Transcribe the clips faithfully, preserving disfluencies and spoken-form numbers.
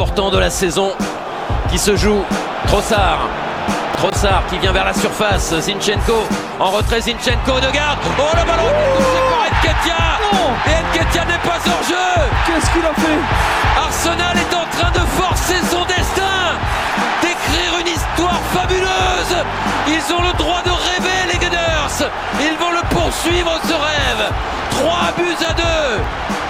important de la saison qui se joue. Trossard, Trossard qui vient vers la surface, Zinchenko en retrait, Zinchenko de garde. Oh, le ballon est touché par Nketiah. Et Nketiah n'est pas hors jeu. Qu'est-ce qu'il a fait? Arsenal est en train de forcer son destin, d'écrire une histoire fabuleuse. Ils ont le droit de rêver, les Gunners. Ils vont le poursuivre, ce rêve. Trois buts à deux.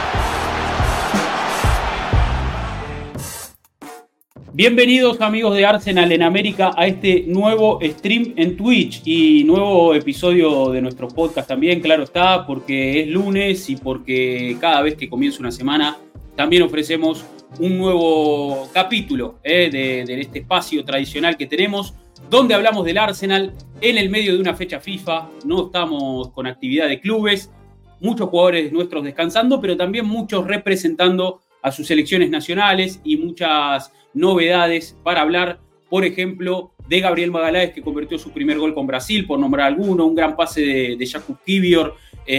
Bienvenidos amigos de Arsenal en América a este nuevo stream en Twitch y nuevo episodio de nuestro podcast también, claro está, porque es lunes y porque cada vez que comienza una semana también ofrecemos un nuevo capítulo eh, de, de este espacio tradicional que tenemos, donde hablamos del Arsenal en el medio de una fecha FIFA. No estamos con actividad de clubes, muchos jugadores nuestros descansando, pero también muchos representando a sus selecciones nacionales y muchas novedades para hablar, por ejemplo, de Gabriel Magalhães, que convirtió su primer gol con Brasil, por nombrar alguno, un gran pase de, de Jakub Kiwior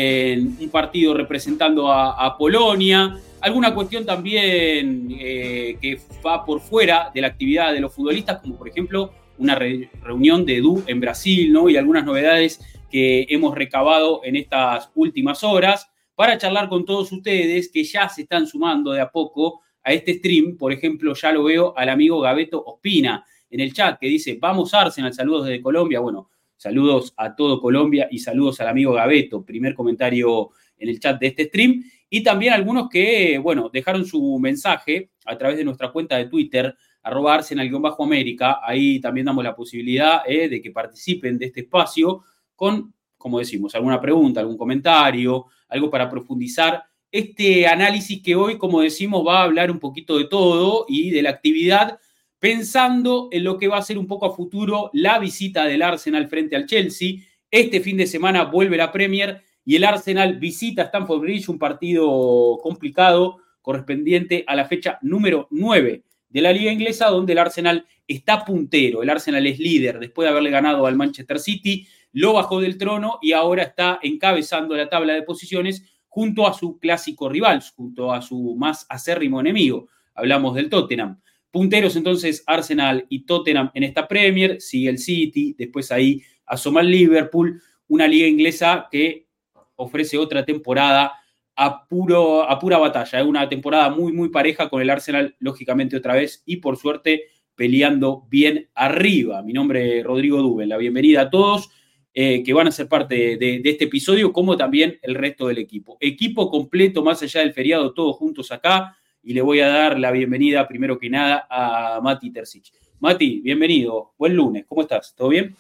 en un partido representando a, a Polonia, alguna cuestión también eh, que va por fuera de la actividad de los futbolistas, como por ejemplo una re- reunión de Edu en Brasil, ¿no? Y algunas novedades que hemos recabado en estas últimas horas, para charlar con todos ustedes que ya se están sumando de a poco a este stream. Por ejemplo, ya lo veo al amigo Gabeto Ospina en el chat que dice, vamos Arsenal, saludos desde Colombia. Bueno, saludos a todo Colombia y saludos al amigo Gabeto, primer comentario en el chat de este stream. Y también algunos que, bueno, dejaron su mensaje a través de nuestra cuenta de Twitter, arroba Arsenal-América. Ahí también damos la posibilidad eh, de que participen de este espacio con, como decimos, alguna pregunta, algún comentario, algo para profundizar este análisis que hoy, como decimos, va a hablar un poquito de todo y de la actividad, pensando en lo que va a ser un poco a futuro la visita del Arsenal frente al Chelsea. Este fin de semana vuelve la Premier y el Arsenal visita Stamford Bridge, un partido complicado correspondiente a la fecha número nueve de la Liga Inglesa, donde el Arsenal está puntero. El Arsenal es líder después de haberle ganado al Manchester City, lo bajó del trono y ahora está encabezando la tabla de posiciones junto a su clásico rival, junto a su más acérrimo enemigo. Hablamos del Tottenham. Punteros entonces Arsenal y Tottenham en esta Premier, sigue el City, después ahí asoma el Liverpool, una liga inglesa que ofrece otra temporada a, puro, a pura batalla, es una temporada muy muy pareja con el Arsenal, lógicamente otra vez, y por suerte peleando bien arriba. Mi nombre es Rodrigo Duben, la bienvenida a todos. Eh, que van a ser parte de, de, de este episodio, como también el resto del equipo. Equipo completo, más allá del feriado, todos juntos acá, y le voy a dar la bienvenida, primero que nada, a Mati Terzic. Mati, bienvenido, buen lunes, ¿cómo estás? ¿Todo bien?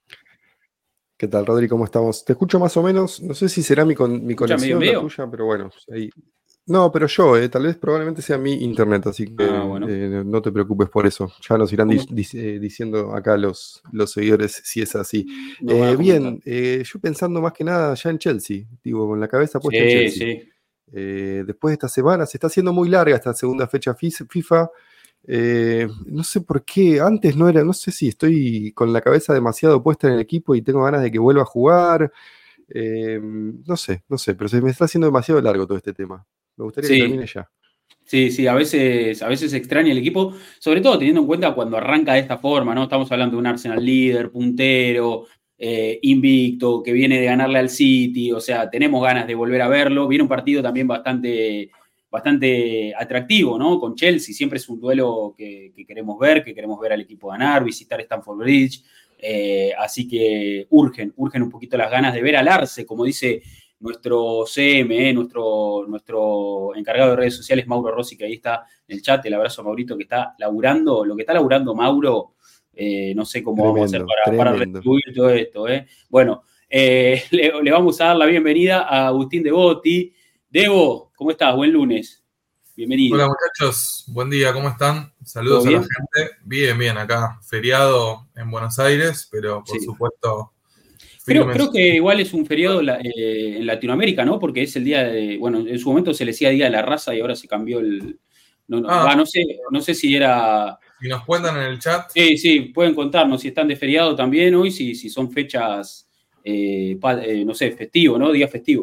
¿Qué tal, Rodri? ¿Cómo estamos? Te escucho más o menos, no sé si será mi, con, mi conexión medio, la medio. tuya, pero bueno, ahí. No, pero yo, eh, tal vez probablemente sea mi internet, así que ah, bueno. eh, no te preocupes por eso. Ya nos irán di- di- eh, diciendo acá los, los seguidores si es así. No eh, bien, eh, yo pensando más que nada ya en Chelsea, digo, con la cabeza puesta sí, en Chelsea. Sí. Eh, después de esta semana, se está haciendo muy larga esta segunda fecha FIFA. Eh, no sé por qué, antes no era, no sé si estoy con la cabeza demasiado puesta en el equipo y tengo ganas de que vuelva a jugar. Eh, no sé, no sé, pero se me está haciendo demasiado largo todo este tema. Me gustaría sí. que termine ya. Sí, sí, a veces, a veces extraña el equipo, sobre todo teniendo en cuenta cuando arranca de esta forma, ¿no? Estamos hablando de un Arsenal líder, puntero, eh, invicto, que viene de ganarle al City, o sea, tenemos ganas de volver a verlo. Viene un partido también bastante, bastante atractivo, ¿no? Con Chelsea, siempre es un duelo que, que queremos ver, que queremos ver al equipo ganar, visitar Stamford Bridge, eh, así que urgen, urgen un poquito las ganas de ver al Arce, como dice nuestro C M, eh, nuestro, nuestro encargado de redes sociales, Mauro Rossi, que ahí está en el chat. El abrazo a Maurito, que está laburando. Lo que está laburando Mauro, eh, no sé cómo tremendo, vamos a hacer para, para retribuir todo esto. Eh. Bueno, eh, le, le vamos a dar la bienvenida a Agustín Devotti. Debo, ¿cómo estás? Buen lunes. Bienvenido. Hola muchachos, buen día, ¿cómo están? Saludos a la gente. Bien, bien, acá. Feriado en Buenos Aires, pero por sí. supuesto... Creo, creo que igual es un feriado eh, en Latinoamérica, ¿no? Porque es el día de... Bueno, en su momento se le decía Día de la Raza y ahora se cambió el... No, no, ah, va, no, sé, no sé si era... Si nos cuentan en el chat. Sí, sí, pueden contarnos si están de feriado también hoy, si, si son fechas, eh, pa, eh, no sé, festivo, ¿no? Día festivo.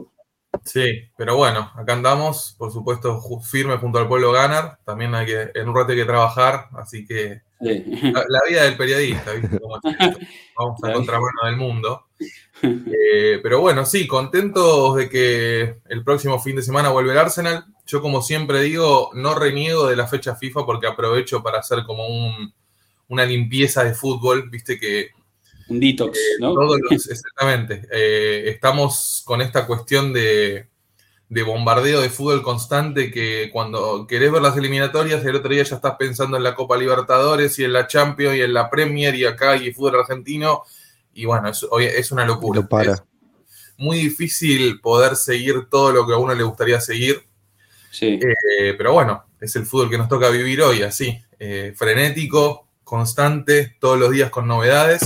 Sí, pero bueno, acá andamos, por supuesto, firme junto al pueblo Gunner. También hay que, en un rato hay que trabajar, así que Sí. la, la vida del periodista, ¿viste cómo es esto? Vamos a contramano del mundo. Eh, pero bueno, sí, contentos de que el próximo fin de semana vuelve el Arsenal. Yo, como siempre digo, no reniego de la fecha FIFA porque aprovecho para hacer como un, una limpieza de fútbol, viste que... Un detox, eh, ¿no? Todos los, exactamente. Eh, estamos con esta cuestión de, de bombardeo de fútbol constante que cuando querés ver las eliminatorias, el otro día ya estás pensando en la Copa Libertadores y en la Champions y en la Premier y acá y fútbol argentino. Y bueno, es, es una locura. No para. Es muy difícil poder seguir todo lo que a uno le gustaría seguir. Sí. Eh, pero bueno, es el fútbol que nos toca vivir hoy, así. Eh, frenético, constante, todos los días con novedades.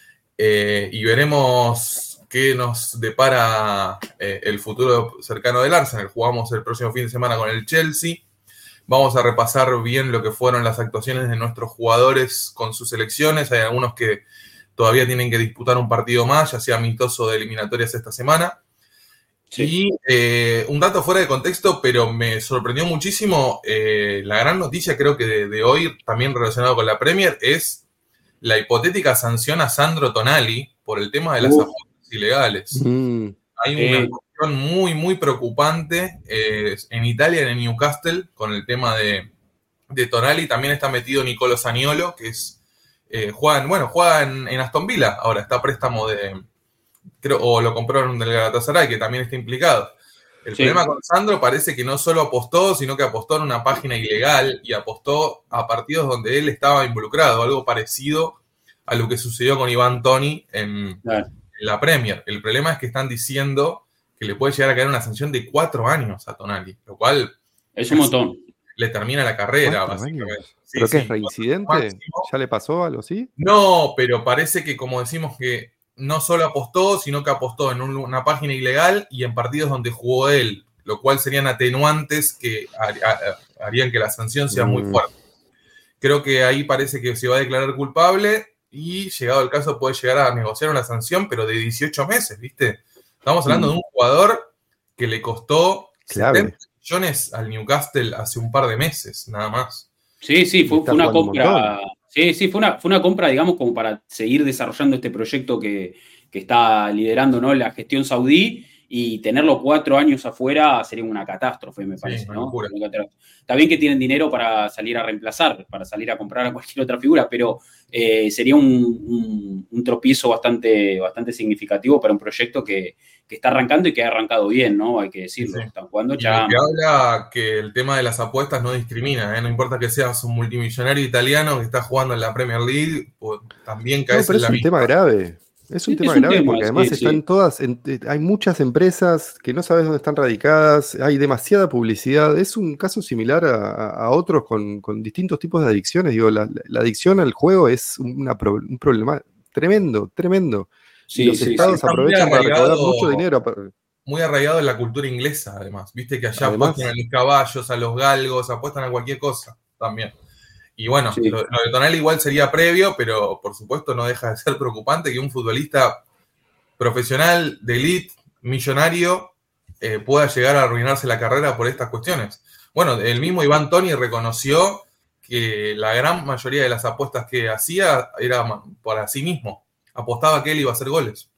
Eh, y veremos qué nos depara eh, el futuro cercano del Arsenal. Jugamos el próximo fin de semana con el Chelsea. Vamos a repasar bien lo que fueron las actuaciones de nuestros jugadores con sus selecciones. Hay algunos que todavía tienen que disputar un partido más, ya sea amistoso de eliminatorias esta semana. Sí. Y eh, un dato fuera de contexto, pero me sorprendió muchísimo. Eh, la gran noticia, creo que de, de hoy, también relacionado con la Premier, es la hipotética sanción a Sandro Tonali por el tema de las uh. apuestas ilegales. Mm. Hay una eh. cuestión muy, muy preocupante eh, en Italia, en el Newcastle, con el tema de, de Tonali. También está metido Nicolo Zaniolo, que es Eh, juega en, bueno, juega en, en Aston Villa, ahora está a préstamo de, creo, o lo compraron del Galatasaray, que también está implicado. El sí. problema con Sandro parece que no solo apostó, sino que apostó en una página ilegal y apostó a partidos donde él estaba involucrado, algo parecido a lo que sucedió con Iván Toney en, claro. en la Premier. El problema es que están diciendo que le puede llegar a caer una sanción de cuatro años a Tonali, lo cual es un montón. Le termina la carrera, básicamente. Sí, ¿Pero qué sí, es reincidente? ¿Ya le pasó algo así? No, pero parece que, como decimos, que no solo apostó, sino que apostó en un, una página ilegal y en partidos donde jugó él, lo cual serían atenuantes que harían que la sanción sea mm. muy fuerte. Creo que ahí parece que se va a declarar culpable y, llegado el caso, puede llegar a negociar una sanción, pero de dieciocho meses, ¿viste? Estamos hablando mm. de un jugador que le costó Clave. setenta millones al Newcastle hace un par de meses, nada más. Sí, sí, fue, fue una compra. Sí, sí, fue una, fue una compra, digamos, como para seguir desarrollando este proyecto que, que está liderando, ¿no?, la gestión saudí, y tenerlo cuatro años afuera sería una catástrofe, me parece, sí, ¿no? Está bien que tienen dinero para salir a reemplazar, para salir a comprar a cualquier otra figura, pero eh, sería un, un, un tropiezo bastante, bastante significativo para un proyecto que, que está arrancando y que ha arrancado bien, ¿no? Hay que decirlo. Sí. Están jugando ya. Y que habla que el tema de las apuestas no discrimina, ¿eh? No importa que seas un multimillonario italiano que está jugando en la Premier League, pues también caes no, pero en la es un misma. tema grave. Es un Sí, tema es un grave tema, porque además sí, están sí. todas, en, hay muchas empresas que no sabes dónde están radicadas, hay demasiada publicidad. Es un caso similar a, a otros con, con distintos tipos de adicciones. Digo, la, la adicción al juego es una, un problema tremendo, tremendo. Sí, y los sí, estados sí. aprovechan para recaudar mucho dinero. Muy arraigado en la cultura inglesa, además. Viste que allá Además, apuestan a los caballos, a los galgos, apuestan a cualquier cosa también. Y bueno, Sí. lo, lo de Tonali igual sería previo, pero por supuesto no deja de ser preocupante que un futbolista profesional, de elite, millonario, eh, pueda llegar a arruinarse la carrera por estas cuestiones. Bueno, el mismo Iván Toney reconoció que la gran mayoría de las apuestas que hacía era para sí mismo. Apostaba que él iba a hacer goles.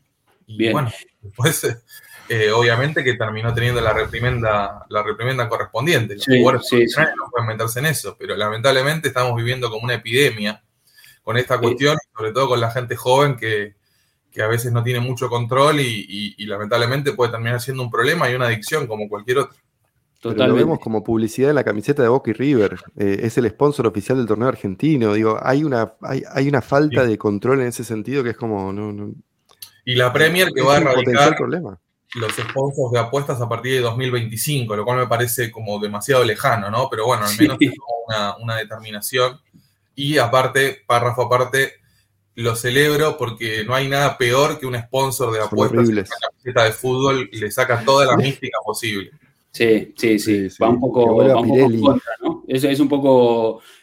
Y Bien. bueno, después eh, obviamente que terminó teniendo la reprimenda, la reprimenda correspondiente. Los Sí, jugadores sí, profesionales sí. no pueden meterse en eso, pero lamentablemente estamos viviendo como una epidemia con esta cuestión, sobre todo con la gente joven que, que a veces no tiene mucho control y, y, y lamentablemente puede terminar siendo un problema y una adicción como cualquier otra. Pero lo Totalmente. vemos como publicidad en la camiseta de Boca y River. Eh, es el sponsor oficial del torneo argentino. Digo, hay una, hay, hay una falta Sí. de control en ese sentido que es como. No, no, Y la Premier que es va a un potencial erradicar problema. los sponsors de apuestas a partir de dos mil veinticinco, lo cual me parece como demasiado lejano, ¿no? Pero bueno, al menos Sí. es como una, una determinación. Y aparte, párrafo aparte, lo celebro porque no hay nada peor que un sponsor de Son apuestas en horribles. una camiseta de fútbol y le saca toda la mística posible. Sí, sí, sí, Sí, sí. va un Que poco, vuelva va un poco en Pirelli. contra, ¿no? Es, es un poco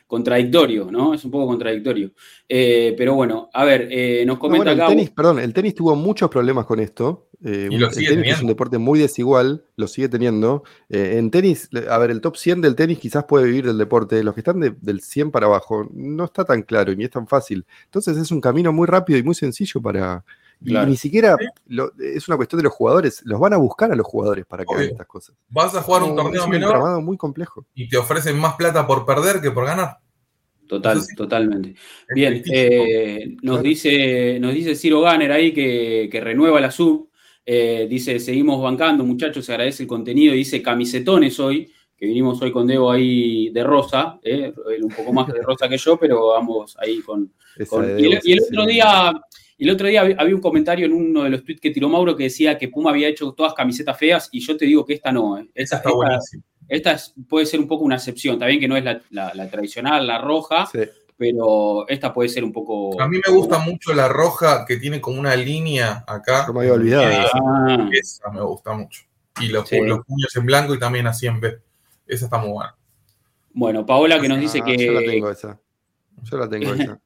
contradictorio, ¿no? Es un poco contradictorio. Eh, pero bueno, a ver, eh, nos comenta no, bueno, acá... el tenis, perdón, el tenis tuvo muchos problemas con esto. Eh, Y lo el sigue tenis teniendo. es un deporte muy desigual, lo sigue teniendo. Eh, en tenis, a ver, el top cien del tenis quizás puede vivir del deporte. Los que están de, del cien para abajo no está tan claro y ni es tan fácil. Entonces es un camino muy rápido y muy sencillo para... Y, Claro. y ni siquiera lo, es una cuestión de los jugadores. Los van a buscar a los jugadores para que Obvio. hagan estas cosas. Vas a jugar No, un torneo es un menor entramado muy complejo. y te ofrecen más plata por perder que por ganar. Total, Eso sí. totalmente. Es Bien, tristísimo. eh, nos, Claro. dice, nos dice Ciro Ganner ahí que, que renueva la sub. Eh, dice, seguimos bancando, muchachos, se agradece el contenido. Dice, camisetones hoy, que vinimos hoy con Debo ahí de rosa, eh, él un poco más de rosa que yo, pero vamos ahí con... Esa con- de y, el, Debo y el es otro excelente. día... Y el otro día había había un comentario en uno de los tweets que tiró Mauro que decía que Puma había hecho todas camisetas feas y yo te digo que esta no. eh. Esa Esta, está esta, buenísima. esta es- puede ser un poco una excepción. Está bien que no es la, la- la tradicional, la roja, Sí. pero esta puede ser un poco... A mí me gusta mucho la roja que tiene como una línea acá. Yo me había olvidado de esa. Ah, Esa me gusta mucho. Y los, Sí. los puños en blanco y también así en B. Esa está muy buena. bueno, Paola que nos dice Ah, yo la que... tengo esa. Yo la tengo esa.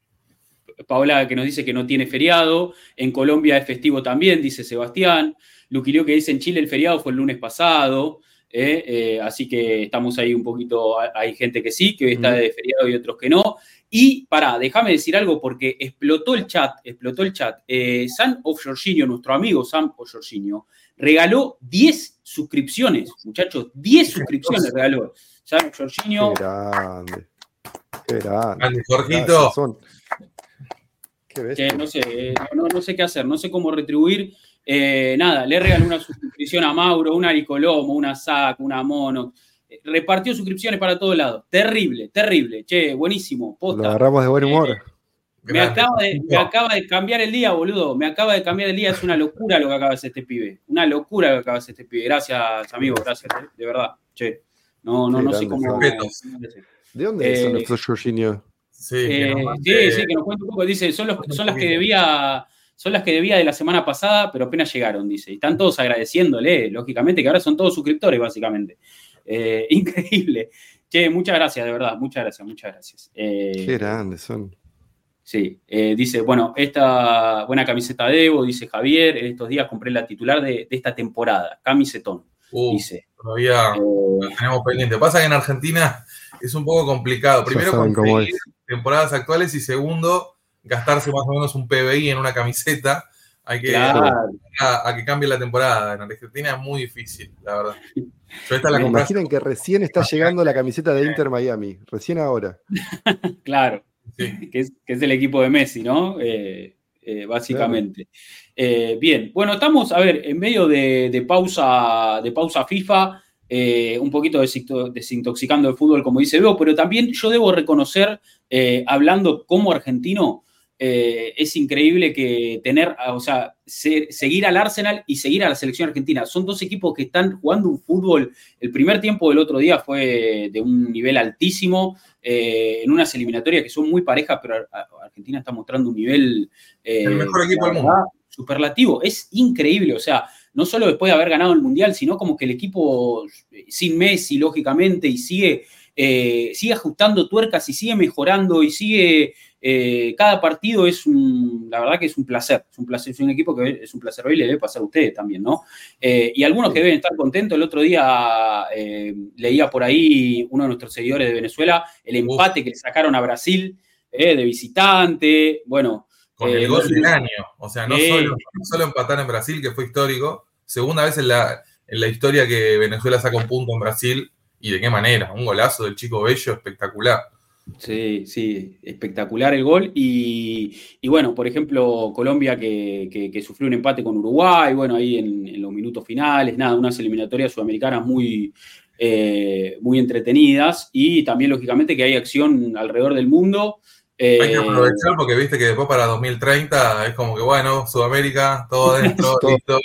Paola que nos dice que no tiene feriado. En Colombia es festivo también, dice Sebastián. Luquilio que dice en Chile el feriado fue el lunes pasado. eh, eh, así que estamos ahí un poquito. Hay gente que sí, que hoy está de feriado y otros que no. Y pará, déjame decir algo porque explotó el chat. Explotó el chat. Eh, Sam of Jorginho, nuestro amigo Sam of Jorginho, regaló diez suscripciones, muchachos. diez suscripciones regaló. Sam of Jorginho. Qué grande. Qué grande. Grande, Jorgito. Gracias, son. Qué bestia. Que no sé, eh, no, no sé qué hacer, no sé cómo retribuir. Eh, nada, le regaló una suscripción a Mauro, una Aricolomo, una Sac, una Mono. Eh, repartió suscripciones para todos lados. Terrible, terrible. Che, buenísimo. Lo Posta. agarramos de buen humor. Me Grande, acaba, de, Jorgito. me acaba de cambiar el día, boludo. Me acaba de cambiar el día. Es una locura lo que acaba de hacer este pibe. Una locura lo que acaba de hacer este pibe. Gracias, amigo. Gracias, eh, de verdad. Che. No, no, Qué no sé grande, cómo. Respetos. ¿De dónde Eh, son nuestros Jorginho? Sí, que Eh, nos mande- sí, sí, que nos cuente un poco. Dice, son, los, son las que debía, son las que debía de la semana pasada, pero apenas llegaron, dice. Y están todos agradeciéndole, lógicamente, que ahora son todos suscriptores, básicamente. Eh, increíble. Che, muchas gracias, de verdad, muchas gracias, muchas gracias. Eh, Qué grandes son. Sí, eh, dice, bueno, esta buena camiseta de Evo, dice Javier, en estos días compré la titular de, de esta temporada, camisetón, Uh, dice. todavía Eh, lo tenemos pendiente. Pasa que en Argentina es un poco complicado. Primero, Ya saben cómo conseguir temporadas actuales y segundo, gastarse más o menos un P B I en una camiseta. Hay que claro. a, a que cambie la temporada. En Argentina es muy difícil, la verdad. Yo esta la Me compré. imaginen que recién está llegando la camiseta de Inter Miami. Recién ahora. Claro, Sí. que es, que es el equipo de Messi, ¿no? Eh, eh, básicamente. Eh, bien, bueno, estamos, a ver, en medio de, de pausa, de pausa FIFA, eh, un poquito desinto- desintoxicando el fútbol, como dice Beo, pero también yo debo reconocer, eh, hablando como argentino, eh, es increíble que tener, o sea, se- seguir al Arsenal y seguir a la selección argentina. Son dos equipos que están jugando un fútbol. El primer tiempo del otro día fue de un nivel altísimo, eh, en unas eliminatorias que son muy parejas, pero a- a- Argentina está mostrando un nivel eh, El mejor equipo la del mundo. verdad, superlativo. Es increíble, o sea, no solo después de haber ganado el Mundial, sino como que el equipo sin Messi, lógicamente, y sigue, eh, sigue ajustando tuercas y sigue mejorando y sigue... Eh, cada partido es un, la verdad que es un placer, es un placer, es un equipo que es un placer hoy, le debe pasar a ustedes también, ¿no? Eh, y algunos que deben estar contentos, el otro día eh, leía por ahí uno de nuestros seguidores de Venezuela, el empate Uf. que le sacaron a Brasil eh, de visitante, bueno. Con eh, el gol no, del año, o sea, no, eh, solo, no solo empatar en Brasil, que fue histórico, segunda vez en la, en la historia que Venezuela saca un punto en Brasil, y de qué manera, un golazo del Chico Bello espectacular. Sí, sí, espectacular el gol. Y, y bueno, por ejemplo, Colombia que, que, que sufrió un empate con Uruguay, bueno, ahí en, en los minutos finales, nada, unas eliminatorias sudamericanas muy, eh, muy entretenidas y también, lógicamente, que hay acción alrededor del mundo. Eh, hay que aprovechar porque viste que después para dos mil treinta es como que, bueno, Sudamérica, todo adentro, listo.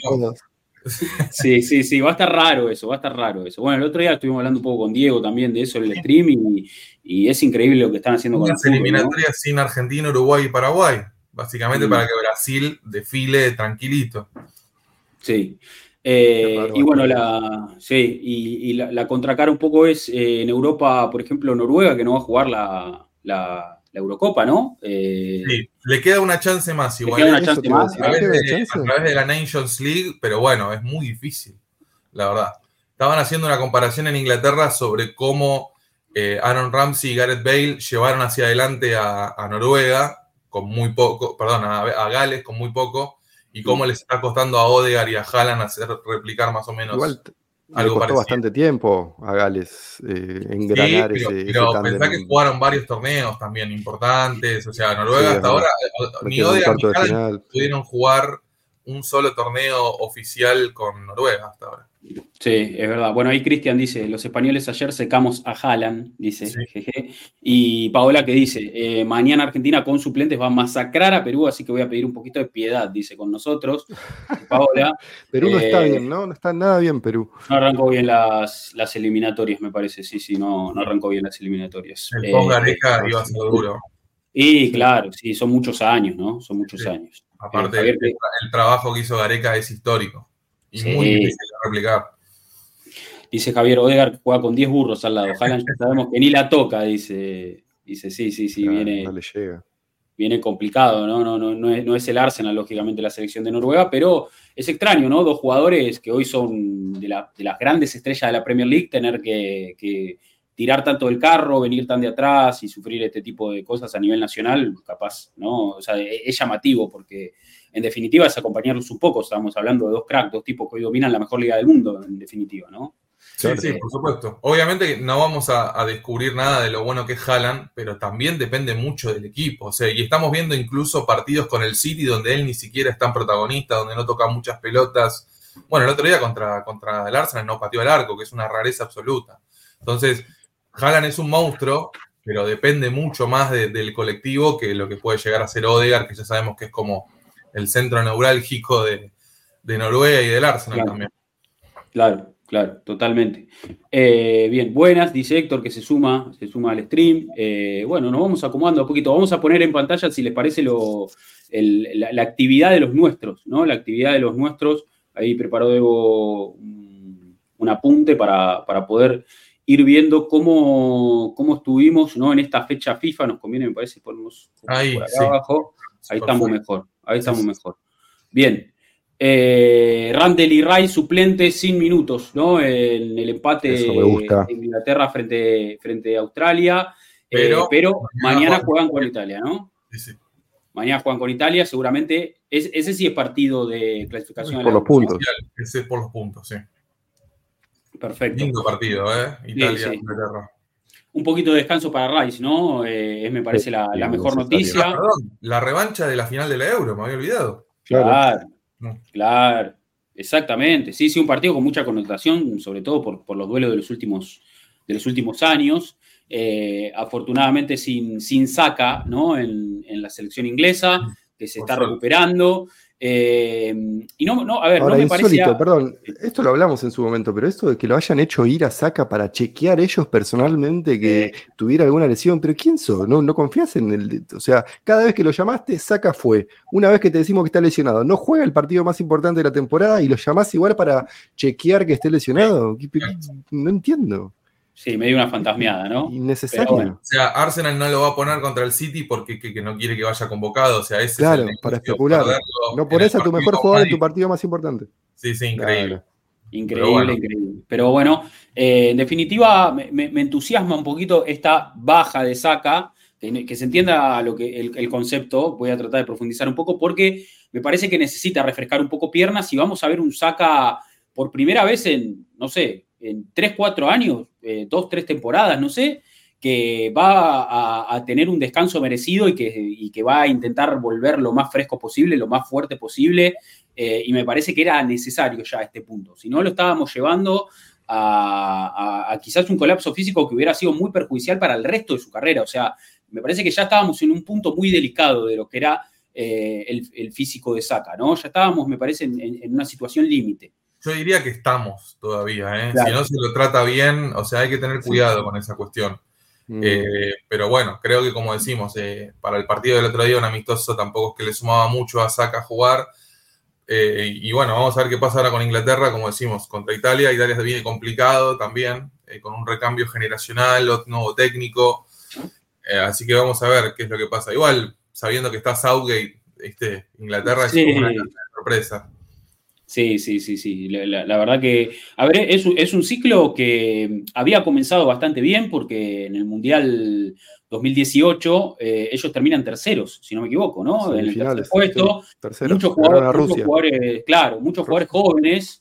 Sí, sí, sí, va a estar raro eso, va a estar raro eso. Bueno, el otro día estuvimos hablando un poco con Diego también de eso en el stream y, y es increíble lo que están haciendo unas con el eliminatorias, ¿no? Sin Argentina, Uruguay y Paraguay, básicamente sí. Para que Brasil desfile tranquilito. Sí. Eh, Qué raro y bueno, bastante. la, sí, y, y la, la contracara un poco es eh, en Europa, por ejemplo, Noruega, que no va a jugar la, la, la Eurocopa, ¿no? Eh, Sí, le queda una chance más le igual, queda ¿eh? una Eso chance te iba a más. decir, A ¿le través, queda una de, chance? a través de la Nations League, pero bueno, es muy difícil, la verdad. Estaban haciendo una comparación en Inglaterra sobre cómo eh, Aaron Ramsey y Gareth Bale llevaron hacia adelante a, a Noruega con muy poco, perdón, a, a Gales con muy poco, y cómo les está costando a Odegaard y a Haaland hacer replicar más o Igual menos t- le algo costó parecido. bastante tiempo a Gales eh, Sí, engranar pero, ese, ese pero pensá que tándem. jugaron varios torneos también importantes. O sea, Sí, Noruega es hasta ahora, verdad. ni Metieron un Odegaard ni cuarto de Haaland final. pudieron jugar un solo torneo oficial con Noruega hasta ahora. Sí, es verdad. Bueno, ahí Cristian dice, los españoles ayer secamos a Haaland, dice, Sí. jeje. Y Paola que dice, eh, mañana Argentina con suplentes va a masacrar a Perú, así que voy a pedir un poquito de piedad, dice con nosotros. Paola. Perú no está Eh, bien, ¿no? No está nada bien Perú. no arrancó bien las, las eliminatorias, me parece, sí, sí, no, no arrancó bien las eliminatorias. El Eh, post-Gareca Ah, iba a sí. ser duro. y Sí. claro, sí, son muchos años, ¿no? Son muchos Sí. años. Eh, Aparte, Javier, el, que- el trabajo que hizo Gareca es histórico y sí. muy difícil de replicar. Dice Javier Odegaard que juega con diez burros al lado. Haaland ya sabemos que ni la toca, dice. Dice, sí, sí, sí, Claro, viene, no le llega. viene complicado, ¿no? No, no, no, es, no es el Arsenal, lógicamente, la selección de Noruega, pero es extraño, ¿no? Dos jugadores que hoy son de, la, de las grandes estrellas de la Premier League, tener que, que tirar tanto del carro, venir tan de atrás y sufrir este tipo de cosas a nivel nacional, capaz, ¿no? O sea, es, es llamativo porque, en definitiva, es acompañarlos un poco. Estamos hablando de dos cracks, dos tipos que hoy dominan la mejor liga del mundo, en definitiva, ¿no? Sí, Claro. sí, por supuesto. Obviamente que no vamos a, a descubrir nada de lo bueno que es Haaland, pero también depende mucho del equipo. O sea, y estamos viendo incluso partidos con el City donde él ni siquiera es tan protagonista, donde no toca muchas pelotas. Bueno, el otro día contra, contra el Arsenal no pateó el arco, que es una rareza absoluta. Entonces, Haaland es un monstruo, pero depende mucho más de, del colectivo que lo que puede llegar a ser Odegaard, que ya sabemos que es como el centro neurálgico de, de Noruega y del Arsenal Claro. también. Claro, claro, totalmente. Eh, bien, buenas, dice Héctor que se suma, se suma al stream. Eh, bueno, nos vamos acomodando un poquito. Vamos a poner en pantalla, si les parece, lo, el, la, la actividad de los nuestros, ¿no? La actividad de los nuestros. Ahí preparó Debo un, un apunte para, para poder ir viendo cómo, cómo estuvimos, ¿no? En esta fecha FIFA. Nos conviene, me parece, ponernos Ahí, por acá sí. abajo. Ahí estamos Perfecto. mejor. Ahí estamos Sí, sí. mejor. Bien. Eh, Randall y Rice suplentes sin minutos, ¿no? En el empate Eso me gusta. de Inglaterra frente, frente a Australia. Pero- Eh, pero mañana mañana juegan juegan- con Italia, ¿no? Sí, sí. Mañana juegan con Italia, seguramente. Es, ese sí es partido de clasificación. a Por la los puntos. Ese es por los puntos, sí. Perfecto. Lindo partido, ¿eh? Italia, sí. Inglaterra. Un poquito de descanso para Rice, ¿no? Eh, es, me parece, la, Sí, la mejor necesario. noticia. Ah, perdón, la revancha de la final de la Euro, me había olvidado. Claro. Claro, No. claro, exactamente. Sí, sí, un partido con mucha connotación, sobre todo por, por los duelos de los últimos, de los últimos años. Eh, afortunadamente sin, sin Saka, ¿no? En, en la selección inglesa, que se Por está suerte. recuperando. Eh, y no, no, a ver, Ahora, no me insólito, parecía... perdón, esto lo hablamos en su momento, pero esto de que lo hayan hecho ir a Saka para chequear ellos personalmente que tuviera alguna lesión, pero ¿quién sos? ¿No, no confías en el...? O sea, cada vez que lo llamaste, Saka fue. Una vez que te decimos que está lesionado, no juega el partido más importante de la temporada y lo llamás igual para chequear que esté lesionado. No entiendo. Sí, me dio una fantasmeada, ¿no? Innecesario. Pero bueno. O sea, Arsenal no lo va a poner contra el City porque que, que no quiere que vaya convocado. O sea, ese Claro, es el para negocio, especular. perderlo No en pones el a tu partido mejor jugador en tu más partido más importante. difícil. Sí, sí, increíble. Claro. Increíble, Pero bueno. increíble. Pero bueno, eh, en definitiva, me, me- me entusiasma un poquito esta baja de Saka, que, que se entienda lo que, el, el concepto. Voy a tratar de profundizar un poco porque me parece que necesita refrescar un poco piernas y vamos a ver un Saka por primera vez en, no sé, en tres, cuatro años, eh, dos, tres temporadas, no sé, que va a, a tener un descanso merecido y que, y que va a intentar volver lo más fresco posible, lo más fuerte posible. Eh, y me parece que era necesario ya a este punto. Si no, lo estábamos llevando a, a, a quizás un colapso físico que hubiera sido muy perjudicial para el resto de su carrera. O sea, me parece que ya estábamos en un punto muy delicado de lo que era eh, el, el físico de Saka, ¿no? Ya estábamos, me parece, en, en una situación límite. Yo diría que estamos todavía, ¿eh? Claro. Si no se lo trata bien, o sea, hay que tener cuidado con esa cuestión. Mm. Eh, pero bueno, creo que como decimos, eh, para el partido del otro día, un amistoso tampoco es que le sumaba mucho a Saka jugar. Eh, y bueno, vamos a ver qué pasa ahora con Inglaterra, como decimos, contra Italia. Italia viene complicado también, eh, con un recambio generacional, otro nuevo técnico. Eh, así que vamos a ver qué es lo que pasa. Igual, sabiendo que está Southgate, este, Inglaterra Sí. es como una sorpresa. Sí, sí, sí, sí. La, la, la verdad que, a ver, es, es un ciclo que había comenzado bastante bien porque en el Mundial dos mil dieciocho eh, ellos terminan terceros, si no me equivoco, ¿no? En el tercer puesto. Sí, terceros, muchos jugadores, muchos jugadores, claro, muchos jugadores jóvenes.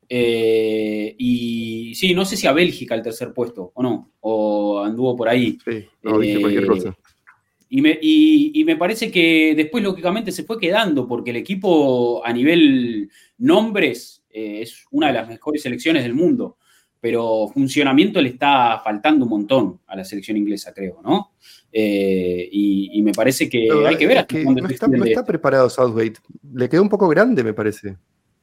Eh, y sí, no sé si a Bélgica el tercer puesto o no, o anduvo por ahí. Sí, no, dije cualquier cosa. Y me, y, y me parece que después, lógicamente, se fue quedando, porque el equipo a nivel nombres eh, es una de las mejores selecciones del mundo, pero funcionamiento le está faltando un montón a la selección inglesa, creo, ¿no? Eh, y, y me parece que no, hay que ver hasta que cuándo no está, no está preparado Southgate. Le quedó un poco grande, me parece.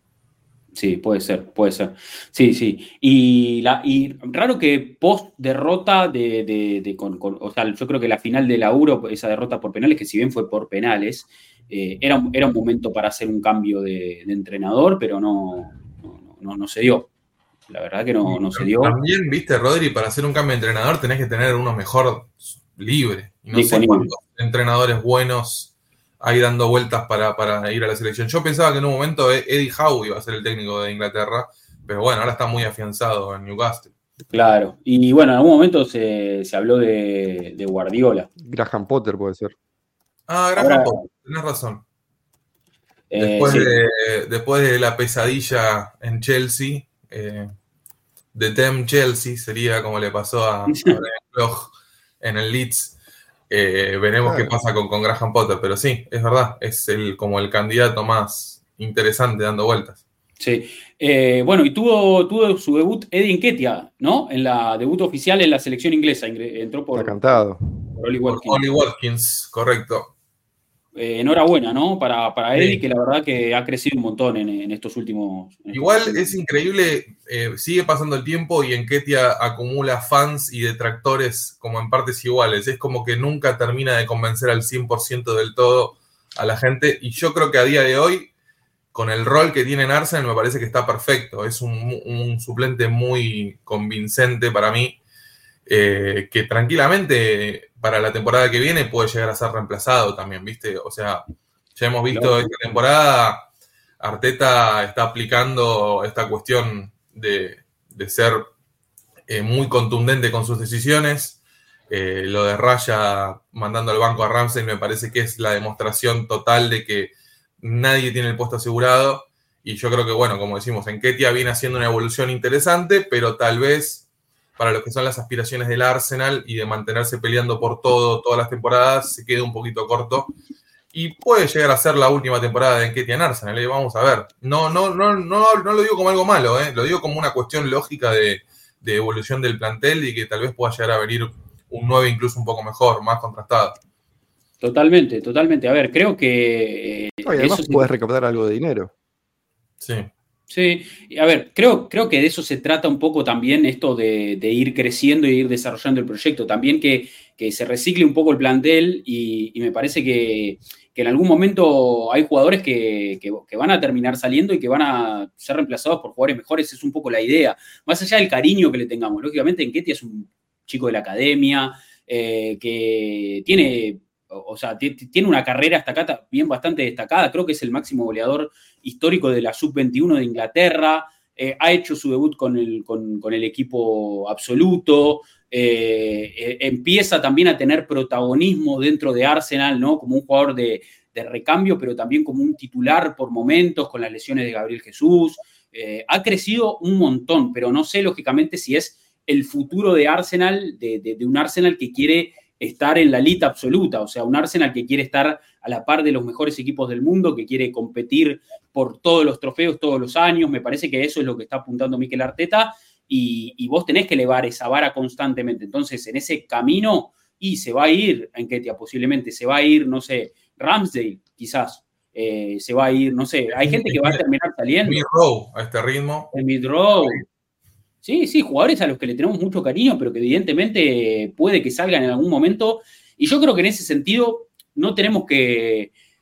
Sí, puede ser, puede ser. Sí, sí. Y, la, y raro que post derrota de, de, de con, con, o sea, yo creo que la final de la Euro, esa derrota por penales, que si bien fue por penales, eh, era, era un momento para hacer un cambio de, de entrenador, pero no, no, no, no se dio. La verdad que no, no se dio. También, viste, Rodri, para hacer un cambio de entrenador tenés que tener uno mejor libre. Y no Disponible. sé cuántos entrenadores buenos ahí dando vueltas para, para ir a la selección. Yo pensaba que en un momento Eddie Howe iba a ser el técnico de Inglaterra, pero bueno, ahora está muy afianzado en Newcastle. Claro, y bueno, en algún momento se, se habló de, de Guardiola. Graham Potter puede ser. Ah, Graham ahora, Potter, tenés razón. Eh, después, sí. de, después de la pesadilla en Chelsea, eh, The Tem Chelsea sería como le pasó a, a Brian Clough en el Leeds. Eh, veremos claro. qué pasa con, con Graham Potter, pero sí, es verdad, es el, como el candidato más interesante dando vueltas. Sí, eh, bueno, y tuvo, tuvo su debut Eddie Nketiah, ¿no? En la debut oficial en la selección inglesa, entró por, Está cantado. por Ollie Watkins. Por Ollie Watkins, correcto. Eh, enhorabuena, ¿no? Para, para Eddie, sí. Que la verdad que ha crecido un montón en, en estos últimos... En estos Igual últimos... es increíble, eh, sigue pasando el tiempo y Nketiah acumula fans y detractores como en partes iguales. Es como que nunca termina de convencer al cien por ciento del todo a la gente. Y yo creo que a día de hoy, con el rol que tiene en Arsenal, me parece que está perfecto. Es un, un suplente muy convincente para mí, eh, que tranquilamente para la temporada que viene puede llegar a ser reemplazado también, ¿viste? O sea, ya hemos visto claro. esta temporada, Arteta está aplicando esta cuestión de, de ser eh, muy contundente con sus decisiones. Eh, lo de Raya mandando al banco a Ramsey me parece que es la demostración total de que nadie tiene el puesto asegurado. Y yo creo que, bueno, como decimos, Nketiah viene haciendo una evolución interesante, pero tal vez para lo que son las aspiraciones del Arsenal y de mantenerse peleando por todo, todas las temporadas, se queda un poquito corto. Y puede llegar a ser la última temporada de Nketiah en Arsenal, ¿eh? Vamos a ver. No, no, no, no, no lo digo como algo malo, ¿eh? Lo digo como una cuestión lógica de, de evolución del plantel y que tal vez pueda llegar a venir un nueve incluso un poco mejor, más contrastado. Totalmente, totalmente. A ver, creo que... Eh, no, y además eso puedes sí. recaudar algo de dinero. Sí. Sí, a ver, creo, creo que de eso se trata un poco también esto de, de ir creciendo y ir desarrollando el proyecto. También que, que se recicle un poco el plantel y, y me parece que, que en algún momento hay jugadores que, que, que van a terminar saliendo y que van a ser reemplazados por jugadores mejores. Es un poco la idea. Más allá del cariño que le tengamos. Lógicamente, Nketiah es un chico de la academia eh, que tiene... O sea, tiene una carrera hasta acá bien bastante destacada. Creo que es el máximo goleador histórico de la sub veintiuno de Inglaterra. Eh, ha hecho su debut con el, con, con el equipo absoluto. Eh, eh, empieza también a tener protagonismo dentro de Arsenal, ¿no? Como un jugador de, de recambio, pero también como un titular por momentos con las lesiones de Gabriel Jesús. Eh, ha crecido un montón, pero no sé, lógicamente, si es el futuro de Arsenal, de, de, de un Arsenal que quiere estar en la elite absoluta, o sea, un Arsenal que quiere estar a la par de los mejores equipos del mundo, que quiere competir por todos los trofeos todos los años. Me parece que eso es lo que está apuntando Mikel Arteta y, y vos tenés que elevar esa vara constantemente. Entonces, en ese camino, y se va a ir Nketiah posiblemente, se va a ir, no sé, Ramsdale quizás, eh, se va a ir, no sé, hay gente que va a terminar saliendo. Mid-row a este ritmo. El mid-row. Sí, sí, jugadores a los que le tenemos mucho cariño, pero que evidentemente puede que salgan en algún momento. Y yo creo que en ese sentido no tenemos que,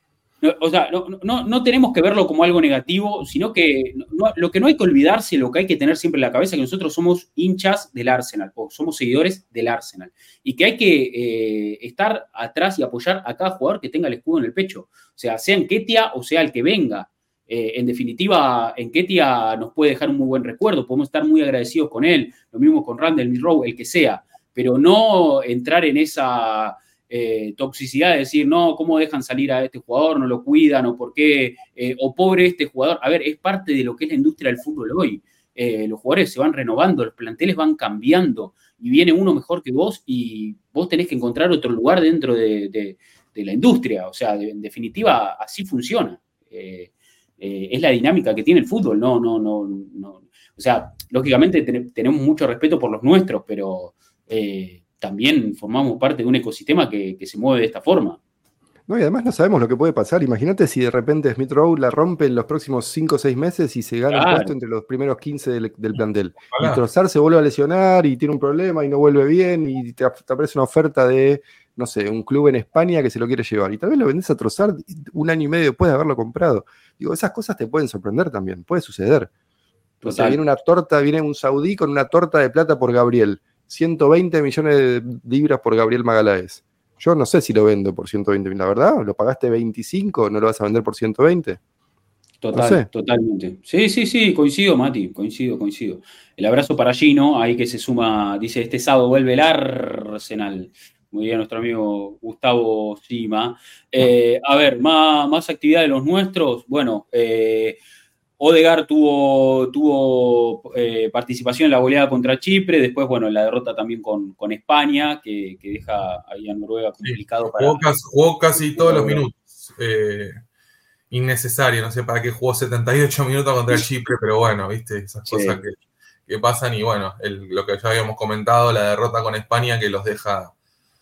no, o sea, no, no, no tenemos que verlo como algo negativo, sino que no, lo que no hay que olvidarse, lo que hay que tener siempre en la cabeza, es que nosotros somos hinchas del Arsenal, o somos seguidores del Arsenal, y que hay que eh, estar atrás y apoyar a cada jugador que tenga el escudo en el pecho, o sea, sea Nketiah o sea el que venga. Eh, en definitiva, Nketiah nos puede dejar un muy buen recuerdo, podemos estar muy agradecidos con él, lo mismo con Randall Milroe, el que sea, pero no entrar en esa eh, toxicidad de decir, no, ¿cómo dejan salir a este jugador? No lo cuidan, o por qué, eh, o pobre este jugador. A ver, es parte de lo que es la industria del fútbol hoy. Eh, los jugadores se van renovando, los planteles van cambiando, y viene uno mejor que vos, y vos tenés que encontrar otro lugar dentro de, de, de la industria. O sea, de, en definitiva, así funciona. Eh, Eh, es la dinámica que tiene el fútbol, no, no, no, no. O sea, lógicamente ten, tenemos mucho respeto por los nuestros, pero eh, también formamos parte de un ecosistema que, que se mueve de esta forma. No, y además no sabemos lo que puede pasar. Imagínate si de repente Smith Rowe la rompe en los próximos cinco o seis meses y se gana claro. el puesto entre los primeros quince del, del plantel. Ojalá. Y Trossard se vuelve a lesionar y tiene un problema y no vuelve bien y te, te aparece una oferta de, no sé, un club en España que se lo quiere llevar. Y tal vez lo vendés a Trossard un año y medio después de haberlo comprado. Digo, esas cosas te pueden sorprender también, puede suceder. O sea, viene una torta, viene un saudí con una torta de plata por Gabriel. ciento veinte millones de libras por Gabriel Magaláes. Yo no sé si lo vendo por ciento veinte mil, la verdad. ¿Lo pagaste veinticinco? ¿No lo vas a vender por ciento veinte? Total, no sé. Totalmente. Sí, sí, sí, coincido, Mati, coincido, coincido. El abrazo para Gino, ahí que se suma, dice, este sábado vuelve el Arsenal. Muy bien, nuestro amigo Gustavo Sima. Eh, a ver, más, más actividad de los nuestros. Bueno, eh, Odegaard tuvo, tuvo eh, participación en la goleada contra Chipre, después, bueno, la derrota también con, con España, que, que deja ahí a Noruega complicado. Sí, para... Jugó casi, jugó casi todos los minutos. Eh, innecesario, no sé para qué jugó setenta y ocho minutos contra Chipre, pero bueno, viste, esas sí. cosas que, que pasan. Y bueno, el, lo que ya habíamos comentado, la derrota con España que los deja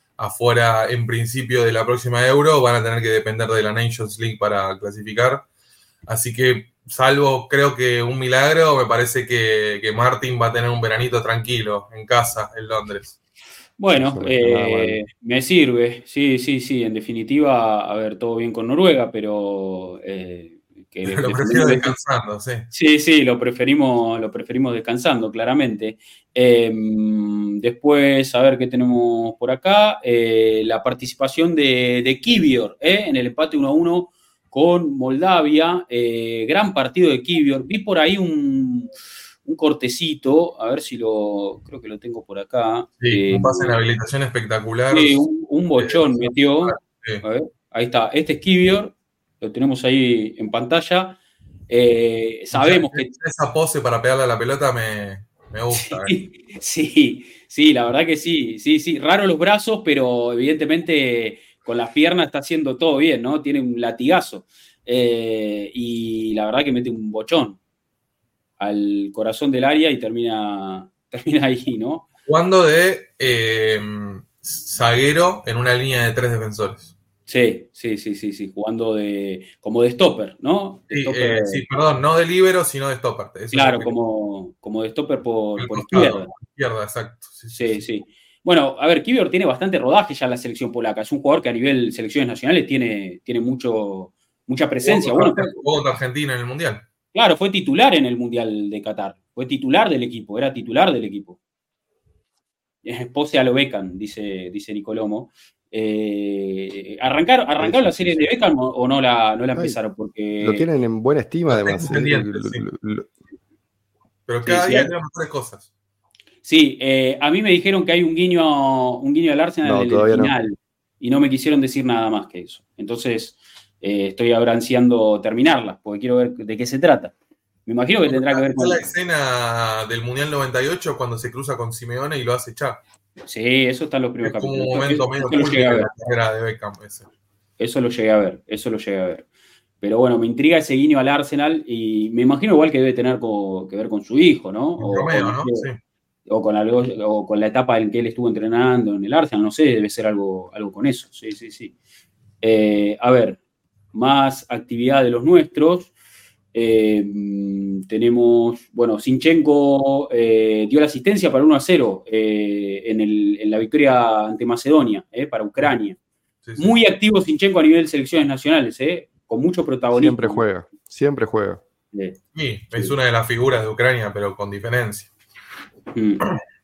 afuera en principio de la próxima Euro, van a tener que depender de la Nations League para clasificar. Así que, salvo creo que un milagro, me parece que, que Martin va a tener un veranito tranquilo en casa, en Londres. Bueno, eh, me sirve, sí, sí, sí, en definitiva, a ver, todo bien con Noruega, pero... Eh, que lo que prefiero descansando, sí. Sí, sí, lo preferimos, lo preferimos descansando, claramente. Eh, después, a ver qué tenemos por acá. Eh, la participación de, de Kivior eh, en el empate uno a uno con Moldavia. Eh, gran partido de Kivior. Vi por ahí un, un cortecito, a ver si lo... Creo que lo tengo por acá. Sí, eh, un pase en habilitación espectacular. Sí, un, un bochón eh, metió. Sí. A ver, ahí está. Este es Kivior. Lo tenemos ahí en pantalla. Eh, sabemos esa, que... Esa pose para pegarle a la pelota me, me gusta. Sí, eh. sí, sí, la verdad que sí. Sí, sí. Raro los brazos, pero evidentemente con las piernas está haciendo todo bien, ¿no? Tiene un latigazo. Eh, y la verdad que mete un bochón al corazón del área y termina, termina ahí, ¿no? Jugando de eh, zaguero en una línea de tres defensores. Sí, sí, sí, sí, sí, jugando de como de stopper, ¿no? De sí, stopper, eh, sí, perdón, no de líbero, sino de stopper. Eso claro, es como, como de stopper por, por izquierda. izquierda, exacto. Sí, sí, sí, sí. Bueno, a ver, Kivior tiene bastante rodaje ya en la selección polaca. Es un jugador que a nivel selecciones nacionales tiene, tiene mucho, mucha presencia. Jugó bueno, contra Argentina en el Mundial. Claro, fue titular en el Mundial de Qatar. Fue titular del equipo, era titular del equipo. Pose a lo Beckham, dice, dice Nicolomo. Eh, ¿Arrancaron, arrancaron la serie de Beckham o, o no la, no la empezaron? Porque lo tienen en buena estima, además. ¿eh? Sí. Pero cada sí, día sí. tenemos tres cosas. Sí, eh, a mí me dijeron que hay un guiño, un guiño al Arsenal no, en el final no. Y no me quisieron decir nada más que eso. Entonces eh, estoy ahora ansiando terminarla porque quiero ver de qué se trata. Me imagino que tendrá que ver con la escena del Mundial noventa y ocho cuando se cruza con Simeone y lo hace echar. Sí, eso está en los primeros es como capítulos. un momento eso, medio eso lo llegué a ver. De Beckham, ese. Eso lo llegué a ver, eso lo llegué a ver. Pero bueno, me intriga ese guiño al Arsenal y me imagino igual que debe tener co, que ver con su hijo, ¿no? O, Romeo, con, ¿no? Sí. O con algo, o con la etapa en que él estuvo entrenando en el Arsenal, no sé, debe ser algo, algo con eso. Sí, sí, sí. Eh, a ver, más actividad de los nuestros. Eh, tenemos, bueno, Zinchenko eh, dio la asistencia para uno a cero eh, en, el, en la victoria ante Macedonia, eh, para Ucrania. Sí, sí. Muy activo Zinchenko a nivel de selecciones nacionales, eh, con mucho protagonismo. Siempre juega, siempre juega. Sí, sí, es una de las figuras de Ucrania, pero con diferencia. Mm.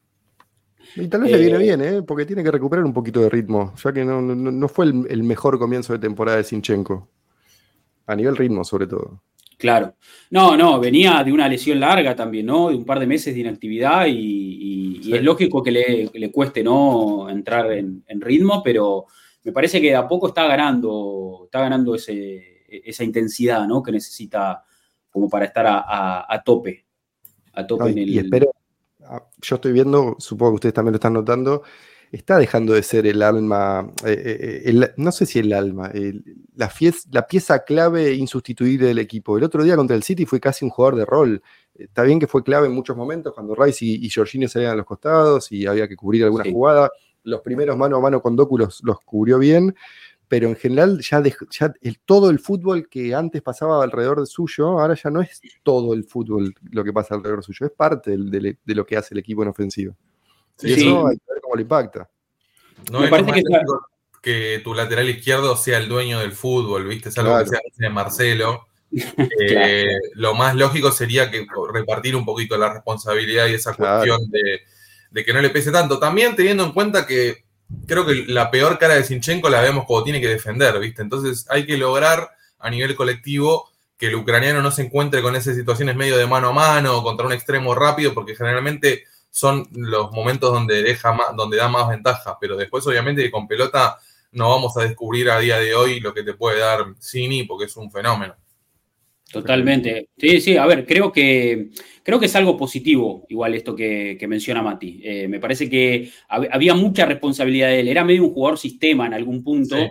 Y tal vez eh, le viene bien, ¿eh? Porque tiene que recuperar un poquito de ritmo, ya que no, no, no fue el, el mejor comienzo de temporada de Zinchenko. A nivel ritmo, sobre todo. Claro. No, no, venía de una lesión larga también, ¿no? De un par de meses de inactividad y, y, sí. y es lógico que le, que le cueste, ¿no? Entrar en, en ritmo, pero me parece que de a poco está ganando, está ganando ese, esa intensidad, ¿no? Que necesita como para estar a, a, a tope. A tope Ay, en el... Y espero, yo estoy viendo, supongo que ustedes también lo están notando, está dejando de ser el alma, eh, el, no sé si el alma, el, la, fies, la pieza clave e insustituible del equipo. El otro día contra el City fue casi un jugador de rol. Está bien que fue clave en muchos momentos, cuando Rice y, y Jorginho salían a los costados y había que cubrir alguna sí. jugada. Los primeros mano a mano con Doku los, los cubrió bien, pero en general ya, de, ya el, todo el fútbol que antes pasaba alrededor de suyo, ahora ya no es todo el fútbol lo que pasa alrededor suyo, es parte del, de, de lo que hace el equipo en ofensiva. Sí, y eso sí. hay que ver cómo le impacta. No Me es parece que, que tu lateral izquierdo sea el dueño del fútbol, ¿viste? Es algo claro. que se hace de Marcelo. eh, claro. Lo más lógico sería que repartir un poquito la responsabilidad y esa claro. cuestión de, de que no le pese tanto. También teniendo en cuenta que creo que la peor cara de Zinchenko la vemos como tiene que defender, ¿viste? Entonces hay que lograr a nivel colectivo que el ucraniano no se encuentre con esas situaciones medio de mano a mano contra un extremo rápido, porque generalmente son los momentos donde deja más, donde da más ventaja, pero después obviamente con pelota no vamos a descubrir a día de hoy lo que te puede dar Cini, porque es un fenómeno. Totalmente. Sí, sí, a ver, creo que creo que es algo positivo, igual esto que, que menciona Mati. Eh, me parece que hab, había mucha responsabilidad de él, era medio un jugador sistema en algún punto, sí.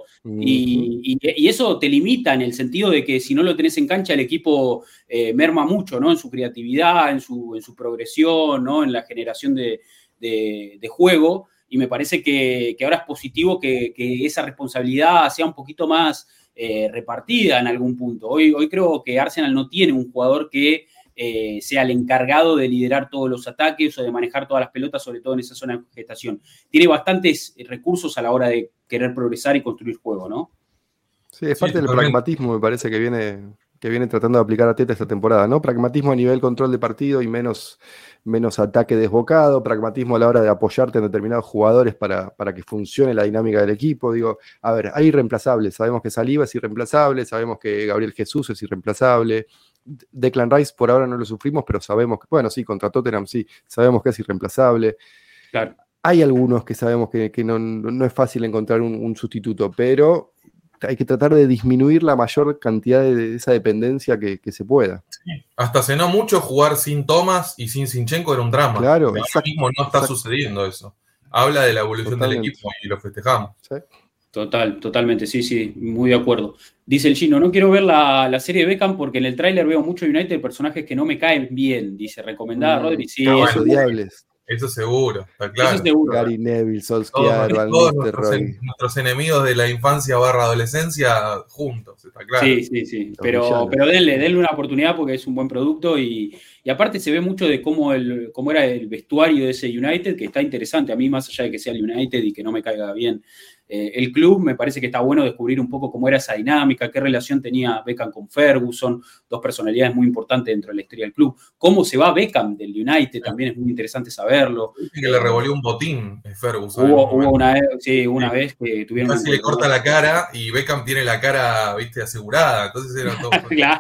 y, y, y eso te limita en el sentido de que si no lo tenés en cancha el equipo eh, merma mucho, ¿no? En su creatividad, en su, en su progresión, ¿no? En la generación de, de, de juego, y me parece que, que ahora es positivo que, que esa responsabilidad sea un poquito más Eh, repartida en algún punto. Hoy, hoy creo que Arsenal no tiene un jugador que eh, sea el encargado de liderar todos los ataques o de manejar todas las pelotas, sobre todo en esa zona de gestación. Tiene bastantes recursos a la hora de querer progresar y construir juego, ¿no? Sí, es parte sí, del pragmatismo, me parece, que viene, que viene tratando de aplicar Arteta esta temporada, ¿no? Pragmatismo a nivel control de partido y menos, menos ataque desbocado, pragmatismo a la hora de apoyarte en determinados jugadores para, para que funcione la dinámica del equipo. Digo, a ver, hay irreemplazables, sabemos que Saliba es irreemplazable, sabemos que Gabriel Jesús es irreemplazable, Declan Rice por ahora no lo sufrimos, pero sabemos que, bueno, sí, contra Tottenham sí, sabemos que es irreemplazable. Claro. Hay algunos que sabemos que, que no, no es fácil encontrar un, un sustituto, pero hay que tratar de disminuir la mayor cantidad de, de esa dependencia que, que se pueda. Sí. Hasta hace no mucho jugar sin Thomas y sin Zinchenko era un drama. Claro, ahora exacto, mismo no está exacto. sucediendo eso. Habla de la evolución Totalmente. del equipo y lo festejamos. ¿Sí? Total, totalmente, sí, sí, muy de acuerdo. Dice el Gino, no quiero ver la, la serie de Beckham porque en el tráiler veo mucho United personajes que no me caen bien. Dice, recomendada, mm, Rodri. Sí, no, eso, odiables. Eso seguro, está claro. Eso seguro. Gary Neville, Solskjaer, todos, todos nuestros, en, nuestros enemigos de la infancia barra adolescencia juntos, está claro. Sí, sí, sí. Pero, pero denle, denle una oportunidad porque es un buen producto y, y aparte se ve mucho de cómo, el, cómo era el vestuario de ese United, que está interesante. A mí, más allá de que sea el United y que no me caiga bien eh, el club, me parece que está bueno descubrir un poco cómo era esa dinámica, qué relación tenía Beckham con Ferguson, dos personalidades muy importantes dentro de la historia del club. Cómo se va Beckham del United, sí. También es muy interesante saberlo. Dicen que le revolvió un botín Ferguson. Hubo, hubo una, sí, una sí. vez que tuvieron... Casi le corta la cara y Beckham tiene la cara, viste, asegurada. Entonces era todo... claro,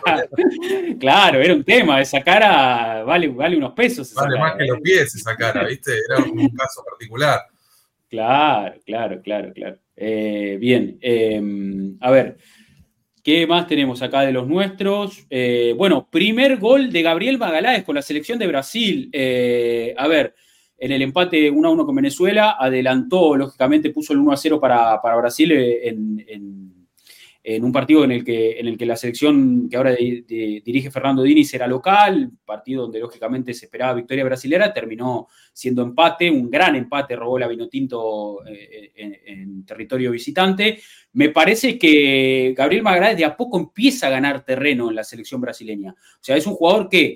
claro, era un tema. Esa cara vale, vale unos pesos. Vale esa más cara. que los pies esa cara, viste. Era un caso particular. Claro, claro, claro, claro. Eh, bien, eh, a ver, ¿qué más tenemos acá de los nuestros? Eh, bueno, primer gol de Gabriel Magalhães con la selección de Brasil. Eh, a ver, en el empate uno a uno con Venezuela, adelantó, lógicamente puso el uno a cero para, para Brasil en, en, en un partido en el, que, en el que la selección que ahora de, de, dirige Fernando Diniz era local, partido donde lógicamente se esperaba victoria brasilera, terminó siendo empate, un gran empate, robó la Vinotinto eh, en, en territorio visitante. Me parece que Gabriel Magalhães de a poco empieza a ganar terreno en la selección brasileña. O sea, es un jugador que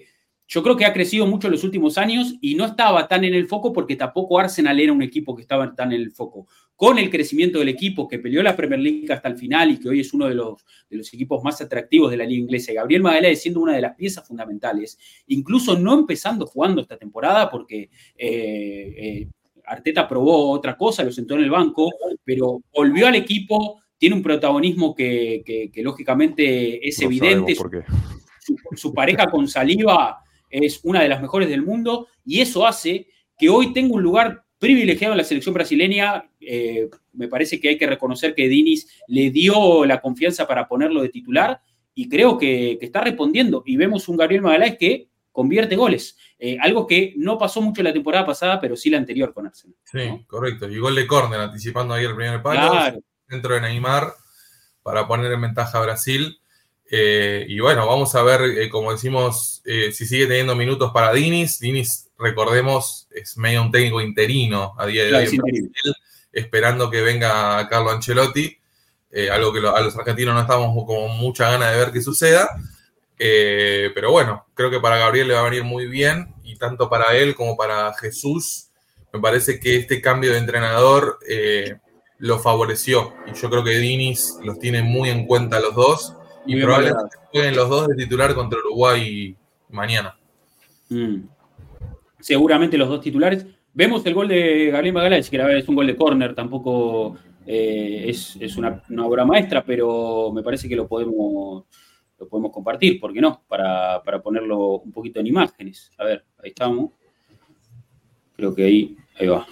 yo creo que ha crecido mucho en los últimos años y no estaba tan en el foco porque tampoco Arsenal era un equipo que estaba tan en el foco. Con el crecimiento del equipo que peleó la Premier League hasta el final y que hoy es uno de los, de los equipos más atractivos de la liga inglesa, Gabriel Magalhães siendo una de las piezas fundamentales, incluso no empezando jugando esta temporada porque eh, eh, Arteta probó otra cosa, lo sentó en el banco, pero volvió al equipo, tiene un protagonismo que, que, que lógicamente es No evidente. sabemos por qué. Su, su pareja con Saliba es una de las mejores del mundo y eso hace que hoy tenga un lugar privilegiado en la selección brasileña. Eh, me parece que hay que reconocer que Diniz le dio la confianza para ponerlo de titular y creo que, que está respondiendo. Y vemos un Gabriel Magalhães que convierte goles. Eh, algo que no pasó mucho la temporada pasada, pero sí la anterior con Arsenal. Sí, ¿no? Correcto. Y gol de córner, anticipando ahí el primer palo. Claro. Dentro de Neymar para poner en ventaja a Brasil. Eh, y bueno, vamos a ver, eh, como decimos, eh, si sigue teniendo minutos para Diniz. Diniz, recordemos, es medio un técnico interino a día de Claro, hoy en Brasil, esperando que venga Carlo Ancelotti, eh, algo que lo, a los argentinos no estamos con mucha ganas de ver que suceda. Eh, pero bueno, creo que para Gabriel le va a venir muy bien, y tanto para él como para Jesús, me parece que este cambio de entrenador eh, lo favoreció. Y yo creo que Diniz los tiene muy en cuenta los dos. Y Muy probablemente jueguen los dos de titular contra Uruguay mañana. Mm. Seguramente los dos titulares. Vemos el gol de Gabriel Magalhães, que es un gol de córner, tampoco eh, es, es una, una obra maestra, pero me parece que lo podemos, lo podemos compartir, ¿por qué no? Para, para ponerlo un poquito en imágenes. A ver, ahí estamos. Creo que ahí, ahí va.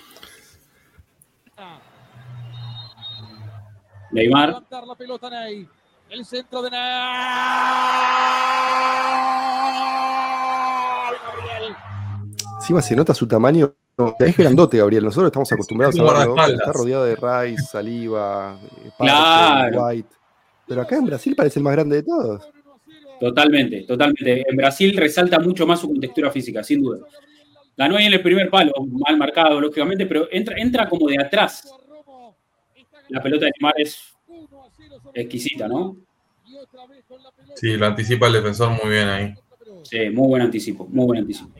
Neymar. El centro de Gabriel. Encima se nota su tamaño. Es grandote, Gabriel. Nosotros estamos acostumbrados sí, a verlo. guardaespaldas. Está rodeado de Rice, Saliba, Partey, Claro. White. Pero acá en Brasil parece el más grande de todos. Totalmente, totalmente. En Brasil resalta mucho más su contextura física, sin duda. Ganó ahí en el primer palo, mal marcado, lógicamente, pero entra, entra como de atrás. La pelota de Neymar es exquisita, ¿no? Sí, lo anticipa el defensor muy bien ahí. Sí, muy buen anticipo, muy buen anticipo.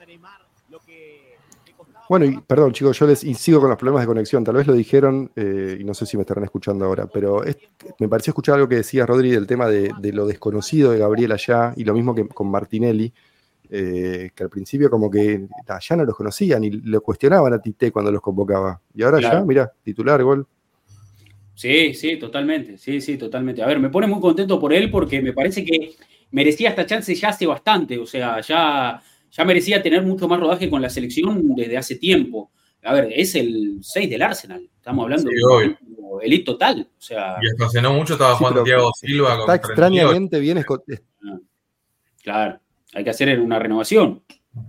Bueno, y perdón, chicos, yo les y sigo con los problemas de conexión. Tal vez lo dijeron, eh, y no sé si me estarán escuchando ahora, pero es, me pareció escuchar algo que decía Rodri del tema de, de lo desconocido de Gabriel allá, y lo mismo que con Martinelli, eh, que al principio como que allá no los conocían y lo cuestionaban a Tite cuando los convocaba. Y ahora Claro. ya, mirá, titular, gol. Sí, sí, totalmente, sí, sí, totalmente. A ver, me pone muy contento por él porque me parece que merecía esta chance ya hace bastante, o sea, ya, ya merecía tener mucho más rodaje con la selección desde hace tiempo. A ver, es el seis del Arsenal, estamos hablando Sí, de obvio. un elite total, o sea, Y hasta hace no mucho estaba Sí, jugando pero Thiago Silva con está treinta y ocho. extrañamente bien esco- claro, hay que hacer una renovación.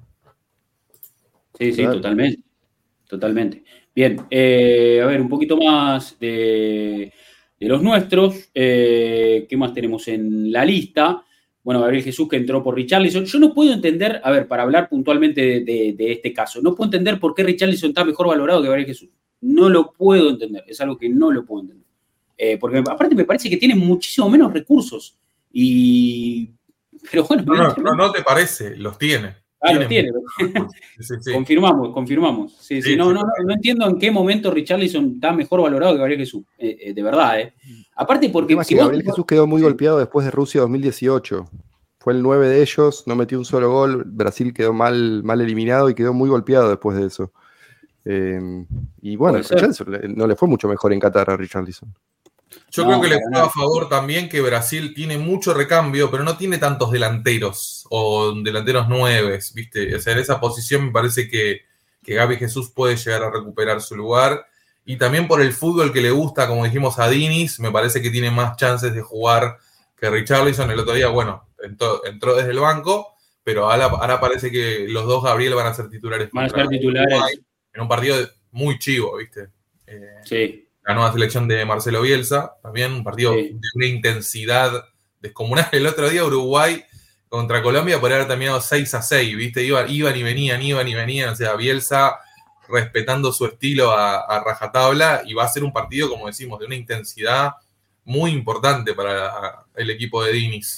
Sí, sí, Claro. totalmente, totalmente. Bien, eh, a ver, un poquito más de, de los nuestros. Eh, ¿qué más tenemos en la lista? Bueno, Gabriel Jesús, que entró por Richarlison. Yo no puedo entender, a ver, para hablar puntualmente de, de- de este caso, no puedo entender por qué Richarlison está mejor valorado que Gabriel Jesús. No lo puedo entender, es algo que no lo puedo entender. Eh, porque aparte me parece que tiene muchísimo menos recursos. Y... Pero bueno, No, no, no, evidentemente- no te parece, los tiene. Ah, lo Tiene tiene. Sí, sí. Confirmamos, confirmamos. Sí, sí, Sí, no, sí. no, no, no entiendo en qué momento Richarlison está mejor valorado que Gabriel Jesús. Eh, eh, de verdad, ¿eh? Aparte El porque... tema es si que vos- Gabriel Jesús quedó muy golpeado después de Rusia dos mil dieciocho. Fue el nueve de ellos, no metió un solo gol. Brasil quedó mal, mal eliminado y quedó muy golpeado después de eso. Eh, y bueno, Puede ser. Richarlison le- no le fue mucho mejor en Qatar a Richarlison. Yo No, creo que le para juega nada. a favor también que Brasil tiene mucho recambio, pero no tiene tantos delanteros o delanteros nueves, ¿viste? O sea, en esa posición me parece que, que Gaby Jesús puede llegar a recuperar su lugar. Y también por el fútbol que le gusta, como dijimos a Diniz, me parece que tiene más chances de jugar que Richarlison. El otro día, bueno, entró, entró desde el banco, pero ahora, ahora parece que los dos Gabriel van a ser titulares. Van a contra ser titulares. Uruguay, en un partido muy chivo, ¿viste? Eh, Sí, la nueva selección de Marcelo Bielsa, también un partido Sí. de una intensidad descomunal. El otro día Uruguay contra Colombia podría haber terminado seis a seis, ¿viste? Iban, iban y venían, iban y venían, o sea, Bielsa respetando su estilo a, a rajatabla, y va a ser un partido, como decimos, de una intensidad muy importante para el equipo de Diniz.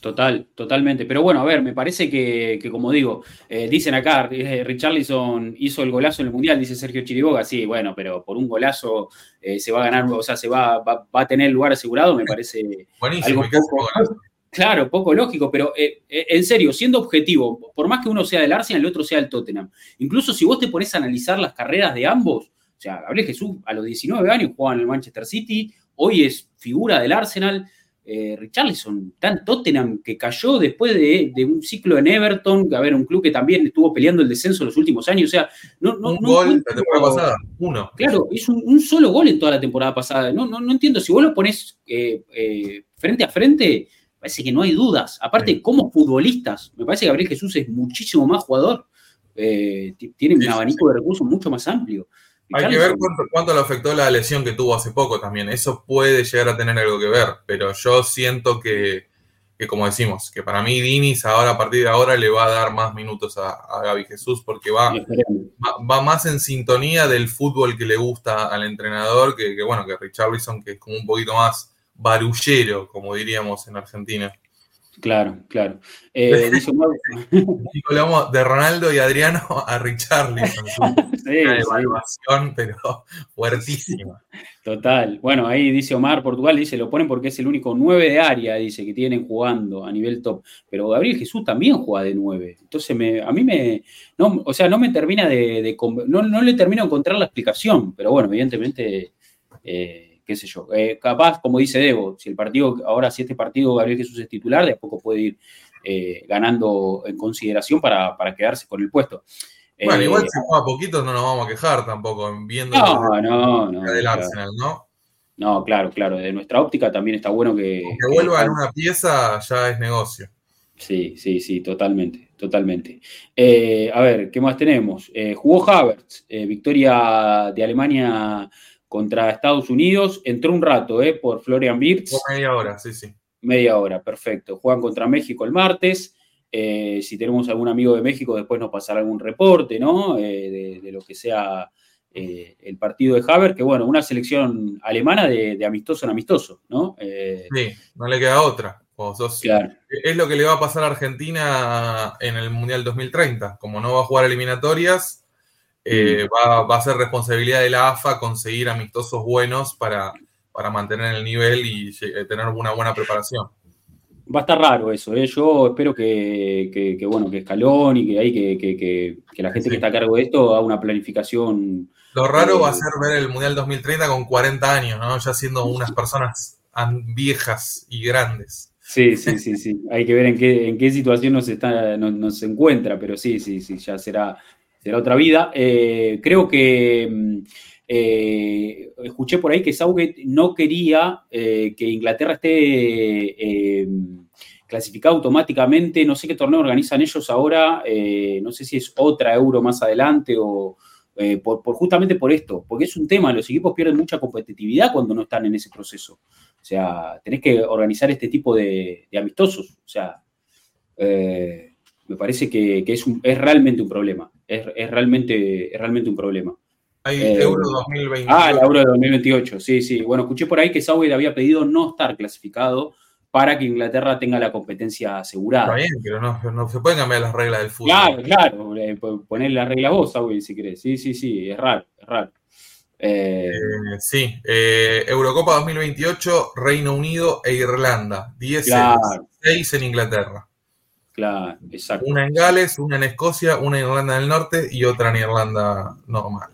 Total, totalmente. Pero bueno, a ver, me parece que, que como digo, eh, dicen acá, eh, Richarlison hizo el golazo en el Mundial, dice Sergio Chiriboga, sí, bueno, pero por un golazo eh, se va a ganar, o sea, se va, va, va a tener el lugar asegurado, me parece Buenísimo, algo poco, claro, poco lógico, pero eh, eh, en serio, siendo objetivo, por más que uno sea del Arsenal y el otro sea del Tottenham, incluso si vos te pones a analizar las carreras de ambos, o sea, Gabriel Jesús a los diecinueve años jugaba en el Manchester City, hoy es figura del Arsenal. Eh, Richarlison, tan Tottenham, que cayó después de, de un ciclo en Everton, a ver, un club que también estuvo peleando el descenso en los últimos años, o sea, no, no, un no gol encuentro, la temporada pasada, uno. Claro, hizo un, un solo gol en toda la temporada pasada, no, no, no entiendo, si vos lo ponés eh, eh, frente a frente, parece que no hay dudas, aparte sí. Como futbolistas, me parece que Gabriel Jesús es muchísimo más jugador, eh, tiene un sí, abanico sí. de recursos mucho más amplio. Hay que ver cuánto, cuánto le afectó la lesión que tuvo hace poco también. Eso puede llegar a tener algo que ver. Pero yo siento que, que como decimos, que para mí Diniz ahora, a partir de ahora, le va a dar más minutos a, a Gaby Jesús porque va, va, va más en sintonía del fútbol que le gusta al entrenador que, que, bueno, que Richarlison, que es como un poquito más barullero, como diríamos en Argentina. Claro, claro. Eh, dice de Ronaldo y Adriano a Richarlison. Sí, una evaluación, sí. Pero fuertísima. Total. Bueno, ahí dice Omar, Portugal, dice, lo ponen porque es el único nueve de área, dice, que tienen jugando a nivel top. Pero Gabriel Jesús también juega de nueve. Entonces, me, a mí me... No, o sea, no me termina de... de no, no le termino de encontrar la explicación. Pero bueno, evidentemente... Eh, qué sé yo, eh, capaz, como dice Debo, si el partido, ahora si este partido Gabriel Jesús es titular, de a poco puede ir eh, ganando en consideración para, para quedarse con el puesto. Bueno, eh, igual si juega poquito no nos vamos a quejar tampoco, viendo no, no, no, del claro. Arsenal, ¿no? No, claro, claro, de nuestra óptica también está bueno que... Que, que vuelva en una pieza ya es negocio. Sí, sí, sí, totalmente, totalmente. Eh, a ver, ¿qué más tenemos? Eh, jugó Havertz, eh, victoria de Alemania contra Estados Unidos, entró un rato, ¿eh? Por Florian Wirtz. Media hora, sí, sí. Media hora, perfecto. Juegan contra México el martes. Eh, si tenemos algún amigo de México, después nos pasará algún reporte, ¿no? Eh, de, de lo que sea eh, el partido de Havertz, que bueno, una selección alemana de, de amistoso en amistoso, ¿no? Eh, sí, no le queda otra. Sos, claro. Es lo que le va a pasar a Argentina en el Mundial dos mil treinta. Como no va a jugar eliminatorias, Eh, va, va a ser responsabilidad de la A F A conseguir amistosos buenos para, para mantener el nivel y tener una buena preparación. Va a estar raro eso, ¿eh? Yo espero que, que, que bueno, que Scaloni, que hay que, que, que, que la gente sí. que está a cargo de esto haga una planificación. Lo raro eh, va a ser ver el Mundial dos mil treinta con cuarenta años, ¿no? Ya siendo unas personas viejas y grandes. Sí, sí, sí, sí. Hay que ver en qué, en qué situación nos, está, nos, nos encuentra, pero sí, sí, sí, ya será... será otra vida. Eh, creo que eh, escuché por ahí que Southgate no quería eh, que Inglaterra esté eh, clasificada automáticamente. No sé qué torneo organizan ellos ahora. Eh, no sé si es otra Euro más adelante o eh, por, por justamente por esto. Porque es un tema, los equipos pierden mucha competitividad cuando no están en ese proceso. O sea, tenés que organizar este tipo de, de amistosos. O sea... Eh, me parece que, que es, un, es realmente un problema. Es, es, realmente, es realmente un problema. Hay eh, Euro dos mil veintiocho. Ah, la Euro de dos mil veintiocho, sí, sí. Bueno, escuché por ahí que Southgate había pedido no estar clasificado para que Inglaterra tenga la competencia asegurada. Está bien, pero no, no se pueden cambiar las reglas del fútbol. Claro, claro. Eh, poner las reglas vos, Southgate, si querés. Sí, sí, sí, es raro, es raro. Eh, eh, sí, eh, Eurocopa dos mil veintiocho, Reino Unido e Irlanda. diez claro. seis en Inglaterra. Claro, exacto. Una en Gales, una en Escocia, una en Irlanda del Norte y otra en Irlanda normal.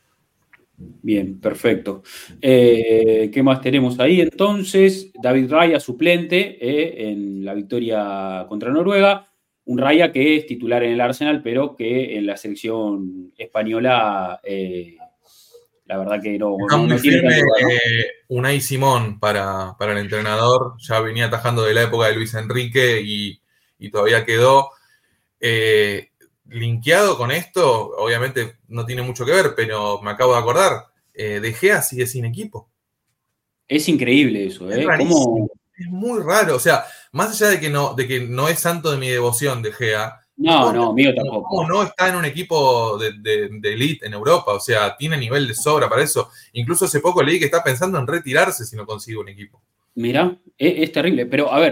Bien, perfecto. Eh, ¿Qué más tenemos ahí? Entonces, David Raya, suplente eh, en la victoria contra Noruega. Un Raya que es titular en el Arsenal, pero que en la selección española, eh, la verdad que no. Está no, muy no tiene firme tanto, ¿no? eh, Unai Simón para, para el entrenador. Ya venía atajando de la época de Luis Enrique y. y todavía quedó eh, linkeado con esto. Obviamente no tiene mucho que ver, pero me acabo de acordar, eh, De Gea sigue sin equipo. Es increíble eso, ¿eh? Es, ¿Cómo? es muy raro, o sea, más allá de que no, de que no es santo de mi devoción De Gea, no, no, mío tampoco. No está en un equipo de, de, de elite en Europa, o sea, tiene nivel de sobra para eso. Incluso hace poco leí que está pensando en retirarse si no consigue un equipo. Mirá, es, es terrible, pero a ver,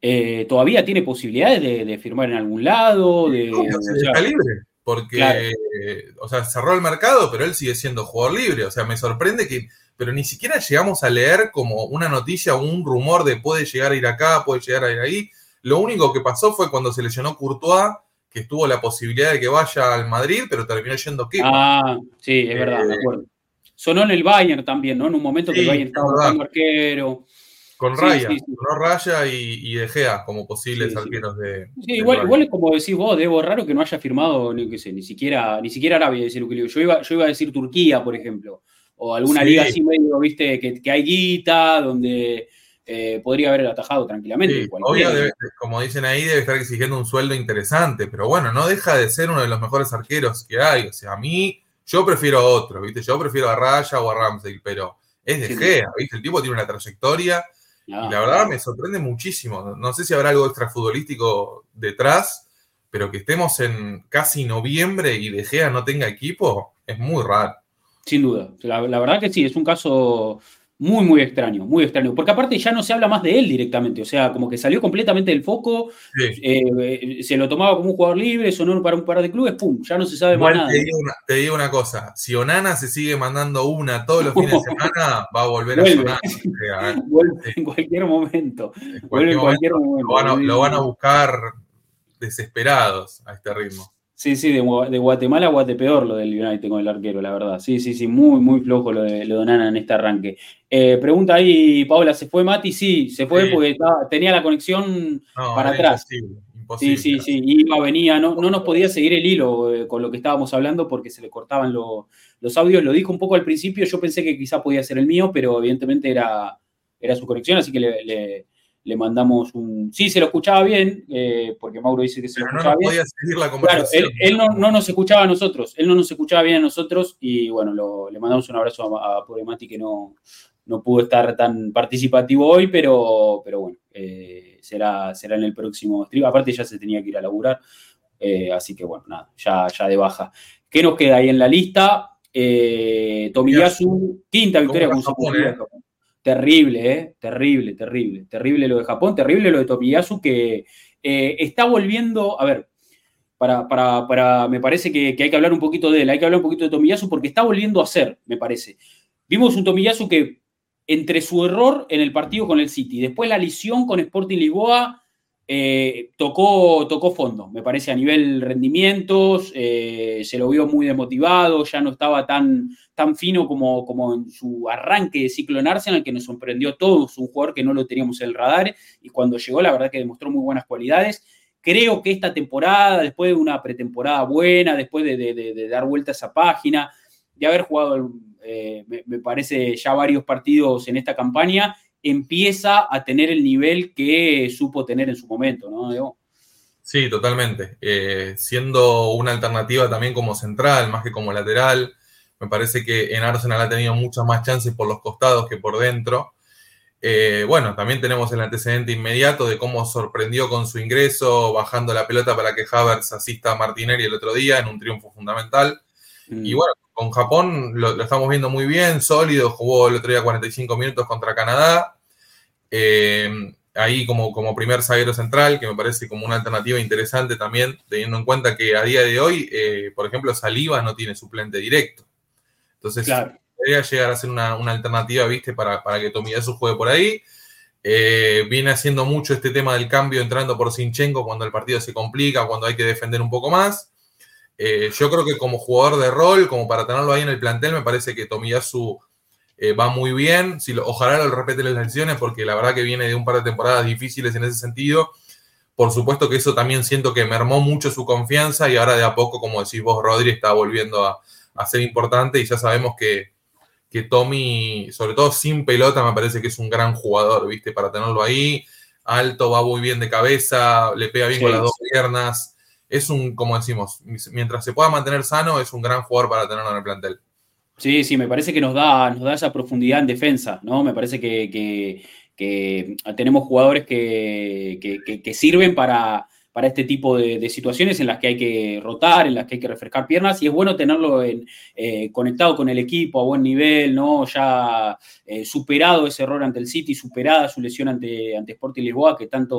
eh, todavía tiene posibilidades de, de firmar en algún lado. De, no, no, o sea, sea, está libre, porque, claro. eh, o sea, cerró el mercado, pero él sigue siendo jugador libre. O sea, me sorprende que, pero ni siquiera llegamos a leer como una noticia o un rumor de puede llegar a ir acá, puede llegar a ir ahí. Lo único que pasó fue cuando se lesionó Courtois, que estuvo la posibilidad de que vaya al Madrid, pero terminó yendo Kepa. Ah, sí, es Eh, verdad, me acuerdo. Sonó en el Bayern también, ¿no? En un momento sí, que el Bayern es estaba verdad. buscando arquero. Con Sí, Raya, sí, sí. con Raya y, y De Gea como posibles Sí, sí. arqueros de, Sí, del igual, Bayern. igual es como decís vos, Debo, raro que no haya firmado, ni, qué sé, ni siquiera, ni siquiera Arabia, decir lo que digo. Yo iba, yo iba a decir Turquía, por ejemplo, o alguna liga Sí, así medio, viste, que, que hay guita, donde eh, podría haber atajado tranquilamente sí, en obvio, cualquiera. debe- como dicen ahí, debe estar exigiendo un sueldo interesante, pero bueno, no deja de ser uno de los mejores arqueros que hay. O sea, a mí, yo prefiero a otro, ¿viste? Yo prefiero a Raya o a Ramsey, pero es De Sin Gea, ¿viste? El tipo tiene una trayectoria y Ah, la verdad me sorprende muchísimo. No, no sé si habrá algo extrafutbolístico detrás, pero que estemos en casi noviembre y De Gea no tenga equipo, es muy raro. sin duda. La, la verdad que sí, es un caso muy, muy extraño, muy extraño. Porque aparte ya no se habla más de él directamente, o sea, como que salió completamente del foco, Sí. eh, se lo tomaba como un jugador libre, sonó para un par de clubes, pum, ya no se sabe más Igual nada. te digo, una, te digo una cosa, si Onana se sigue mandando una todos los fines de semana, va a volver a Vuelve, sonar. O sea, ¿eh? vuelve Sí, en cualquier momento, en vuelve cualquier en momento cualquier lo momento. van, a, Sí, lo van a sí, buscar desesperados a este ritmo. sí, sí, de, Gua- de Guatemala a Guatepeor lo del United con el arquero, la verdad. Sí, sí, sí, muy, muy flojo lo de, lo de Onana en este arranque. Eh, pregunta ahí, Paula, ¿se fue Mati? Sí, se fue Sí, porque estaba- tenía la conexión no, para era atrás. imposible, Sí, imposible. sí, sí, iba, venía, no, no nos podía seguir el hilo eh, con lo que estábamos hablando porque se le cortaban lo- los audios. Lo dijo un poco al principio, yo pensé que quizá podía ser el mío, pero evidentemente era, era su conexión, así que le, le- le mandamos un... Sí, se lo escuchaba bien, eh, porque Mauro dice que se lo Pero no escuchaba nos bien. podía seguir la Claro, él, conversación. él no, no nos escuchaba a nosotros, él no nos escuchaba bien a nosotros y bueno, lo- le mandamos un abrazo a, a pobre Mati que no, no pudo estar tan participativo hoy, pero, pero bueno, eh, será, será en el próximo stream. Aparte ya se tenía que ir a laburar, eh, así que bueno, nada, ya, ya de baja. ¿Qué nos queda ahí en la lista? Eh, Tomiyasu, quinta ¿Cómo victoria está Japón, consecutiva de eh? Japón. Terrible, ¿eh? Terrible, terrible. Terrible lo de Japón, terrible lo de Tomiyasu que eh, está volviendo, a ver, para, para, para, me parece que, que hay que hablar un poquito de él, hay que hablar un poquito de Tomiyasu porque está volviendo a ser, me parece. Vimos un Tomiyasu que entre su error en el partido con el City, después la lesión con Sporting Lisboa, eh, tocó, tocó fondo, me parece, a nivel rendimientos, eh, se lo vio muy desmotivado, ya no estaba tan, tan fino como, como en su arranque de ciclo en Arsenal, que nos sorprendió a todos, un jugador que no lo teníamos en el radar, y cuando llegó la verdad que demostró muy buenas cualidades. Creo que esta temporada, después de una pretemporada buena, después de, de, de, de dar vuelta a esa página, de haber jugado, eh, me, me parece, ya varios partidos en esta campaña, empieza a tener el nivel que supo tener en su momento, ¿no, Diego? Sí, totalmente. Eh, siendo una alternativa también como central, más que como lateral. Me parece que en Arsenal ha tenido muchas más chances por los costados que por dentro. Eh, bueno, también tenemos el antecedente inmediato de cómo sorprendió con su ingreso, bajando la pelota para que Havertz asista a Martinelli el otro día en un triunfo fundamental. Mm. Y bueno, con Japón lo, lo estamos viendo muy bien, sólido, jugó el otro día cuarenta y cinco minutos contra Canadá. Eh, ahí como, como primer zaguero central, que me parece como una alternativa interesante también, teniendo en cuenta que a día de hoy, eh, por ejemplo, Saliba no tiene suplente directo. Entonces, claro, podría llegar a ser una, una alternativa, ¿viste? Para, para que Tomiyasu juegue por ahí. Eh, viene haciendo mucho este tema del cambio entrando por Zinchenko cuando el partido se complica, cuando hay que defender un poco más. Eh, yo creo que como jugador de rol, como para tenerlo ahí en el plantel, me parece que Tomiyasu eh, va muy bien. Si lo, ojalá lo repete las lesiones, porque la verdad que viene de un par de temporadas difíciles en ese sentido. Por supuesto que eso también siento que mermó mucho su confianza y ahora de a poco, como decís vos, Rodri, está volviendo a, a ser importante y ya sabemos que, que Tommy, sobre todo sin pelota, me parece que es un gran jugador, ¿viste? Para tenerlo ahí, alto, va muy bien de cabeza, le pega bien sí. con las dos piernas. Es un, como decimos, mientras se pueda mantener sano, es un gran jugador para tenerlo en el plantel. Sí, sí, me parece que nos da, nos da esa profundidad en defensa, ¿no? Me parece que, que, que tenemos jugadores que, que, que, que sirven para, para este tipo de, de situaciones en las que hay que rotar, en las que hay que refrescar piernas, y es bueno tenerlo en, eh, conectado con el equipo a buen nivel, ¿no? Ya eh, superado ese error ante el City, superada su lesión ante, ante Sporting Lisboa, que tanto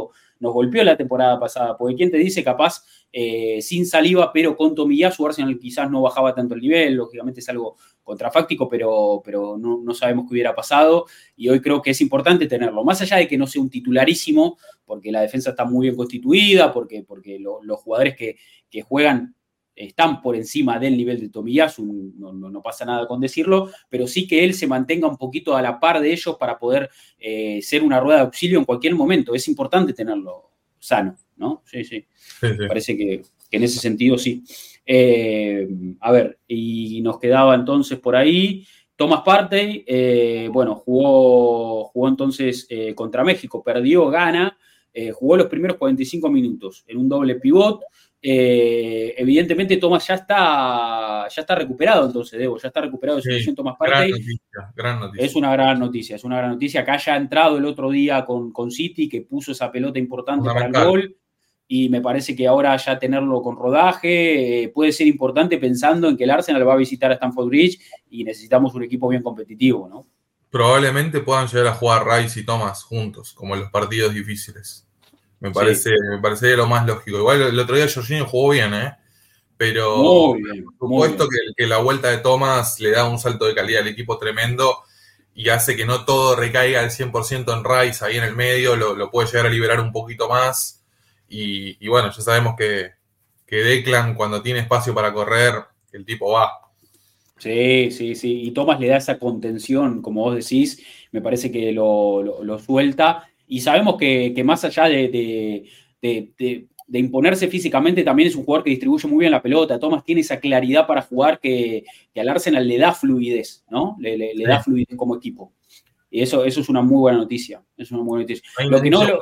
nos golpeó la temporada pasada, porque quién te dice, capaz, eh, sin Saliba, pero con Tomiyasu, Arsenal quizás no bajaba tanto el nivel, lógicamente es algo contrafáctico, pero, pero no, no sabemos qué hubiera pasado, y hoy creo que es importante tenerlo, más allá de que no sea un titularísimo, porque la defensa está muy bien constituida, porque, porque lo, los jugadores que, que juegan están por encima del nivel de Tomiyasu, no, no, no pasa nada con decirlo, pero sí que él se mantenga un poquito a la par de ellos para poder eh, ser una rueda de auxilio en cualquier momento. Es importante tenerlo sano, ¿no? Sí, sí. sí, sí. Parece que, que en ese sentido sí. Eh, a ver, y nos quedaba entonces por ahí Thomas Partey, eh, bueno, jugó, jugó entonces eh, contra México, perdió, gana, eh, jugó los primeros cuarenta y cinco minutos en un doble pivot. Eh, evidentemente Thomas ya está ya está recuperado, entonces Debo, ya está recuperado de su lesión. Sí, Thomas Partey. Gran noticia, gran noticia. Es una gran noticia, es una gran noticia. Acá ya ha entrado el otro día con, con City, que puso esa pelota importante para el gol, y me parece que ahora ya tenerlo con rodaje eh, puede ser importante, pensando en que el Arsenal va a visitar a Stamford Bridge y necesitamos un equipo bien competitivo, ¿no? Probablemente puedan llegar a jugar Rice y Thomas juntos, como en los partidos difíciles. Me parece, sí. me parece lo más lógico. Igual el otro día Jorginho jugó bien, ¿eh? Pero muy bien, por supuesto que, que la vuelta de Thomas le da un salto de calidad al equipo tremendo y hace que no todo recaiga al cien por ciento en Rice ahí en el medio, lo, lo puede llegar a liberar un poquito más. Y, y bueno, ya sabemos que, que Declan, cuando tiene espacio para correr, el tipo va. Sí, sí, sí. Y Thomas le da esa contención, como vos decís, me parece que lo, lo, lo suelta. Y sabemos que, que más allá de, de, de, de, de imponerse físicamente, también es un jugador que distribuye muy bien la pelota. Thomas tiene esa claridad para jugar que, que al Arsenal le da fluidez, ¿no? Le, le, le da fluidez como equipo. Y eso, eso es una muy buena noticia. Es una buena noticia. Lo que no lo,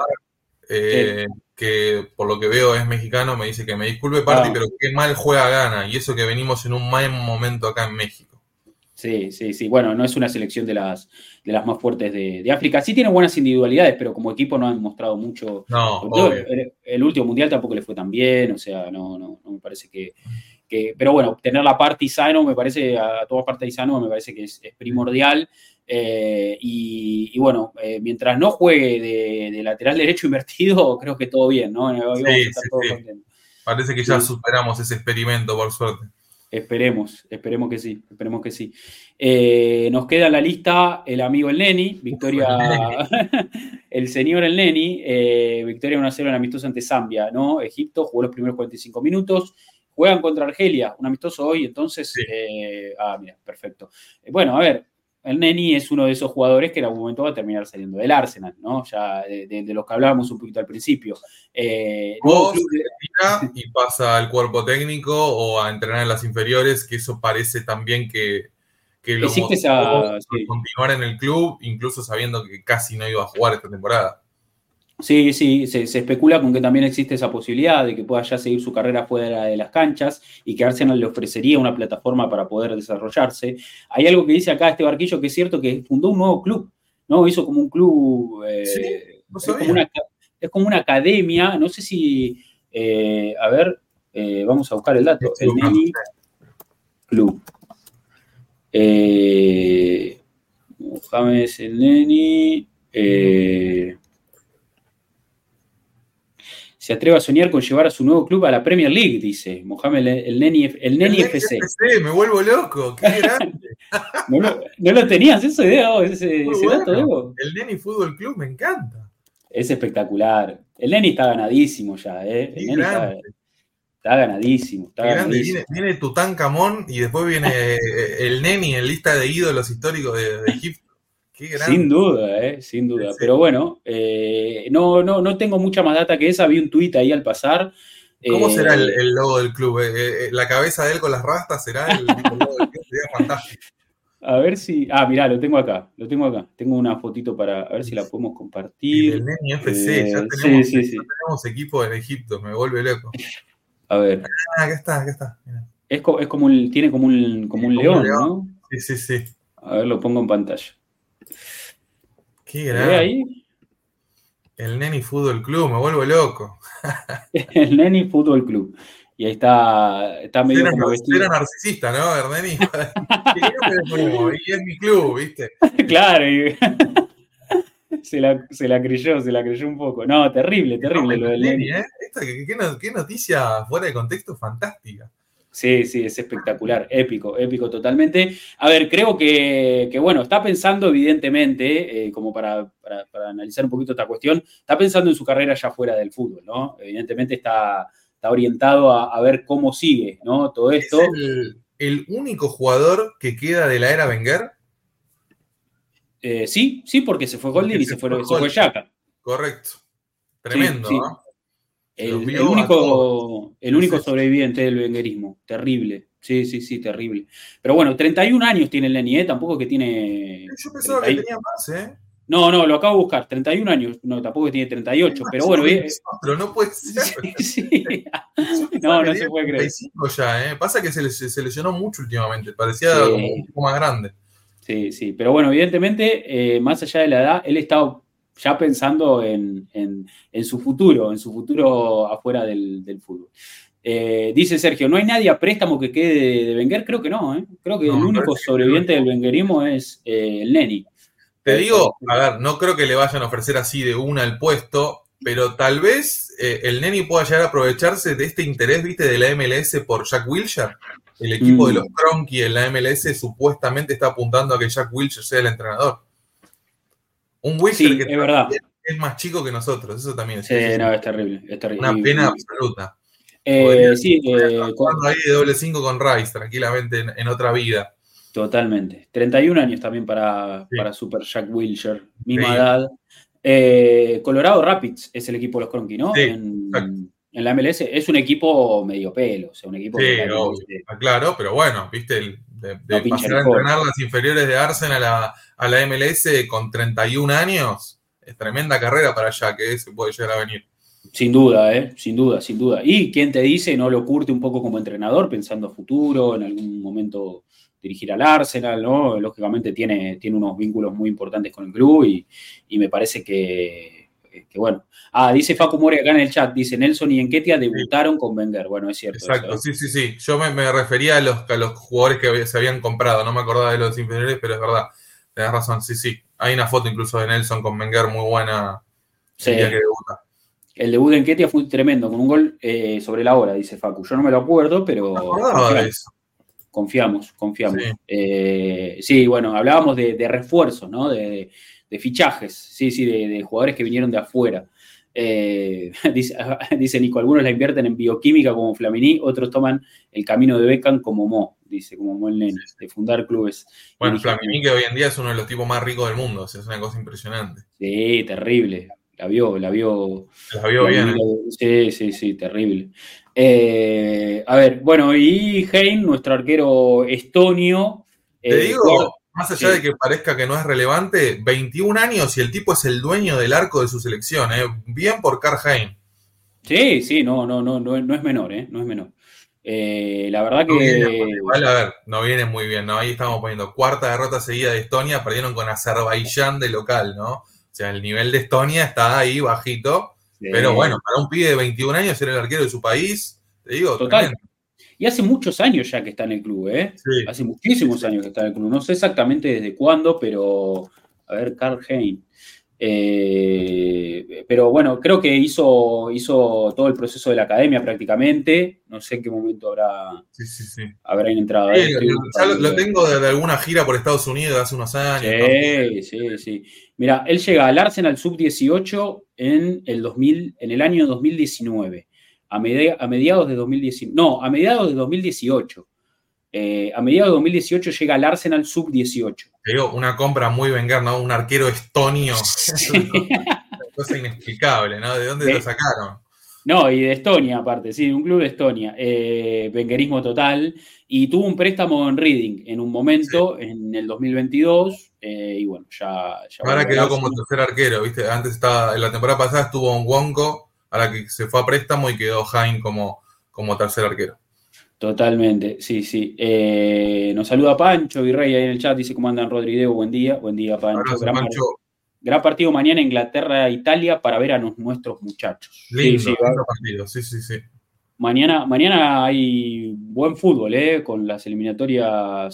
eh, que por lo que veo es mexicano, me dice que me disculpe, Party, ah. pero qué mal juega Ghana. Y eso que venimos en un mal momento acá en México. Sí, sí, sí. Bueno, no es una selección de las, de las más fuertes de, de África. Sí tiene buenas individualidades, pero como equipo no han mostrado mucho. No, el, el último mundial tampoco le fue tan bien, o sea, no, no, no me parece que, que... Pero bueno, tener la parte sano, me parece, a toda parte sano, me parece que es, es primordial. Eh, y, y bueno, eh, mientras no juegue de, de lateral derecho invertido, creo que todo bien, ¿no? Hoy sí, vamos a estar sí, todos sí. contentos. Parece que ya sí. superamos ese experimento, por suerte. Esperemos, esperemos que sí, esperemos que sí. Eh, nos queda en la lista el amigo El Neni, victoria, Uf, el, el señor El Neni, eh, victoria uno a cero en amistoso ante Zambia, ¿no? Egipto jugó los primeros cuarenta y cinco minutos, juegan contra Argelia, un amistoso hoy, entonces, sí. eh, ah, mira, perfecto. Eh, bueno, a ver, El Neni es uno de esos jugadores que en algún momento va a terminar saliendo del Arsenal, ¿no? Ya de, de, de los que hablábamos un poquito al principio. Eh, o se retira y pasa al cuerpo técnico o a entrenar en las inferiores, que eso parece también que, que lo motivó esa, a sí. continuar en el club, incluso sabiendo que casi no iba a jugar esta temporada. Sí, sí, se, se especula con que también existe esa posibilidad de que pueda ya seguir su carrera fuera de las canchas y que Arsenal le ofrecería una plataforma para poder desarrollarse. Hay algo que dice acá este barquillo que es cierto, que fundó un nuevo club, ¿no? Hizo como un club, eh, sí, no es, como una, es como una academia, no sé si, eh, a ver, eh, vamos a buscar el dato, el Neni Club. Eh, Mohamed El Neni, eh, se atreve a soñar con llevar a su nuevo club a la Premier League, dice Mohamed El Neni, el Neni el F C. F C. Me vuelvo loco, qué grande. ¿No, lo, ¿No lo tenías esa idea vos, ese, ese bueno. dato, Diego? El Neni Fútbol Club me encanta. Es espectacular. El Neni está ganadísimo ya, ¿eh? El Neni está, está ganadísimo. Está ganadísimo. Viene, viene Tutankamón y después viene el Neni en lista de ídolos históricos de, de Egipto. Sin duda, eh, sin duda. Sí. Pero bueno, eh, no, no, no tengo mucha más data que esa. Vi un tuit ahí al pasar. ¿Cómo eh, será el, el logo del club? Eh, eh, ¿La cabeza de él con las rastas será el, el logo del club? Sería fantástico. A ver si... Ah, mirá, lo tengo acá. Lo tengo acá. Tengo una fotito para... A ver si la podemos compartir. El Neni F C. Eh, ya, tenemos, sí, sí, sí. ya tenemos equipo en Egipto. Me vuelve loco. A ver. Ah, acá está, acá está. Es, co es como un... Tiene como un, como un, sí, león, como un león, ¿no? Sí, sí, sí. A ver, lo pongo en pantalla. Qué grande. Ahí? El Neni Fútbol Club, me vuelvo loco. El Neni Fútbol Club. Y ahí está, está medio era, como vestido. Era narcisista, ¿no? El Neni. Y es mi club, ¿viste? Claro. Y... se, la, se la creyó, se la creyó un poco. No, terrible, terrible no, lo del Neni, Neni. ¿eh? Esta, ¿qué, qué, qué noticia fuera de contexto fantástica? Sí, sí, es espectacular, épico, épico totalmente. A ver, creo que, que bueno, está pensando evidentemente, eh, como para, para, para analizar un poquito esta cuestión, está pensando en su carrera ya fuera del fútbol, ¿no? Evidentemente está, está orientado a, a ver cómo sigue, ¿no? Todo esto. ¿Es el, el único jugador que queda de la era Wenger? Eh, sí, sí, porque se fue Golding y se, se fue, se fue Xhaka. Correcto. Tremendo, sí, sí. ¿no? El, el único, el único sobreviviente del wengerismo. Terrible. Sí, sí, sí, terrible. Pero bueno, treinta y un años tiene el Neni, ¿eh? Tampoco que tiene... Yo pensaba treinta... que tenía más, ¿eh? No, no, lo acabo de buscar. treinta y un años. No, tampoco que tiene treinta y ocho. Pero bueno... Eh, pero no puede ser. Sí, sí. No, no se puede creer. treinta y cinco ya, ¿eh? Pasa que se, se lesionó mucho últimamente. Parecía sí. como un poco más grande. Sí, sí. Pero bueno, evidentemente, eh, más allá de la edad, él está ya pensando en, en, en su futuro, en su futuro afuera del, del fútbol. Eh, dice Sergio, ¿no hay nadie a préstamo que quede de, de Wenger? Creo que no, ¿eh? Creo que no, el único sobreviviente del wengerismo es eh, el Neni. Te digo, a ver, no creo que le vayan a ofrecer así de una el puesto, pero tal vez eh, el Neni pueda llegar a aprovecharse de este interés, viste, de la M L S por Jack Wilshere. El equipo mm. de los Kroenke en la M L S supuestamente está apuntando a que Jack Wilshere sea el entrenador. Un Wilshere sí, que es, verdad. es más chico que nosotros, eso también es. Sí, es, no, es terrible, es terrible. Una pena y, absoluta. Eh, podría, sí, podría eh, jugando ahí de doble cinco con Rice, tranquilamente en, en otra vida. Totalmente. treinta y un años también para, sí. para Super Jack Wilshere, misma sí. edad. Eh, Colorado Rapids es el equipo de los Kroenke, ¿no? Sí, en, en la M L S es un equipo medio pelo, o sea, un equipo sí, que obvio, de, claro, pero bueno, viste, el, de, de no pasar a entrenar las inferiores de Arsenal a la, a la M L S con treinta y un años, es tremenda carrera para Jack, que se puede llegar a venir. Sin duda, ¿eh? Sin duda, sin duda. Y quién te dice, no lo curte un poco como entrenador, pensando a futuro, en algún momento dirigir al Arsenal, ¿no? Lógicamente tiene, tiene unos vínculos muy importantes con el club y, y me parece que, que, bueno. Ah, dice Facu Mori acá en el chat, dice Nelson y Enquetia debutaron sí. con Wenger. Bueno, es cierto. Exacto, eso, ¿eh? sí, sí, sí. Yo me, me refería a los, a los jugadores que se habían comprado, no me acordaba de los inferiores, pero es verdad, tenés razón, sí, sí. Hay una foto incluso de Nelson con Wenger muy buena sí. el día que debuta. El debut de Enquetia fue tremendo, con un gol eh, sobre la hora, dice Facu. Yo no me lo acuerdo, pero... No me acordaba de eso. Confiamos, confiamos. Sí, eh, sí bueno, hablábamos de, de refuerzos, ¿no? De, de fichajes, sí, sí, de, de jugadores que vinieron de afuera. Eh, dice, dice Nico, algunos la invierten en bioquímica como Flamini, otros toman el camino de Beckham como Mo, dice, como Mo el Neni, de fundar clubes. Bueno, Flamini que hoy en día es uno de los tipos más ricos del mundo, o sea, es una cosa impresionante. Sí, terrible. La vio, la vio. La vio la bien. Vio, ¿eh? Sí, sí, sí, terrible. Eh, a ver, bueno, y Hein, nuestro arquero estonio. Te eh, digo, cuarto, más allá sí. de que parezca que no es relevante, veintiún años y el tipo es el dueño del arco de su selección, ¿eh? Bien por Karl Hein. Sí, sí, no, no, no, no, no es menor, ¿eh? No es menor. Eh, la verdad no que. Viene, igual, a ver, no viene muy bien, ¿no? Ahí estamos poniendo cuarta derrota seguida de Estonia, perdieron con Azerbaiyán de local, ¿no? O sea, el nivel de Estonia está ahí bajito. Sí. Pero bueno, para un pibe de veintiún años ser el arquero de su país, te digo, total. Tremendo. Y hace muchos años ya que está en el club, ¿eh? Sí. Hace muchísimos años que está en el club. No sé exactamente desde cuándo, pero. A ver, Karl Hein. Eh, pero bueno, creo que hizo, hizo todo el proceso de la academia prácticamente. No sé en qué momento habrá, sí, sí, sí. habrá entrado. Sí, lo, ya lo, lo tengo de, de alguna gira por Estados Unidos de hace unos años. Sí, ¿no? sí, sí. Mira, él llega al Arsenal sub dieciocho en el, dos mil, en el año dos mil diecinueve. A, media, a mediados de dos mil diecinueve. No, a mediados de dos mil dieciocho. Eh, a mediados de dos mil dieciocho llega al Arsenal sub dieciocho. Te digo, una compra muy Wenger, ¿no? Un arquero estonio. Sí. Una cosa inexplicable, ¿no? ¿De dónde de, lo sacaron? No, y de Estonia, aparte, sí, un club de Estonia. Eh, Wengerismo total. Y tuvo un préstamo en Reading en un momento, sí. en el dos mil veintidós. Eh, y bueno, ya. ya ahora quedó como tercer arquero, ¿viste? Antes estaba, en la temporada pasada estuvo en Wonko, ahora que se fue a préstamo y quedó Hein como, como tercer arquero. Totalmente, sí, sí. Eh, nos saluda Pancho Virrey ahí en el chat, dice cómo andan Rodrigo, buen día, buen día Pancho. Abrazo, gran, Pancho. Gran partido mañana Inglaterra-Italia para ver a nos, nuestros muchachos. Lindo, sí, sí, lindo partido, sí, sí, sí. Mañana, mañana hay buen fútbol, ¿eh? Con las eliminatorias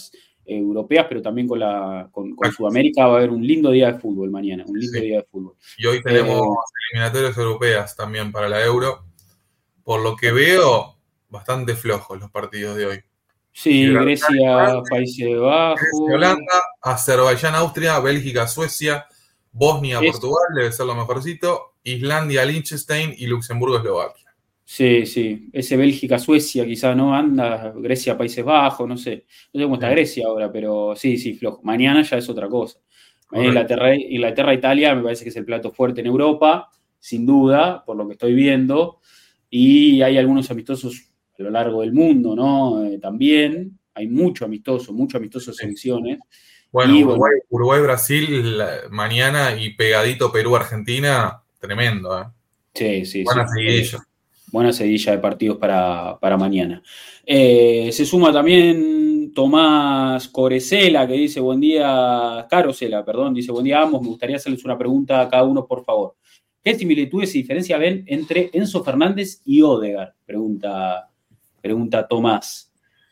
europeas, pero también con, la, con, con Sudamérica va a haber un lindo día de fútbol mañana, un lindo Sí. día de fútbol. Y hoy tenemos Eh, eliminatorias europeas también para la Euro. Por lo que veo, bastante flojos los partidos de hoy. Sí, Gibraltar, Grecia, Francia, Países Bajos. Grecia, Holanda, Azerbaiyán, Austria, Bélgica, Suecia, Bosnia, Es- Portugal, debe ser lo mejorcito, Islandia, Liechtenstein y Luxemburgo, Eslovaquia. Sí, sí, ese Bélgica-Suecia quizá no anda, Grecia-Países Bajos, no sé, no sé cómo está Sí. Grecia ahora, pero sí, sí, flojo. Mañana ya es otra cosa. Mañana Correcto. Inglaterra, Inglaterra-Italia me parece que es el plato fuerte en Europa, sin duda, por lo que estoy viendo, y hay algunos amistosos a lo largo del mundo, ¿no? Eh, también, hay mucho amistoso, mucho amistoso Sí. selecciones. Bueno, Y, Uruguay, Uruguay, Brasil, la- mañana y pegadito Perú, Argentina, tremendo, ¿eh? Sí, sí, Buena sí. seguidilla. Buena seguidilla de partidos para, para mañana. Eh, se suma también Tomás Corecela, que dice, buen día, Carosela, perdón, dice, buen día a ambos, me gustaría hacerles una pregunta a cada uno, por favor. ¿Qué similitudes y diferencias ven entre Enzo Fernández y Odegaard? Pregunta, pregunta Tomás.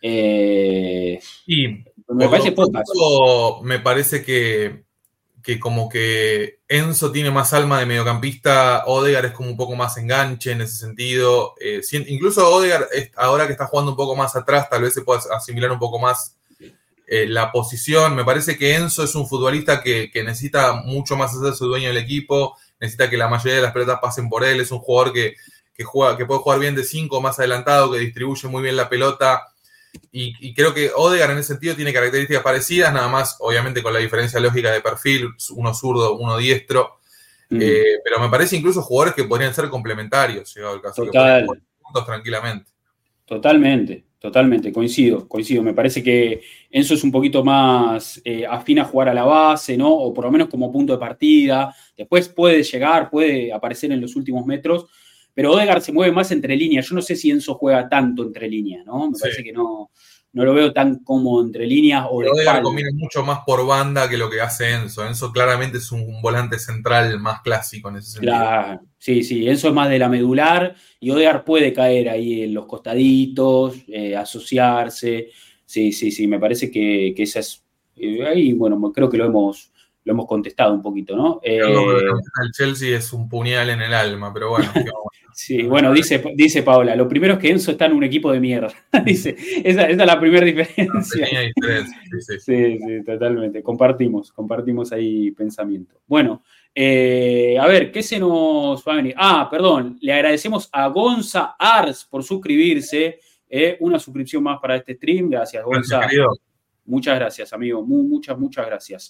Eh, Y me por parece lo pocas. pronto, me parece que, que como que Enzo tiene más alma de mediocampista, Odegaard es como un poco más enganche en ese sentido. Eh, si- incluso Odegaard, es- ahora que está jugando un poco más atrás, tal vez se pueda asimilar un poco más eh, la posición. Me parece que Enzo es un futbolista que, que necesita mucho más hacerse dueño del equipo, necesita que la mayoría de las pelotas pasen por él, es un jugador que, que, juega, que puede jugar bien de cinco, más adelantado, que distribuye muy bien la pelota. Y, y creo que Odegaard en ese sentido tiene características parecidas, nada más, obviamente con la diferencia lógica de perfil, uno zurdo, uno diestro. Mm, Eh, pero me parece incluso jugadores que podrían ser complementarios, llegado el caso, que total. podrían jugar juntos tranquilamente. Totalmente, totalmente, coincido, coincido. Me parece que Enzo es un poquito más eh, afín a jugar a la base, ¿no? O por lo menos como punto de partida. Después puede llegar, puede aparecer en los últimos metros, pero Odegaard se mueve más entre líneas. Yo no sé si Enzo juega tanto entre líneas, ¿no? Me Sí. parece que no, no lo veo tan como entre líneas o de Odegaard espalda. combina mucho más por banda que lo que hace Enzo. Enzo claramente es un volante central más clásico en ese sentido. Claro, sí, sí, Enzo es más de la medular y Odegaard puede caer ahí en los costaditos, eh, asociarse. Sí, sí, sí, me parece que, que esa es. Eh, ahí, bueno, creo que lo hemos, lo hemos contestado un poquito, ¿no? Eh, El Chelsea es un puñal en el alma, pero bueno. sí, bueno, dice, dice Paola, lo primero es que Enzo está en un equipo de mierda. Dice, esa, esa es la primera diferencia. Pequeña diferencia, sí, sí. Sí, sí, totalmente. Compartimos, compartimos ahí pensamiento. Bueno, eh, a ver, ¿qué se nos va a venir? Ah, perdón, le agradecemos a Gonza Ars por suscribirse. Eh, una suscripción más para este stream. Gracias, Gonza. Gracias, querido. Muchas gracias, amigo. Muy, muchas, muchas gracias.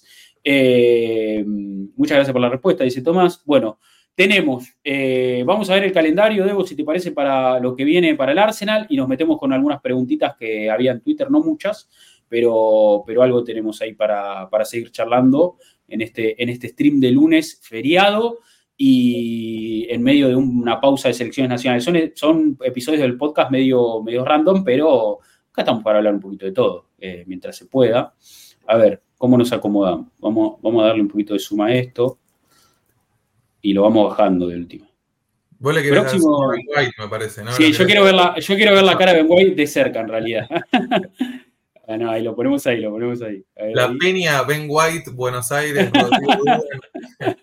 Eh, muchas gracias por la respuesta, dice Tomás. Bueno, tenemos, eh, vamos a ver el calendario, Debo, si te parece, para lo que viene para el Arsenal y nos metemos con algunas preguntitas que había en Twitter, no muchas, pero, pero algo tenemos ahí para, para seguir charlando en este, en este stream de lunes feriado y en medio de una pausa de selecciones nacionales. Son, son episodios del podcast medio, medio random, pero acá estamos para hablar un poquito de todo, eh, mientras se pueda. A ver, ¿cómo nos acomodamos? Vamos, vamos a darle un poquito de suma a esto y lo vamos bajando de última. Vos le querés Próximo... dar Ben White, me parece, ¿no? Sí, yo quiero, ver la, yo quiero ver la cara de Ben White de cerca, en realidad. Ah, no, ahí lo ponemos ahí, lo ponemos ahí. ahí la ahí. Peña, Ben White, Buenos Aires, Rodrigo.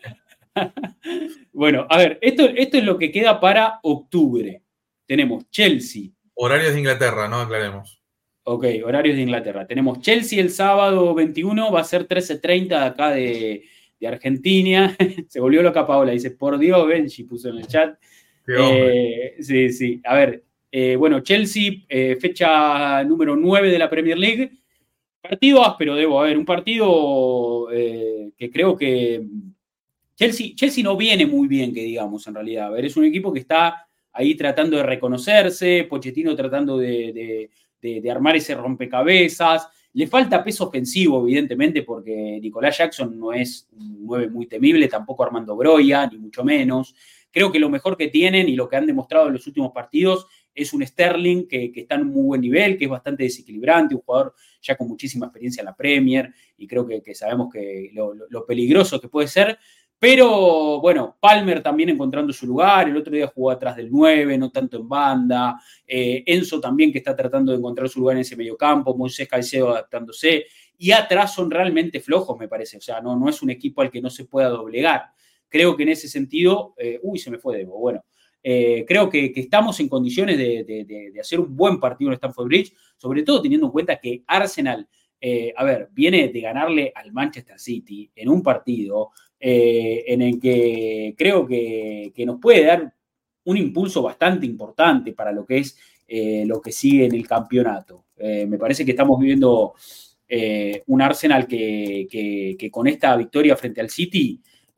Bueno, a ver, esto, esto es lo que queda para octubre. Tenemos Chelsea. Horarios de Inglaterra, ¿no? Aclaremos. Ok, horarios de Inglaterra. Tenemos Chelsea el sábado veintiuno, va a ser trece treinta de acá de, de Argentina. Se volvió loca Paola, dice, por Dios, Benji puso en el chat. Qué hombre. Eh, sí, sí. A ver, eh, bueno, Chelsea, eh, fecha número nueve de la Premier League. Partido áspero, debo, a ver, un partido eh, que creo que Chelsea, Chelsea no viene muy bien, que digamos, en realidad. A ver, es un equipo que está ahí tratando de reconocerse, Pochettino tratando de, de, de, de armar ese rompecabezas. Le falta peso ofensivo, evidentemente, porque Nicolás Jackson no es un nueve muy temible, tampoco Armando Broja, ni mucho menos. Creo que lo mejor que tienen y lo que han demostrado en los últimos partidos es un Sterling que, que está en un muy buen nivel, que es bastante desequilibrante, un jugador ya con muchísima experiencia en la Premier, y creo que, que sabemos que lo, lo, lo peligroso que puede ser. Pero, bueno, Palmer también encontrando su lugar, el otro día jugó atrás del nueve, no tanto en banda, eh, Enzo también que está tratando de encontrar su lugar en ese mediocampo, Moisés Caicedo adaptándose, y atrás son realmente flojos, me parece. O sea, no, no es un equipo al que no se pueda doblegar. Creo que en ese sentido, eh, uy, se me fue Debo, bueno, eh, creo que, que estamos en condiciones de, de, de, de hacer un buen partido en Stamford Bridge, sobre todo teniendo en cuenta que Arsenal, eh, a ver, viene de ganarle al Manchester City en un partido eh, en el que creo que, que nos puede dar un impulso bastante importante para lo que es eh, lo que sigue en el campeonato. Eh, me parece que estamos viviendo eh, un Arsenal que, que, que con esta victoria frente al City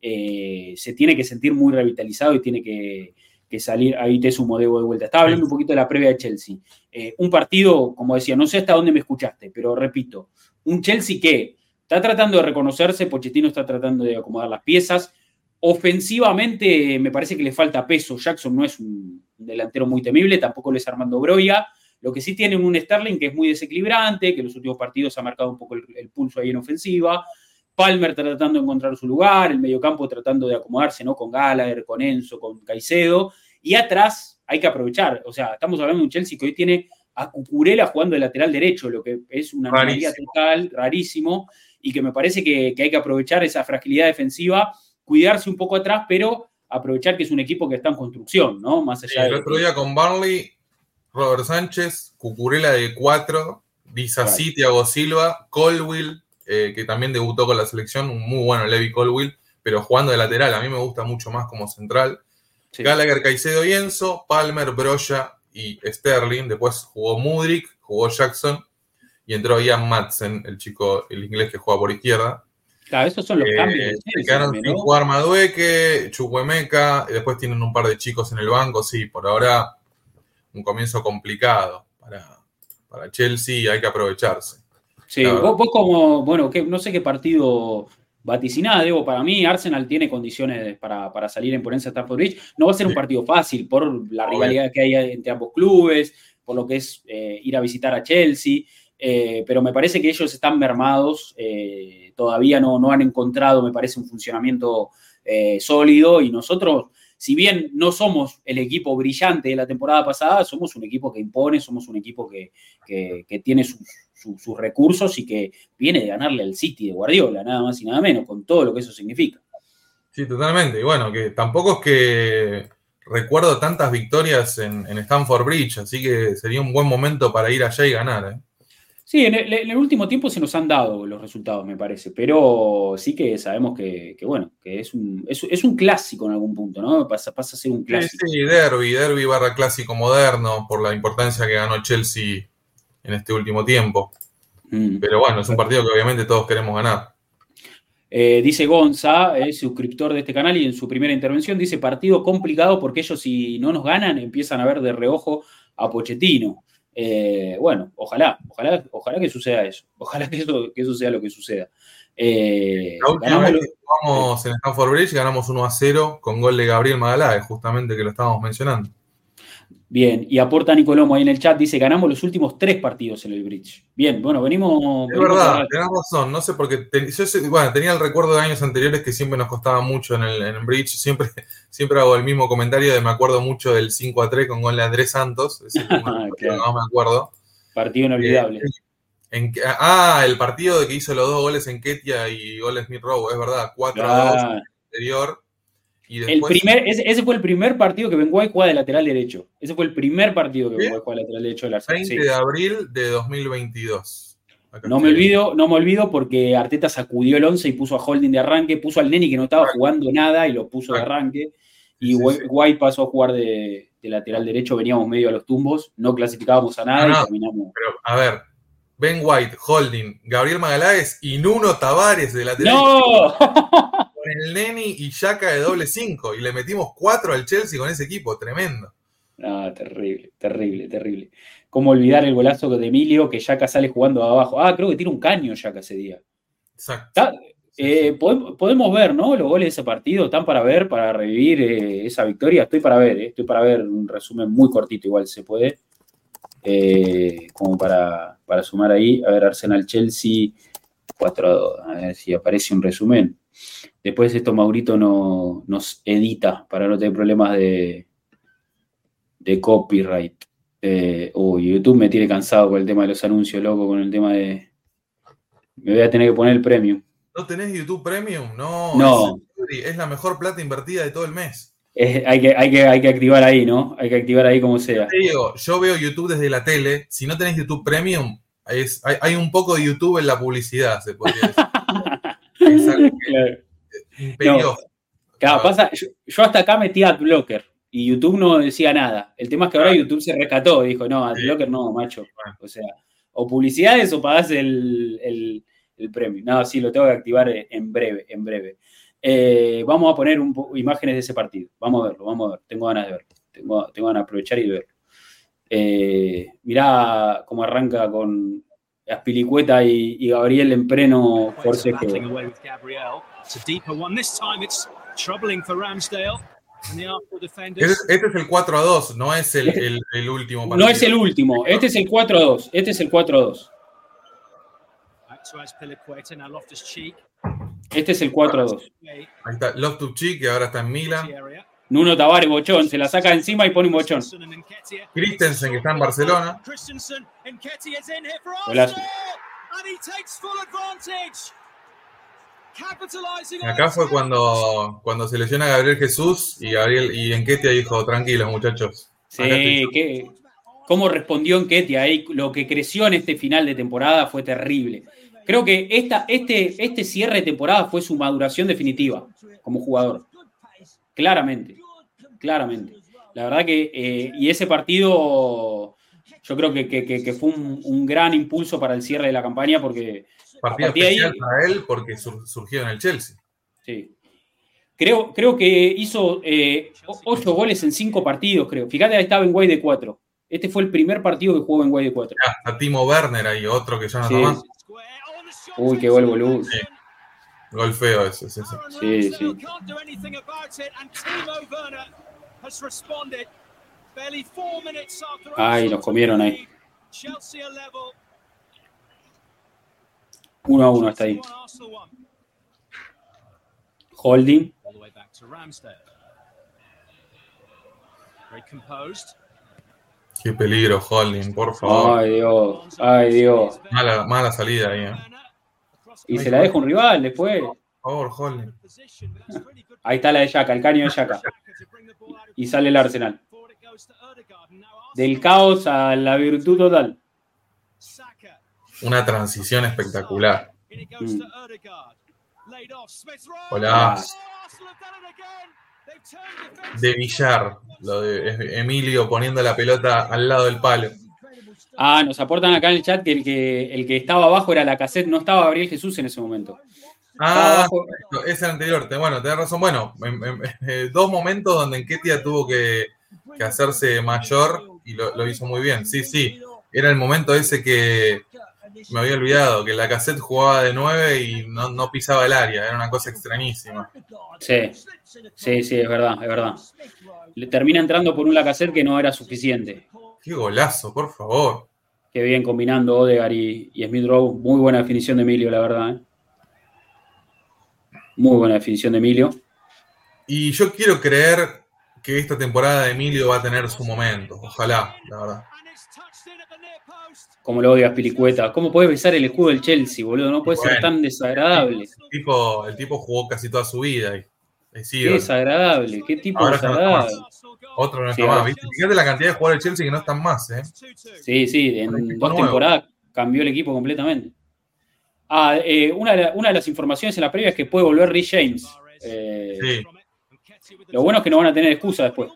eh, se tiene que sentir muy revitalizado y tiene que, que salir. Ahí te sumo, Debo, de vuelta. Estaba hablando un poquito de la previa de Chelsea. Eh, un partido, como decía, no sé hasta dónde me escuchaste, pero repito, un Chelsea que está tratando de reconocerse, Pochettino está tratando de acomodar las piezas. Ofensivamente me parece que le falta peso. Jackson no es un delantero muy temible, tampoco lo es Armando Broja. Lo que sí tiene un Sterling que es muy desequilibrante, que en los últimos partidos ha marcado un poco el, el pulso ahí en ofensiva. Palmer tratando de encontrar su lugar, el mediocampo tratando de acomodarse, ¿no? Con Gallagher, con Enzo, con Caicedo. Y atrás hay que aprovechar. O sea, estamos hablando de un Chelsea que hoy tiene a Cucurella jugando de lateral derecho, lo que es una anomalía total, rarísimo, y que me parece que, que hay que aprovechar esa fragilidad defensiva, cuidarse un poco atrás, pero aprovechar que es un equipo que está en construcción, ¿no? Más allá sí, el de otro día con Burnley, Robert Sánchez, Cucurella de cuatro, Disasi, claro. Thiago Silva, Colwill, eh, que también debutó con la selección, un muy bueno Levi Colwill, pero jugando de lateral, a mí me gusta mucho más como central. Sí. Gallagher, Caicedo y Enzo, Palmer, Broja y Sterling, después jugó Mudryk, jugó Jackson y entró Ian Madsen, el chico, el inglés que juega por izquierda. Claro, esos son los eh, cambios. Se quedaron sin ¿no? jugar Madueke, Chukwuemeka, y después tienen un par de chicos en el banco. Sí, por ahora un comienzo complicado para, para Chelsea y hay que aprovecharse. Sí, vos, vos como, bueno, que, no sé qué partido vaticinás, Debo, para mí Arsenal tiene condiciones para, para salir en ponencia a Stamford Bridge. No va a ser un sí. partido fácil por la rivalidad que hay entre ambos clubes, por lo que es eh, ir a visitar a Chelsea. Eh, pero me parece que ellos están mermados, eh, todavía no, no han encontrado, me parece, un funcionamiento eh, sólido, y nosotros, si bien no somos el equipo brillante de la temporada pasada, somos un equipo que impone, somos un equipo que, que, que tiene sus, sus, sus recursos y que viene de ganarle al City de Guardiola, nada más y nada menos, con todo lo que eso significa. Sí, totalmente, y bueno, que tampoco es que recuerdo tantas victorias en, en Stamford Bridge, así que sería un buen momento para ir allá y ganar, ¿eh? Sí, en el, en el último tiempo se nos han dado los resultados, me parece, pero sí que sabemos que, que bueno, que es un, es, es un clásico en algún punto, ¿no? Pasa, pasa a ser un clásico. Sí, sí, derbi, derbi barra clásico moderno, por la importancia que ganó Chelsea en este último tiempo. Mm. Pero bueno, es un partido que obviamente todos queremos ganar. Eh, dice Gonza, es suscriptor de este canal, y en su primera intervención dice: partido complicado porque ellos, si no nos ganan, empiezan a ver de reojo a Pochettino. Eh, bueno, ojalá, ojalá, ojalá que suceda eso, ojalá que eso, que eso sea lo que suceda. Eh, la última vez que jugamos en Stamford Bridge ganamos uno a cero con gol de Gabriel Magalhães, justamente que lo estábamos mencionando. Bien, y aporta Nicolomo ahí en el chat, dice: ganamos los últimos tres partidos en el Bridge. Bien, bueno, venimos... Es venimos verdad, a... tenés razón, no sé, porque te, yo sé, bueno, tenía el recuerdo de años anteriores que siempre nos costaba mucho en el, en el Bridge, siempre, siempre hago el mismo comentario de me acuerdo mucho del cinco a tres con gol de Andrés Santos, es el claro. que no me acuerdo. Partido inolvidable. Eh, en, ah, el partido de que hizo los dos goles en Ketia y gol Smith Rowe, es verdad, cuatro a dos en el anterior. Y después, el primer, ese, ese fue el primer partido que Ben White juega de lateral derecho. Ese fue el primer partido que Ben White juega de lateral derecho de la serie. veinte de abril de dos mil veintidós. Acá no me olvido, no me olvido porque Arteta sacudió el once y puso a Holding de arranque, puso al Neni que no estaba jugando nada y lo puso de arranque. Y sí, sí. White pasó a jugar de, de lateral derecho, veníamos medio a los tumbos, no clasificábamos a nada no, no, y terminamos. Pero, a ver, Ben White, Holding, Gabriel Magalhães y Nuno Tavares de lateral. ¡No! Con el Neni y Xhaka de doble cinco. Y le metimos cuatro al Chelsea con ese equipo. Tremendo. No, terrible, terrible, terrible. ¿Cómo olvidar el golazo de Emilio que Xhaka sale jugando abajo? Ah, creo que tiene un caño Xhaka ese día. Exacto. Eh, podemos, podemos ver, ¿no? Los goles de ese partido están para ver, para revivir eh, esa victoria. Estoy para ver, eh. estoy para ver un resumen muy cortito, igual se puede. Eh, como para, para sumar ahí. A ver, Arsenal-Chelsea cuatro a dos. A ver si aparece un resumen. Después esto Maurito no, nos edita para no tener problemas de, de copyright. Eh, uy, YouTube me tiene cansado con el tema de los anuncios, loco, con el tema de... Me voy a tener que poner el premium. ¿No tenés YouTube Premium? No, no. Es, es la mejor plata invertida de todo el mes. Es, hay, que, hay, que, hay que activar ahí, ¿no? Hay que activar ahí como sea. Yo te digo, yo veo YouTube desde la tele. Si no tenés YouTube Premium, es, hay, hay un poco de YouTube en la publicidad, se podría decir. Es algo que, claro. imperioso. No. Claro, pasa, yo, yo hasta acá metí AdBlocker y YouTube no decía nada. El tema es que ahora YouTube se rescató y dijo, no, AdBlocker no, macho. O sea, o publicidades o pagás el, el, el premio. No, sí, lo tengo que activar en breve, en breve. Eh, vamos a poner un po- imágenes de ese partido. Vamos a verlo, vamos a ver. Tengo ganas de verlo. Tengo, tengo ganas de aprovechar y de verlo. Eh, mirá cómo arranca con Azpilicueta y, y Gabriel en pleno forcejeo. Este es, este es el cuatro a dos, no es el, el, el último partido. No es el último, este es el cuatro a dos. Este es el cuatro a dos. Este es el cuatro a dos. Ahí está Loftus-Cheek, que ahora está en Milan. Nuno Tavares, bochón, se la saca encima y pone un bochón. Christensen, que está en Barcelona. Golazo. Acá fue cuando, cuando se lesiona a Gabriel Jesús y Gabriel y Nketiah dijo, tranquilos muchachos. Sí, que, cómo respondió Nketiah ahí, lo que creció en este final de temporada fue terrible. Creo que esta, este, este cierre de temporada fue su maduración definitiva como jugador. Claramente, claramente. La verdad que, eh, y ese partido, yo creo que, que, que fue un, un gran impulso para el cierre de la campaña porque... Partido especial ahí, para él porque sur, surgió en el Chelsea. Sí. Creo, creo que hizo eh, ocho goles en cinco partidos, creo. Fíjate, ahí estaba en Guay de cuatro. Este fue el primer partido que jugó en Guay de cuatro. Ah, está Timo Werner ahí, otro que ya no sí. está más. Uy, qué gol, boludo. Sí. Gol feo ese, sí, sí. Sí, sí. Ay, nos comieron ahí. Uno a uno hasta ahí. Holding. Qué peligro, Holding, por favor. Ay, Dios. Ay, Dios. Mala, mala salida ahí, ¿eh? Y se la deja un rival después. Por favor, Holding. Ahí está la de Xhaka, el caño de Xhaka. Y sale el Arsenal. Del caos a la virtud total. Una transición espectacular. Mm. Hola. De Villar, lo de Emilio poniendo la pelota al lado del palo. Ah, nos aportan acá en el chat que el que, el que estaba abajo era Lacazette, no estaba Gabriel Jesús en ese momento. Ah, es el anterior. Bueno, tenés razón. Bueno, en, en, en, dos momentos donde Nketiah tuvo que, que hacerse mayor y lo, lo hizo muy bien. Sí, sí. Era el momento ese que me había olvidado, que Lacazette jugaba de nueve y no, no pisaba el área. Era una cosa extrañísima. Sí, sí, sí, es verdad, es verdad. Le termina entrando por un Lacazette que no era suficiente. Qué golazo, por favor. Qué bien combinando Odegaard y, y Smith Rowe. Muy buena definición de Emilio, la verdad. ¿eh? Muy buena definición de Emilio. Y yo quiero creer que esta temporada de Emilio va a tener su momento. Ojalá, la verdad. Como lo odia Azpilicueta. ¿Cómo podés besar el escudo del Chelsea, boludo? No puede bueno, ser tan desagradable. El tipo, el tipo jugó casi toda su vida. Y, qué desagradable. Qué tipo ahora desagradable. No Otro no está sí, más. ¿Viste? Fíjate la cantidad de jugadores del Chelsea que no están más. ¿eh? Sí, sí. En dos nuevo. temporadas cambió el equipo completamente. Ah, eh, una, de la, una de las informaciones en la previa es que puede volver Rhys James. Eh, sí. Lo bueno es que no van a tener excusa después.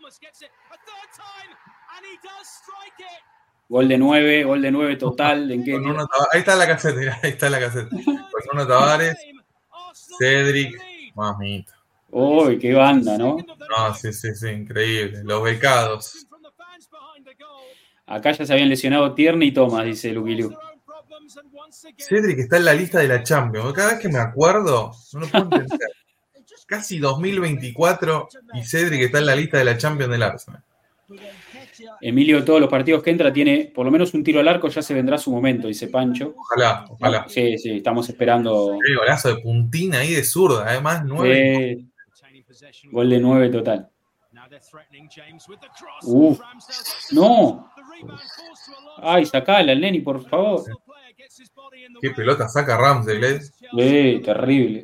Gol de nueve, gol de nueve total. ¿En qué? Uno, ahí está la caseta, ahí está la caseta. Con uno Tavares, Cedric, mamita. Uy, qué banda, ¿no? No, sí, sí, sí, increíble. Los becados. Acá ya se habían lesionado Tierney y Thomas, dice Luquilu. Cedric está en la lista de la Champions. Cada vez que me acuerdo, no lo puedo entender. Casi dos mil veinticuatro y Cedric está en la lista de la Champions del Arsenal. Emilio, todos los partidos que entra tiene por lo menos un tiro al arco, ya se vendrá su momento, dice Pancho. Ojalá, ojalá. Sí, sí, estamos esperando. El golazo de puntina ahí de zurda, además nueve. Eh, gol de nueve total. Uf, no. Ay, sacala el Neni, por favor. Qué pelota saca Ramsdale. Eh, terrible.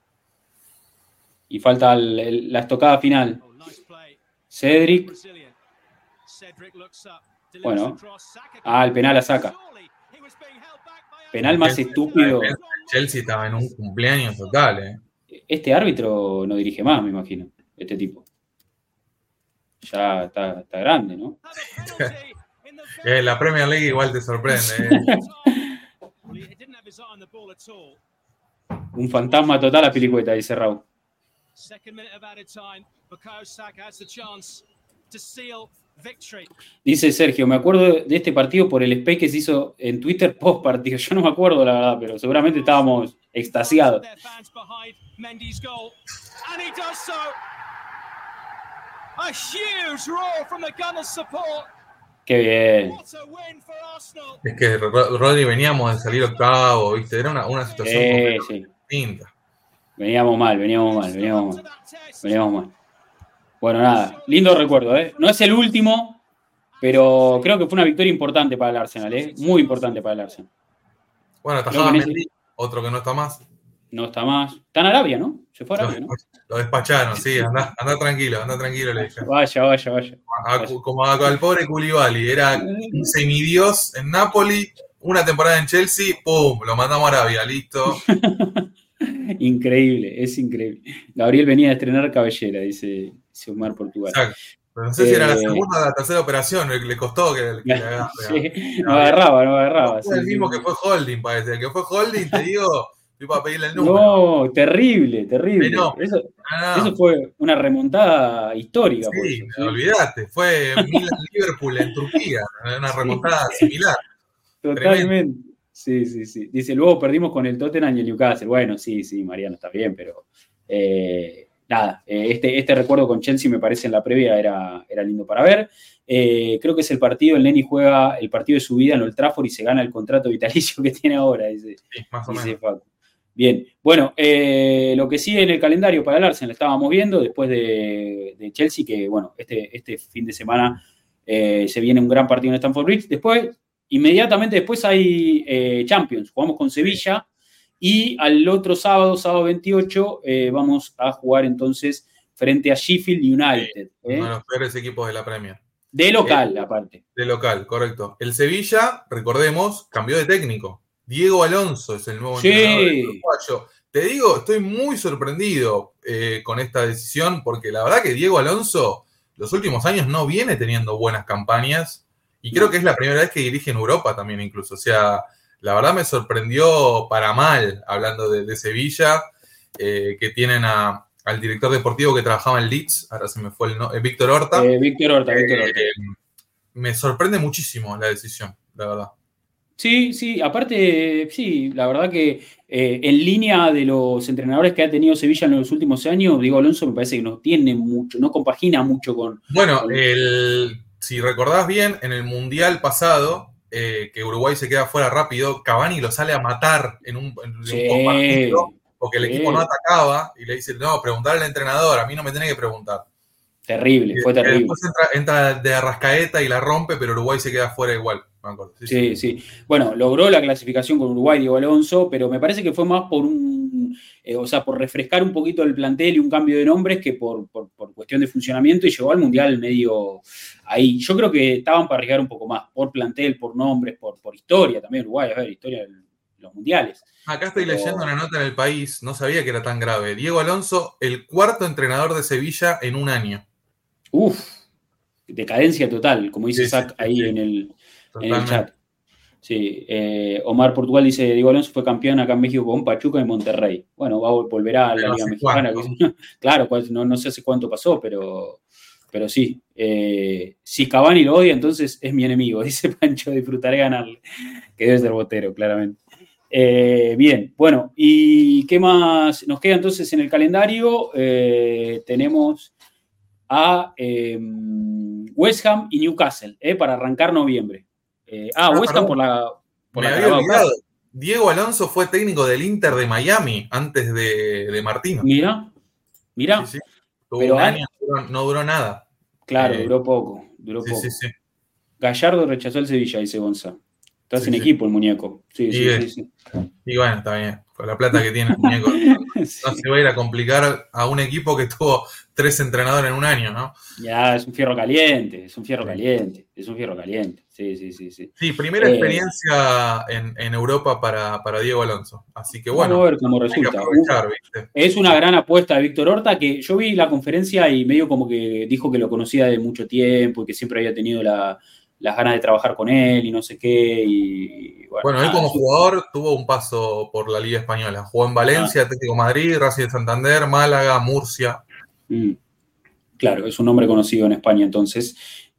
Y falta el, el, la estocada final. Cedric. Bueno. Ah, el penal la saca. Penal más estúpido. Chelsea estaba en un cumpleaños total, ¿eh? Este árbitro no dirige más, me imagino. Este tipo. Ya está, está grande, ¿no? eh, la Premier League igual te sorprende. ¿eh? Un fantasma total a Pilicueta, dice Raúl. Dice Sergio, me acuerdo de este partido por el spec que se hizo en Twitter post partido. Yo no me acuerdo, la verdad, pero seguramente estábamos extasiados. Qué bien. Es que Rodri veníamos de salir octavo, ¿viste? Era una, una situación eh, sí. distinta. Veníamos mal, veníamos mal, veníamos mal. Veníamos mal. Bueno, nada, lindo recuerdo, ¿eh? No es el último, pero creo que fue una victoria importante para el Arsenal, ¿eh? Muy importante para el Arsenal. Bueno, atajaba Mendy, ese... otro que no está más. No está más. Está en Arabia, ¿no? Se fue a Arabia, lo, ¿no? Lo despacharon, sí, anda, anda tranquilo, anda tranquilo, le dije. Vaya, vaya, vaya. A, a, como al pobre Koulibaly, era un semidios en Napoli, una temporada en Chelsea, ¡pum! Lo mandamos a Arabia, listo. Increíble, es increíble. Gabriel venía a estrenar cabellera, dice, dice Omar Portugal. Exacto. Pero no sé eh, si era la segunda o la tercera operación, le, le costó que, que le agarre. Sí, no agarraba, no agarraba. No fue sí, el mismo sí. que fue Holding, parece. El que fue Holding, te digo, fui para pedirle el número. No, terrible, terrible. No, eso, no, no. eso fue una remontada histórica. Sí, por eso, ¿sí? olvidaste. Fue Liverpool en Turquía, una remontada sí. similar. Totalmente. Tremendo. Sí, sí, sí. Dice, luego perdimos con el Tottenham y el Newcastle. Bueno, sí, sí, Mariano, está bien, pero eh, nada, eh, este, este recuerdo con Chelsea me parece en la previa era, era lindo para ver. Eh, creo que es el partido, el Neni juega el partido de su vida en Old Trafford y se gana el contrato vitalicio que tiene ahora, dice, sí, más o dice menos. Facu. Bien, bueno, eh, lo que sigue en el calendario para el Arsenal, estábamos viendo después de, de Chelsea, que bueno, este, este fin de semana eh, se viene un gran partido en Stamford Bridge. Después, inmediatamente después hay eh, Champions, jugamos con Sevilla y al otro sábado, sábado veintiocho, eh, vamos a jugar entonces frente a Sheffield United. Sí, ¿eh? uno de los peores equipos de la Premier. De local, eh, aparte. De local, correcto. El Sevilla, recordemos, cambió de técnico. Diego Alonso es el nuevo sí. entrenador del uruguayo. Te digo, estoy muy sorprendido eh, con esta decisión, porque la verdad que Diego Alonso los últimos años no viene teniendo buenas campañas, y creo que es la primera vez que dirige en Europa también incluso. O sea, la verdad me sorprendió para mal, hablando de, de Sevilla, eh, que tienen a, al director deportivo que trabajaba en Leeds, ahora se me fue el nombre, eh, Víctor Horta. Eh, Víctor Horta, eh, Víctor Horta. Eh, me sorprende muchísimo la decisión, la verdad. Sí, sí, aparte, sí, la verdad que eh, en línea de los entrenadores que ha tenido Sevilla en los últimos años, Diego Alonso me parece que no tiene mucho, no compagina mucho con... Bueno, con... El, si recordás bien, en el Mundial pasado, eh, que Uruguay se queda fuera rápido, Cavani lo sale a matar en un, en sí, un partido porque el sí. equipo no atacaba y le dice, no, preguntarle al entrenador, a mí no me tenés que preguntar. Terrible, fue y, terrible. Después entra, entra de Arrascaeta y la rompe, pero Uruguay se queda fuera igual. Me acuerdo. Sí, sí, sí, sí. Bueno, logró la clasificación con Uruguay, Diego Alonso, pero me parece que fue más por un, eh, o sea, por refrescar un poquito el plantel y un cambio de nombres que por, por, por cuestión de funcionamiento, y llegó al Mundial medio ahí. Yo creo que estaban para arriesgar un poco más, por plantel, por nombres, por, por historia también. Uruguay, a ver, historia de los mundiales. Acá estoy pero... leyendo una nota en El País, no sabía que era tan grave. Diego Alonso, el cuarto entrenador de Sevilla en un año. Uf, decadencia total, como dice sí, Zach sí, ahí sí. en el... En el chat. Sí, eh, Omar Portugal dice, Diego Alonso fue campeón acá en México con Pachuca y Monterrey. Bueno, va a volver a la Liga Mexicana. Claro, no, no sé hace cuánto pasó, pero, pero sí. Eh, si Cavani lo odia, entonces es mi enemigo. Dice Pancho, disfrutaré ganarle. Que debe ser botero, claramente. Eh, bien, bueno, ¿y qué más nos queda entonces en el calendario? Eh, tenemos a eh, West Ham y Newcastle, eh, para arrancar noviembre. Eh, ah, ah, West Ham por la... Por me la había olvidado. Diego Alonso fue técnico del Inter de Miami antes de, de Martino. Mira, mira. Sí, sí. Tuvo un año, hay... no duró nada. Claro, eh, duró poco, duró sí, poco. Sí, sí. Gallardo rechazó el Sevilla, dice Gonzalo. Está Sí, sin sí. equipo el muñeco. Sí, Y, sí, eh, sí, sí. y bueno, está bien. Con la plata que tiene el muñeco, no Sí. se va a ir a complicar a un equipo que tuvo tres entrenadores en un año, ¿no? Ya, es un fierro caliente, es un fierro Sí. caliente, es un fierro caliente. Sí, sí, sí, sí. Sí, primera Eh, experiencia en, en Europa para, para Diego Alonso. Así que Vamos bueno, a ver cómo hay que resulta. aprovechar, ¿viste? Es una gran apuesta de Víctor Horta, que yo vi la conferencia y medio como que dijo que lo conocía de mucho tiempo y que siempre había tenido la, las ganas de trabajar con él y no sé qué. Y, y bueno, Bueno, él nada, como eso- jugador tuvo un paso por la Liga Española. Jugó en ah, Valencia, Atlético de Madrid, Racing de Santander, Málaga, Murcia. mm, claro, es un nombre conocido en España entonces.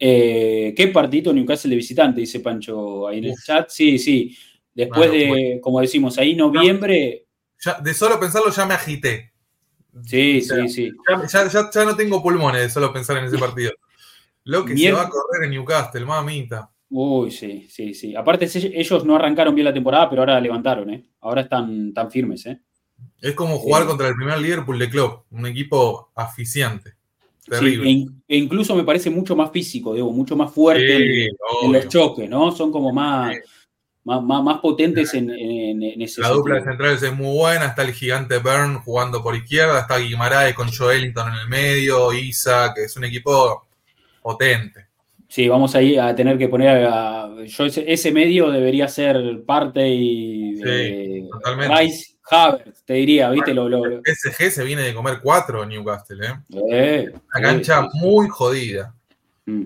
Eh, ¿Qué partidito Newcastle de visitante? Dice Pancho ahí en el Uf, chat. Sí, sí. una Después locura. de, como decimos, ahí Ya, noviembre. ya- de solo pensarlo ya me agité. Sí, O sea, sí, sí. ya, ya- ya- ya no tengo pulmones de solo pensar en ese partido. Lo que se va a Miércoles. correr en Newcastle, mamita. Uy, sí, sí, sí. Aparte, se- ellos no arrancaron bien la temporada, pero ahora levantaron, ¿eh? Ahora están tan firmes, ¿eh? Es como jugar Eh, contra el primer Liverpool de Klopp, un equipo aficiante. sí, e, Terrible. in- e incluso me parece mucho más físico, Diego, mucho más fuerte Sí, en, en los obvio. choques, ¿no? Son como más, Sí. más, más, más potentes en, en- en ese La dupla de sentido. centrales es muy buena, está el gigante Byrne jugando por izquierda, está Guimaraes con Joelinton en el medio, Isa, que es un equipo potente. Sí, vamos ahí a tener que poner a, yo ese, ese medio debería ser parte y Sí, eh, totalmente. Rice Havertz, te diría, ¿viste? Lo, lo, El lo- P S G se viene de comer cuatro en Newcastle, ¿eh? eh, Una sí, cancha sí, sí. muy jodida. Mm.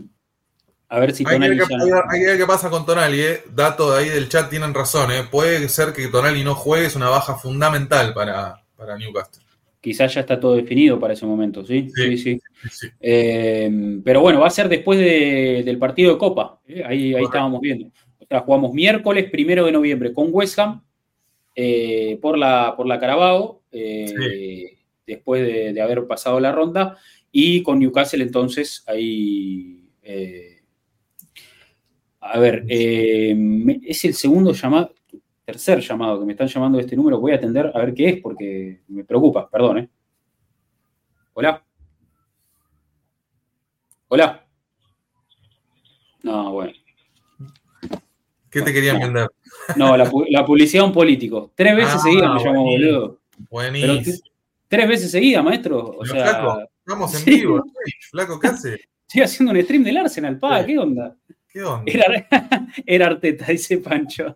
A ver si Hay que, ver Tonali qué, ya hay no. que- hay que ver qué pasa con Tonali, ¿eh? Datos de ahí del chat tienen razón, ¿eh? Puede ser que Tonali no juegue, es una baja fundamental para, para Newcastle. Quizás ya está todo definido para ese momento, ¿sí? Sí, Sí, sí. sí, sí. Eh, pero bueno, va a ser después de- del partido de Copa. ¿eh? Ahí, ahí Correcto. estábamos viendo. O sea, jugamos miércoles primero de noviembre con West Ham eh, por, la, por la Carabao, eh, Sí. después de, de haber pasado la ronda, y con Newcastle entonces ahí... eh, a ver, eh, me- es el segundo llamado, tercer llamado que me están llamando de este número. Voy a atender a ver qué es porque me preocupa, perdón, ¿eh? Hola. Hola. No, bueno. ¿Qué te querían No, vender? no la, pu- la publicidad a un político. Tres veces Ah, seguidas me llamó, buenísimo. boludo. Pero Buenísimo. t- tres veces seguidas, maestro. O Pero sea, flaco, estamos en sí, vivo. Flaco, ¿qué hace? estoy haciendo un stream del Arsenal, pa, Sí. ¿qué onda? ¿Qué onda? Era, era Arteta, dice Pancho.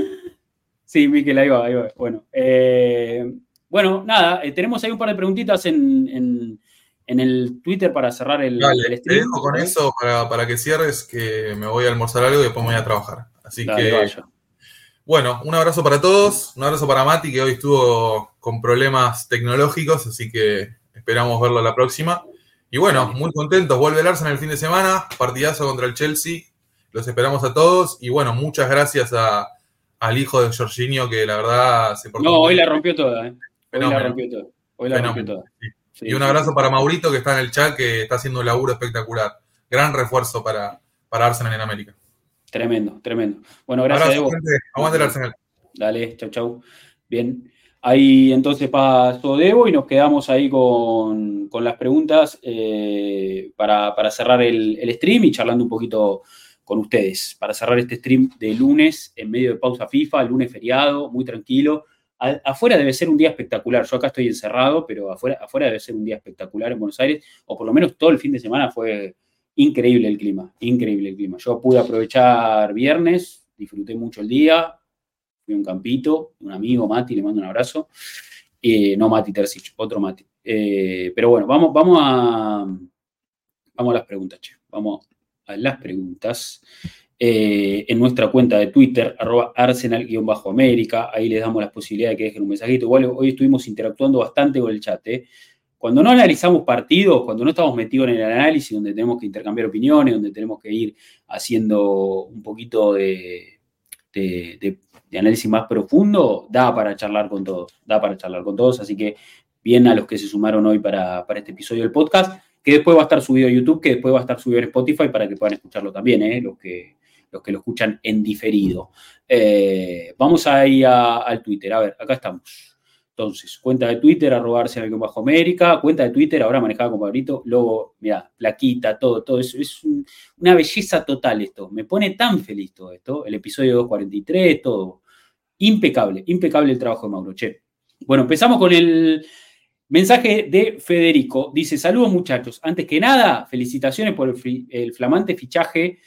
Sí, Miquel, ahí va, ahí va. Bueno, eh, bueno nada, eh, tenemos ahí un par de preguntitas en, en, en el Twitter para cerrar el, Dale, el te stream. dejo con ¿eh? eso para, para que cierres, que me voy a almorzar algo y después me voy a trabajar. Así Dale, que, vaya. bueno, un abrazo para todos, un abrazo para Mati, que hoy estuvo con problemas tecnológicos, así que esperamos verlo la próxima. Y bueno, Dale. muy contentos, vuelve el Arsenal el fin de semana, partidazo contra el Chelsea, los esperamos a todos y bueno, muchas gracias a, al hijo de Jorginho, que la verdad se portó No, muy hoy la bien. rompió toda, ¿eh? Hoy Fenómeno. la rompió toda. Hoy la Fenómeno. rompió toda. Sí. Sí, Y un sí, abrazo sí. para Maurito, que está en el chat, que está haciendo un laburo espectacular. Gran refuerzo para, para Arsenal en América. Tremendo, tremendo. Bueno, gracias, Abrazo, Evo. gente. Aguante el Arsenal. Dale, chau, chau. Bien. Ahí entonces pasó Debo y nos quedamos ahí con, con las preguntas eh, para, para cerrar el, el stream y charlando un poquito con ustedes. Para cerrar este stream de lunes en medio de pausa FIFA, lunes feriado, muy tranquilo. A, afuera debe ser un día espectacular. Yo acá estoy encerrado, pero afuera, afuera debe ser un día espectacular en Buenos Aires, o por lo menos todo el fin de semana fue increíble el clima, increíble el clima. Yo pude aprovechar viernes, disfruté mucho el día, fui a un campito, un amigo, Mati, le mando un abrazo. Eh, no Mati Terzic, otro Mati. Eh, pero bueno, vamos, vamos, a, vamos a las preguntas, che. Vamos a las preguntas. Eh, en nuestra cuenta de Twitter, arroba Arsenal-América, ahí les damos la posibilidad de que dejen un mensajito. Igual hoy estuvimos interactuando bastante con el chat. ¿eh? Cuando no analizamos partidos, cuando no estamos metidos en el análisis, donde tenemos que intercambiar opiniones, donde tenemos que ir haciendo un poquito de, de, de, de análisis más profundo, da para charlar con todos, da para charlar con todos, así que bien a los que se sumaron hoy para, para este episodio del podcast, que después va a estar subido a YouTube, que después va a estar subido en Spotify para que puedan escucharlo también, ¿eh? los, que, los que lo escuchan en diferido. Eh, vamos ahí a, al Twitter, a ver, acá estamos. Entonces, cuenta de Twitter, arroba Arsenal-América, cuenta de Twitter, ahora manejada con Pablito, logo, mirá, plaquita, todo, todo. Es, es un, una belleza total esto. Me pone tan feliz todo esto. El episodio doscientos cuarenta y tres, todo. Impecable, impecable el trabajo de Mauro, che. Bueno, empezamos con el mensaje de Federico. Dice, saludos muchachos. Antes que nada, felicitaciones por el, el flamante fichaje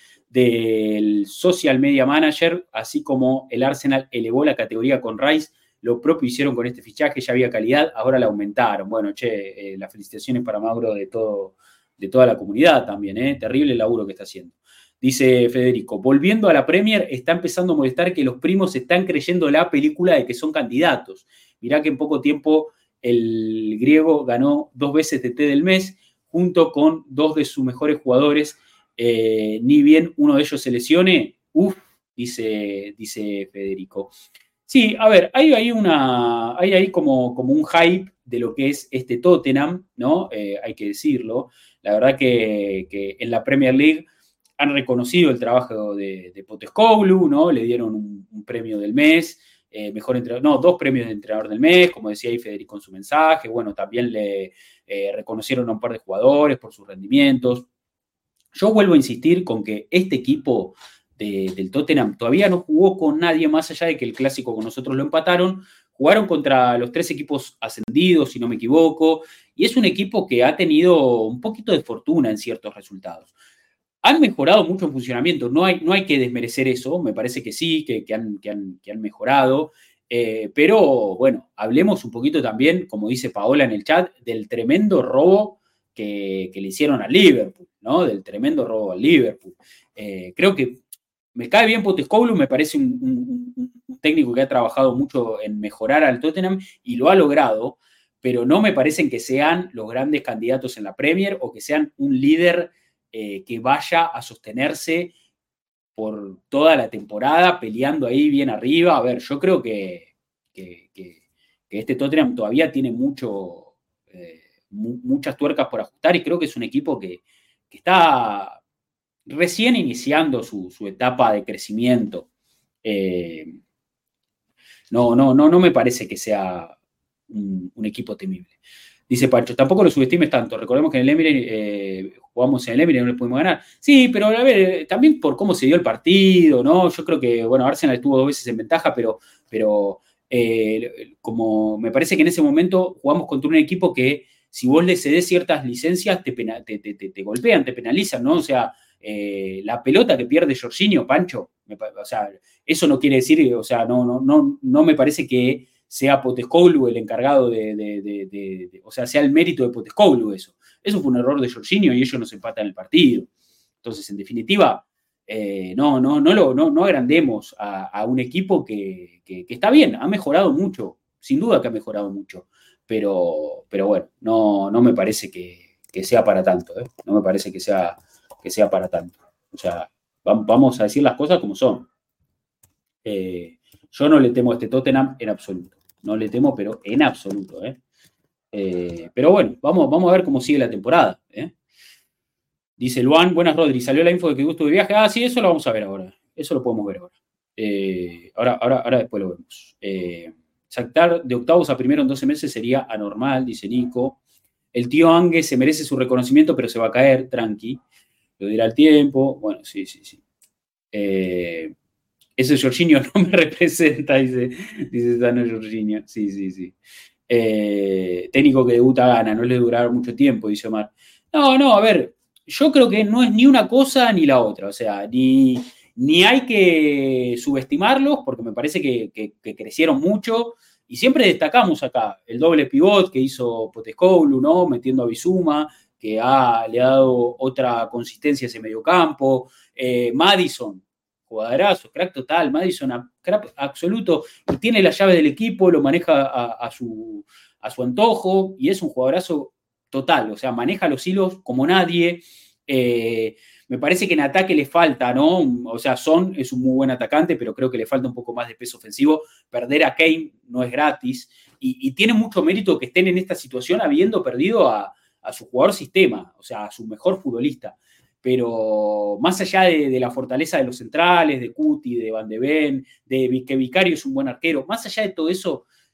del Social Media Manager, así como el Arsenal elevó la categoría con Rice. Lo propio hicieron con este fichaje, ya había calidad, ahora la aumentaron. Bueno, che, eh, las felicitaciones para Mauro de, todo, de toda la comunidad también, ¿eh? Terrible el laburo que está haciendo. Dice Federico, volviendo a la Premier, está empezando a molestar que los primos están creyendo la película de que son candidatos. Mirá que en poco tiempo el griego ganó dos veces T T del mes, junto con dos de sus mejores jugadores. Eh, ni bien uno de ellos se lesione, uff, dice, dice Federico. Sí, a ver, hay ahí una, hay ahí como, como un hype de lo que es este Tottenham, ¿no? Eh, hay que decirlo. La verdad que, que en la Premier League han reconocido el trabajo de, de Postecoglou, ¿no? Le dieron un, un premio del mes, eh, mejor entrenador, no, dos premios de entrenador del mes, como decía ahí Federico en su mensaje. Bueno, también le eh, reconocieron a un par de jugadores por sus rendimientos. Yo vuelvo a insistir con que este equipo De, del Tottenham todavía no jugó con nadie más allá de que el clásico con nosotros lo empataron. Jugaron contra los tres equipos ascendidos, si no me equivoco, y es un equipo que ha tenido un poquito de fortuna en ciertos resultados. Han mejorado mucho en funcionamiento, no hay, no hay que desmerecer eso, me parece que sí, que, que, han, que, han, que han mejorado, eh, pero bueno, hablemos un poquito también, como dice Paola en el chat, del tremendo robo que, que le hicieron al Liverpool, ¿no? Del tremendo robo al Liverpool. Eh, creo que me cae bien Postecoglou, me parece un, un, un técnico que ha trabajado mucho en mejorar al Tottenham y lo ha logrado, pero no me parecen que sean los grandes candidatos en la Premier o que sean un líder eh, que vaya a sostenerse por toda la temporada peleando ahí bien arriba. A ver, yo creo que, que, que, que este Tottenham todavía tiene mucho, eh, mu muchas tuercas por ajustar y creo que es un equipo que, que está recién iniciando su, su etapa de crecimiento. Eh, no, no, no, no me parece que sea un, un equipo temible. Dice Pancho, tampoco lo subestimes tanto. Recordemos que en el Emirates eh, jugamos en el Emirates y no le pudimos ganar. Sí, pero a ver, también por cómo se dio el partido, ¿no? Yo creo que, bueno, Arsenal estuvo dos veces en ventaja, pero, pero eh, como me parece que en ese momento jugamos contra un equipo que si vos le cedés ciertas licencias te, pena, te, te, te, te golpean, te penalizan, ¿no? O sea, Eh, la pelota que pierde Jorginho, Pancho, me, o sea, eso no quiere decir, o sea, no, no, no, no me parece que sea Postecoglou el encargado de, de, de, de, de, o sea, sea el mérito de Postecoglou eso. Eso fue un error de Jorginho y ellos nos empatan el partido. Entonces, en definitiva, eh, no, no, no, lo, no, no agrandemos a, a un equipo que, que, que está bien, ha mejorado mucho, sin duda que ha mejorado mucho, pero, pero bueno, no, no me parece que, que sea para tanto, ¿eh? No me parece que sea que sea para tanto. O sea, vamos a decir las cosas como son. Eh, yo no le temo a este Tottenham en absoluto. No le temo, pero en absoluto. ¿eh? Eh, pero bueno, vamos, vamos a ver cómo sigue la temporada. ¿eh? Dice Luan, buenas Rodri, salió la info de que gusto de viaje. Ah, sí, eso lo vamos a ver ahora. Eso lo podemos ver ahora. Eh, ahora, ahora, ahora después lo vemos. Eh, saltar de octavos a primero en doce meses sería anormal, dice Nico. El tío Angue se merece su reconocimiento, pero se va a caer, tranqui. Lo dirá el tiempo. Bueno, sí, sí, sí. Eh, ese Jorginho no me representa, dice, dice Sano Jorginho. Sí, sí, sí. Eh, técnico que debuta gana, no le durará mucho tiempo, dice Omar. No, no, a ver, yo creo que no es ni una cosa ni la otra. O sea, ni, ni hay que subestimarlos, porque me parece que, que, que crecieron mucho. Y siempre destacamos acá el doble pivot que hizo Postecoglou, ¿no? Metiendo a Bissouma, que ha, le ha dado otra consistencia a ese mediocampo. Eh, Maddison, jugadorazo, crack total. Maddison, crack absoluto. Y tiene las llaves del equipo, lo maneja a, a, su, a su antojo y es un jugadorazo total. O sea, maneja los hilos como nadie. Eh, me parece que en ataque le falta, ¿no? O sea, Son es un muy buen atacante, pero creo que le falta un poco más de peso ofensivo. Perder a Kane no es gratis. Y, y tiene mucho mérito que estén en esta situación habiendo perdido a a su jugador sistema, o sea, a su mejor futbolista. Pero más allá de, de la fortaleza de los centrales, de Cuti, de Van de Ven, de que Vicario es un buen arquero, más allá de todo eso,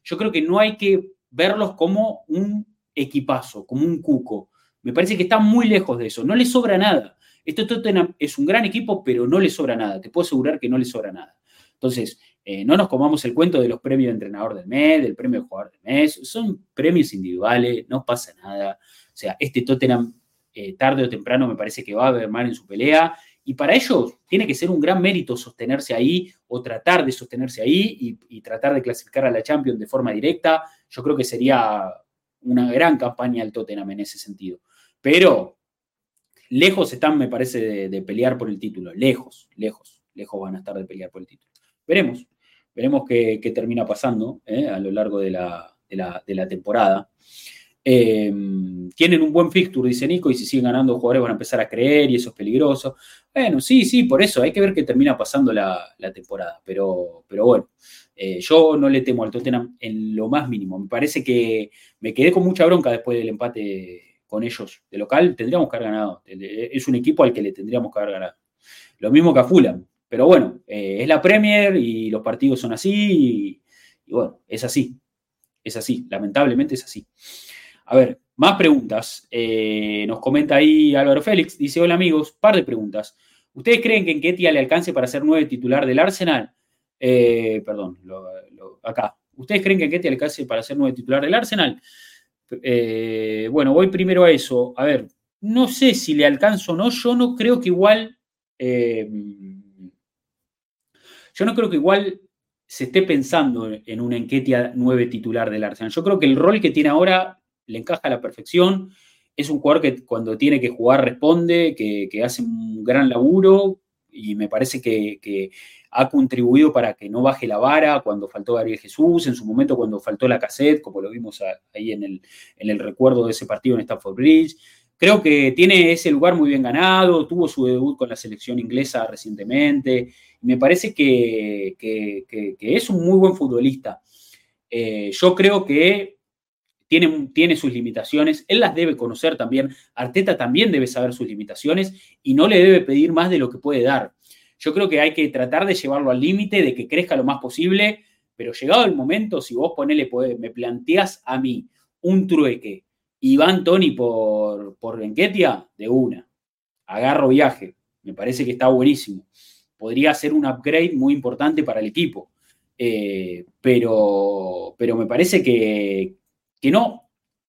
yo creo que no hay que verlos como un equipazo, como un cuco. Me parece que están muy lejos de eso, no les sobra nada. Este Tottenham es un gran equipo, pero no le sobra nada, te puedo asegurar que no le sobra nada. Entonces, eh, no nos comamos el cuento de los premios de entrenador del mes, del premio de jugador del mes, son premios individuales, no pasa nada. O sea, este Tottenham, eh, tarde o temprano, me parece que va a haber mal en su pelea, y para ellos tiene que ser un gran mérito sostenerse ahí, o tratar de sostenerse ahí, y, y tratar de clasificar a la Champions de forma directa. Yo creo que sería una gran campaña el Tottenham en ese sentido. Pero lejos están, me parece, de, de pelear por el título. Lejos, lejos, lejos van a estar de pelear por el título. Veremos, veremos qué, qué termina pasando eh, a lo largo de la, de la, de la temporada. Eh, tienen un buen fixture, dice Nico, y si siguen ganando los jugadores van a empezar a creer y eso es peligroso. Bueno, sí, sí, por eso hay que ver qué termina pasando la, la temporada. Pero, pero bueno, eh, yo no le temo al Tottenham en lo más mínimo. Me parece que me quedé con mucha bronca después del empate con ellos de local. Tendríamos que haber ganado. Es un equipo al que le tendríamos que haber ganado. Lo mismo que a Fulham. Pero bueno, eh, es la Premier y los partidos son así. Y, y bueno, es así. Es así. Lamentablemente es así. A ver, más preguntas. Eh, nos comenta ahí Álvaro Félix. Dice, hola amigos, par de preguntas. ¿Ustedes creen que Nketiah le alcance para ser nueve titular del Arsenal? Eh, perdón, lo, lo, acá. ¿Ustedes creen que Nketiah le alcance para ser nueve titular del Arsenal? Eh, bueno, voy primero a eso. A ver, no sé si le alcanzo o no. Yo no creo que igual... Eh, yo no creo que igual se esté pensando en un Nketiah nueve titular del Arsenal. Yo creo que el rol que tiene ahora le encaja a la perfección. Es un jugador que cuando tiene que jugar responde, que, que hace un gran laburo y me parece que, que ha contribuido para que no baje la vara cuando faltó Gabriel Jesús, en su momento cuando faltó Lacazette, como lo vimos ahí en el, en el recuerdo de ese partido en Stamford Bridge. Creo que tiene ese lugar muy bien ganado, tuvo su debut con la selección inglesa recientemente, y me parece que, que, que, que es un muy buen futbolista. Eh, yo creo que tiene, tiene sus limitaciones, él las debe conocer también, Arteta también debe saber sus limitaciones y no le debe pedir más de lo que puede dar. Yo creo que hay que tratar de llevarlo al límite, de que crezca lo más posible, pero llegado el momento, si vos ponele, me planteás a mí un trueque, Iván Toney por, por Nketiah, de una. Agarro viaje. Me parece que está buenísimo. Podría ser un upgrade muy importante para el equipo. Eh, pero, pero me parece que, que no.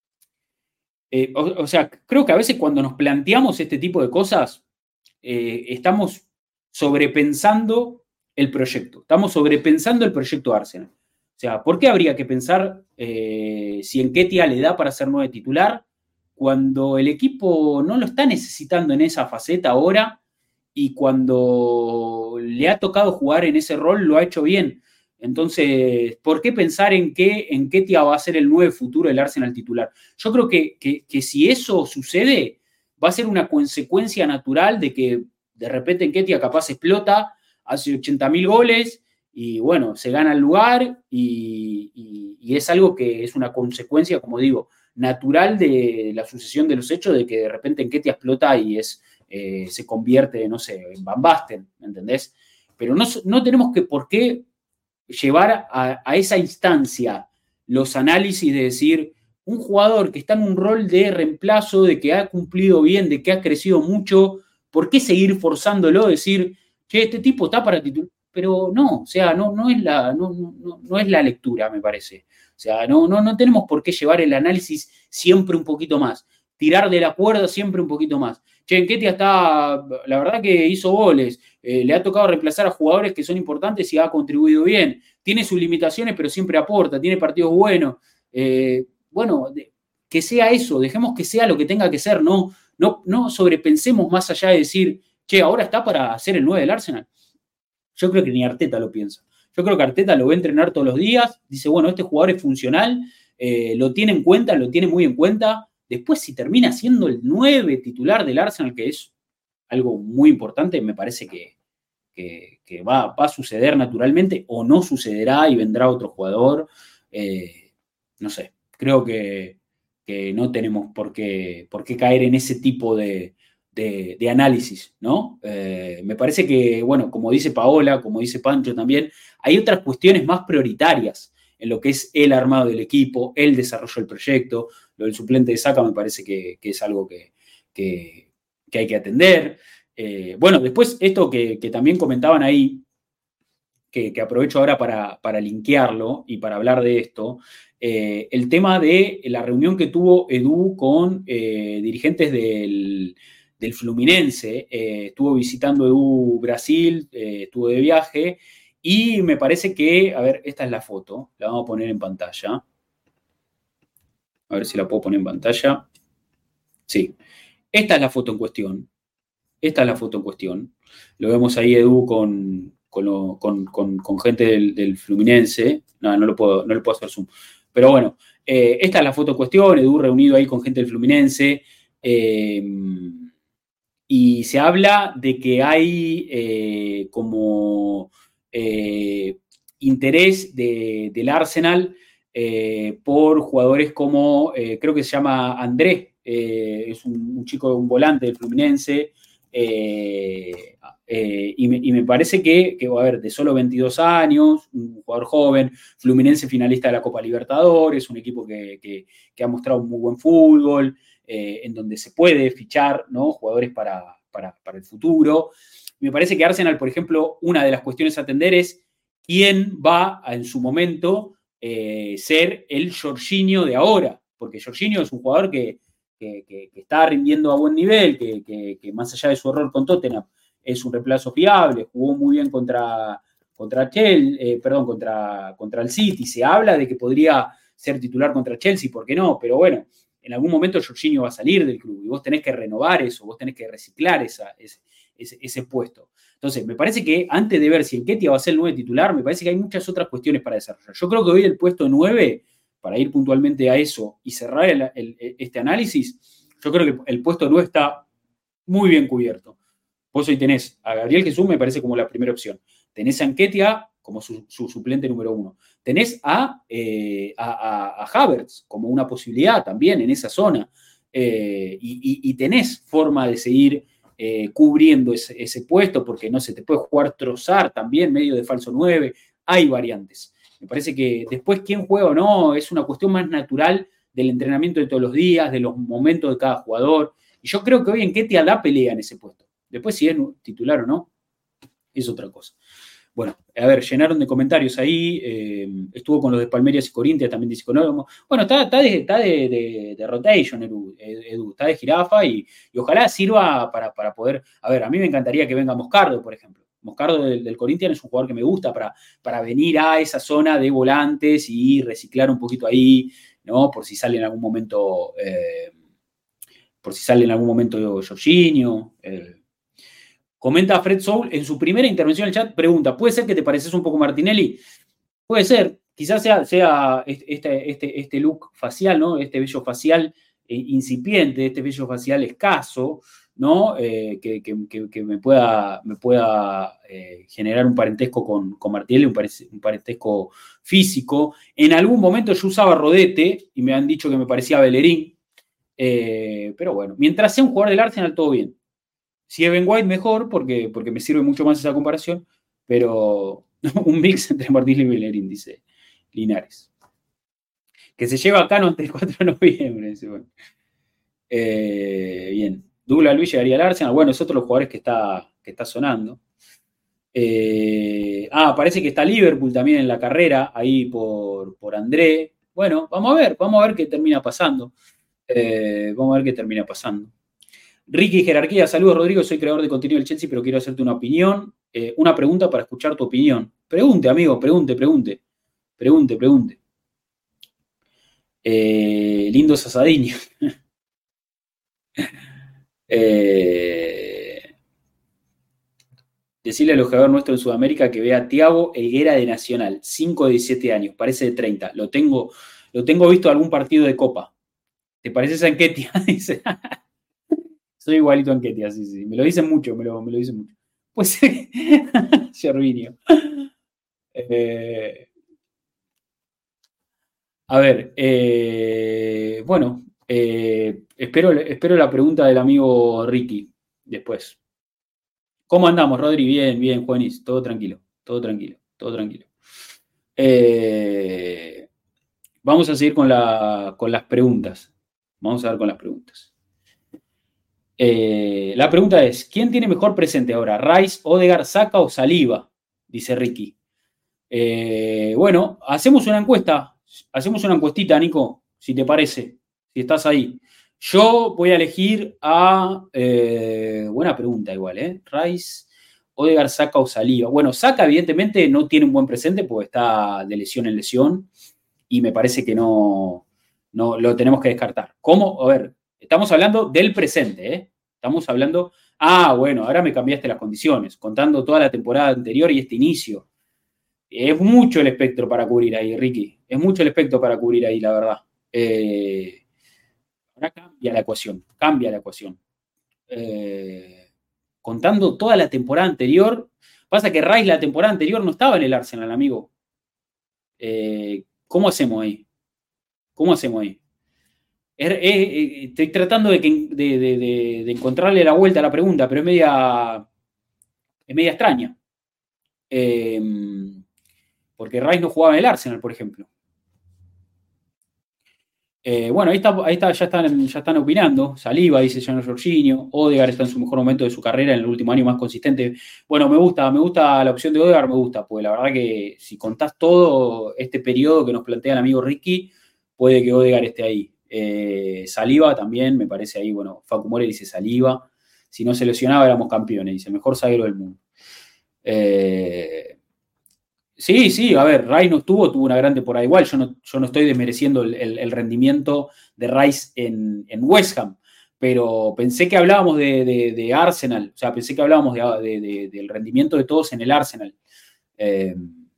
Eh, o, o sea, creo que a veces cuando nos planteamos este tipo de cosas, eh, estamos sobrepensando el proyecto. Estamos sobrepensando el proyecto Arsenal. O sea, ¿por qué habría que pensar eh, si Nketiah le da para ser nueve titular cuando el equipo no lo está necesitando en esa faceta ahora y cuando le ha tocado jugar en ese rol lo ha hecho bien? Entonces, ¿por qué pensar en que Nketiah va a ser el nueve futuro del Arsenal titular? Yo creo que, que, que si eso sucede, va a ser una consecuencia natural de que de repente Nketiah capaz explota, hace ochenta mil goles y bueno, se gana el lugar y, y, y es algo que es una consecuencia, como digo, natural de la sucesión de los hechos, de que de repente Nketiah explota y es, eh, se convierte, no sé, en Van Basten, ¿me entendés? Pero no, no tenemos que por qué llevar a, a esa instancia los análisis de decir, un jugador que está en un rol de reemplazo, de que ha cumplido bien, de que ha crecido mucho, ¿por qué seguir forzándolo? Decir, che, este tipo está para titular. Pero no, o sea, no, no, es la, no, no, no es la lectura, me parece. O sea, no, no, no tenemos por qué llevar el análisis siempre un poquito más. Tirar de la cuerda siempre un poquito más. Che, Nketiah está, la verdad que hizo goles, eh, le ha tocado reemplazar a jugadores que son importantes y ha contribuido bien. Tiene sus limitaciones, pero siempre aporta, tiene partidos buenos. Eh, bueno, de, que sea eso, dejemos que sea lo que tenga que ser, no, no, no sobrepensemos más allá de decir, che, ahora está para ser el nueve del Arsenal. Yo creo que ni Arteta lo piensa. Yo creo que Arteta lo va a entrenar todos los días, dice, bueno, este jugador es funcional, eh, lo tiene en cuenta, lo tiene muy en cuenta. Después, si termina siendo el nueve titular del Arsenal, que es algo muy importante, me parece que, que, que va, va a suceder naturalmente o no sucederá y vendrá otro jugador. Eh, no sé, creo que, que no tenemos por qué, por qué caer en ese tipo de, de, de análisis, ¿no? Eh, me parece que, bueno, como dice Paola, como dice Pancho también, hay otras cuestiones más prioritarias en en lo que es el armado del equipo, el desarrollo del proyecto. Lo del suplente de Saka me parece que, que es algo que, que, que hay que atender. Eh, bueno, después esto que, que también comentaban ahí, que, que aprovecho ahora para, para linkearlo y para hablar de esto, eh, el tema de la reunión que tuvo Edu con eh, dirigentes del, del Fluminense. Eh, estuvo visitando Edu Brasil, eh, estuvo de viaje, y me parece que, a ver, esta es la foto, la vamos a poner en pantalla. A ver si la puedo poner en pantalla. Sí, esta es la foto en cuestión. Esta es la foto en cuestión. Lo vemos ahí, Edu, con, con, lo, con, con, con gente del, del Fluminense. No, no lo puedo, no le puedo hacer zoom. Pero bueno, eh, esta es la foto en cuestión. Edu reunido ahí con gente del Fluminense. Eh, y se habla de que hay eh, como eh, interés de, del Arsenal eh, por jugadores como, eh, creo que se llama Andrés. Eh, es un, un chico, un volante del Fluminense. Eh, eh, y, me, y me parece que, que, a ver, de solo veintidós años, un jugador joven, Fluminense finalista de la Copa Libertadores, un equipo que, que, que ha mostrado muy buen fútbol, eh, en donde se puede fichar, ¿no?, jugadores para, para, para el futuro. Me parece que Arsenal, por ejemplo, una de las cuestiones a atender es quién va a, en su momento, eh, ser el Jorginho de ahora, porque Jorginho es un jugador que Que, que, que está rindiendo a buen nivel, que, que, que más allá de su error con Tottenham es un reemplazo fiable, jugó muy bien contra, contra Chelsea, eh, perdón, contra, contra el City. Se habla de que podría ser titular contra Chelsea, ¿por qué no? Pero bueno, en algún momento Jorginho va a salir del club y vos tenés que renovar eso, vos tenés que reciclar esa, ese, ese, ese puesto. Entonces, me parece que antes de ver si Nketiah va a ser el nueve titular, me parece que hay muchas otras cuestiones para desarrollar. Yo creo que hoy el puesto nueve, para ir puntualmente a eso y cerrar el, el, este análisis, yo creo que el puesto nueve está muy bien cubierto. Vos hoy tenés a Gabriel Jesús, me parece como la primera opción. Tenés a Nketiah como su, su suplente número uno. Tenés a, eh, a, a, a Havertz como una posibilidad también en esa zona. Eh, y, y, y tenés forma de seguir eh, cubriendo ese, ese puesto, porque no se te puede jugar Trossard también, medio de falso nueve. Hay variantes. Me parece que después quién juega o no es una cuestión más natural del entrenamiento de todos los días, de los momentos de cada jugador. Y yo creo que hoy Nketiah da pelea en ese puesto. Después si es titular o no, es otra cosa. Bueno, a ver, llenaron de comentarios ahí. Eh, estuvo con los de Palmeiras y Corinthians, también dice Económico. Bueno, está, está, de, está de, de, de rotation, Edu, Edu, está de jirafa y, y ojalá sirva para, para poder... A ver, a mí me encantaría que venga Moscardo, por ejemplo. Moscardo del, del Corinthians es un jugador que me gusta para, para venir a esa zona de volantes y reciclar un poquito ahí, ¿no? Por si sale en algún momento, eh, por si sale en algún momento Jorginho. Eh. Comenta Fred Soul, en su primera intervención en el chat, pregunta, ¿puede ser que te pareces un poco Martinelli? Puede ser, quizás sea, sea este, este, este look facial, ¿no? Este vello facial eh, incipiente, este vello facial escaso, ¿no? Eh, que, que, que me pueda, me pueda eh, generar un parentesco con, con Martinelli, un, parece, un parentesco físico. En algún momento yo usaba rodete y me han dicho que me parecía Bellerín, eh, pero bueno, mientras sea un jugador del Arsenal, todo bien. Si es Ben White, mejor, porque, porque me sirve mucho más esa comparación, pero un mix entre Martinelli y Bellerín, dice Linares. Que se lleva a Cano antes del cuatro de noviembre. Dice, bueno. eh, bien. Douglas Luiz llegaría al Arsenal. Bueno, es otro de los jugadores que está, que está sonando. Eh, ah, parece que está Liverpool también en la carrera, ahí por, por André. Bueno, vamos a ver, vamos a ver qué termina pasando. Eh, vamos a ver qué termina pasando. Ricky Jerarquía, saludos Rodrigo, soy creador de contenido del Chelsea, pero quiero hacerte una opinión, eh, una pregunta para escuchar tu opinión. Pregunte, amigo, pregunte, pregunte. Pregunte, pregunte. Eh, lindos asadiños. Eh, decirle al jugador nuestro en Sudamérica que vea a Thiago Helguera de Nacional, cinco de diecisiete años, parece de treinta. Lo tengo, lo tengo visto en algún partido de Copa. ¿Te pareces a Nketiah? Dice. Soy igualito a Nketiah, sí, sí. Me lo dicen mucho, me lo, me lo dicen mucho. Pues sí, Gervinho. Eh, a ver, eh, bueno. Eh, espero, espero la pregunta del amigo Ricky después. ¿Cómo andamos, Rodri? Bien, bien, Juanis. Todo tranquilo, todo tranquilo, todo tranquilo. Eh, vamos a seguir con, la, con las preguntas. Vamos a ver con las preguntas. Eh, la pregunta es, ¿quién tiene mejor presente ahora? ¿Rice, Odegaard, Saka o Saliba? Dice Ricky. Eh, bueno, hacemos una encuesta. Hacemos una encuestita, Nico, si te parece. Si estás ahí. Yo voy a elegir a... Eh, buena pregunta igual, ¿eh? Rice, Odegaard, Saka o Saliba. Bueno, Saka evidentemente no tiene un buen presente porque está de lesión en lesión y me parece que no, no lo tenemos que descartar. ¿Cómo? A ver, estamos hablando del presente, ¿eh? Estamos hablando... Ah, bueno, ahora me cambiaste las condiciones, contando toda la temporada anterior y este inicio. Es mucho el espectro para cubrir ahí, Ricky. Es mucho el espectro para cubrir ahí, la verdad. Eh, ahora cambia la ecuación, cambia la ecuación. Eh, contando toda la temporada anterior, pasa que Rice la temporada anterior no estaba en el Arsenal, amigo. Eh, ¿Cómo hacemos ahí? ¿Cómo hacemos ahí? Es, es, es, estoy tratando de, que, de, de, de, de encontrarle la vuelta a la pregunta, pero es media, es media extraña. Eh, porque Rice no jugaba en el Arsenal, por ejemplo. Eh, bueno, ahí, está, ahí está, ya, están, ya están opinando. Saliba, dice señor Jorginho. Odegaard está en su mejor momento de su carrera, en el último año más consistente. Bueno, me gusta, me gusta la opción de Odegaard, me gusta, porque la verdad que si contás todo este periodo que nos plantea el amigo Ricky, puede que Odegaard esté ahí. Eh, Saliba también, me parece ahí, bueno, Facu More dice Saliba. Si no se lesionaba, éramos campeones, dice, el mejor zaguero del mundo. Eh, Sí, sí, a ver, Rice no estuvo, tuvo una gran temporada igual. Yo no, yo no estoy desmereciendo el, el, el rendimiento de Rice en, en West Ham, pero pensé que hablábamos de, de, de Arsenal, o sea, pensé que hablábamos de, de, de, del rendimiento de todos en el Arsenal. Eh,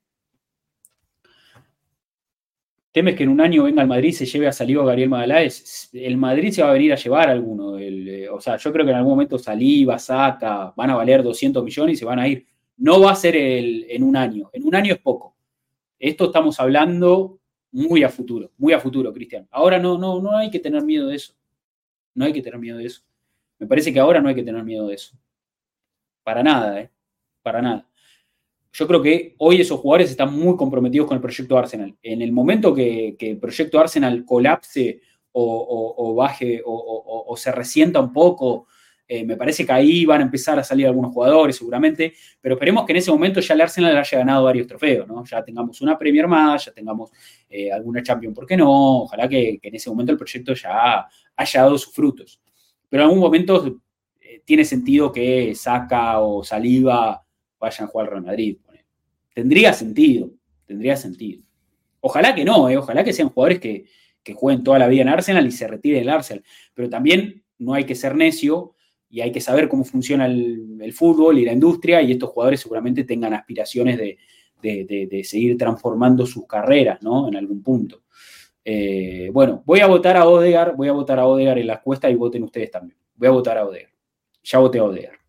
¿Temes que en un año venga al Madrid y se lleve a Saliba o Gabriel Magaláes? El Madrid se va a venir a llevar a alguno. El, eh, o sea, yo creo que en algún momento Saliba, Saka, van a valer doscientos millones y se van a ir. No va a ser el, en un año. En un año es poco. Esto estamos hablando muy a futuro, muy a futuro, Cristian. Ahora no, no, no hay que tener miedo de eso. No hay que tener miedo de eso. Me parece que ahora no hay que tener miedo de eso. Para nada, ¿eh? Para nada. Yo creo que hoy esos jugadores están muy comprometidos con el proyecto Arsenal. En el momento que, que el proyecto Arsenal colapse o, o, o baje o, o, o se resienta un poco, Eh, me parece que ahí van a empezar a salir algunos jugadores seguramente, pero esperemos que en ese momento ya el Arsenal haya ganado varios trofeos, ¿no? Ya tengamos una Premier más, ya tengamos eh, alguna Champions, ¿por qué no? Ojalá que, que en ese momento el proyecto ya haya dado sus frutos. Pero en algún momento eh, tiene sentido que Saka o Saliba vayan a jugar al Real Madrid. Tendría sentido, tendría sentido. Ojalá que no, ¿eh? Ojalá que sean jugadores que, que jueguen toda la vida en Arsenal y se retiren del Arsenal, pero también no hay que ser necio y hay que saber cómo funciona el, el fútbol y la industria, y estos jugadores seguramente tengan aspiraciones de, de, de, de seguir transformando sus carreras, ¿no? En algún punto. Eh, bueno, voy a votar a Odegaard, voy a votar a Odegaard en la encuesta y voten ustedes también. Voy a votar a Odegaard. Ya voté a Odegaard.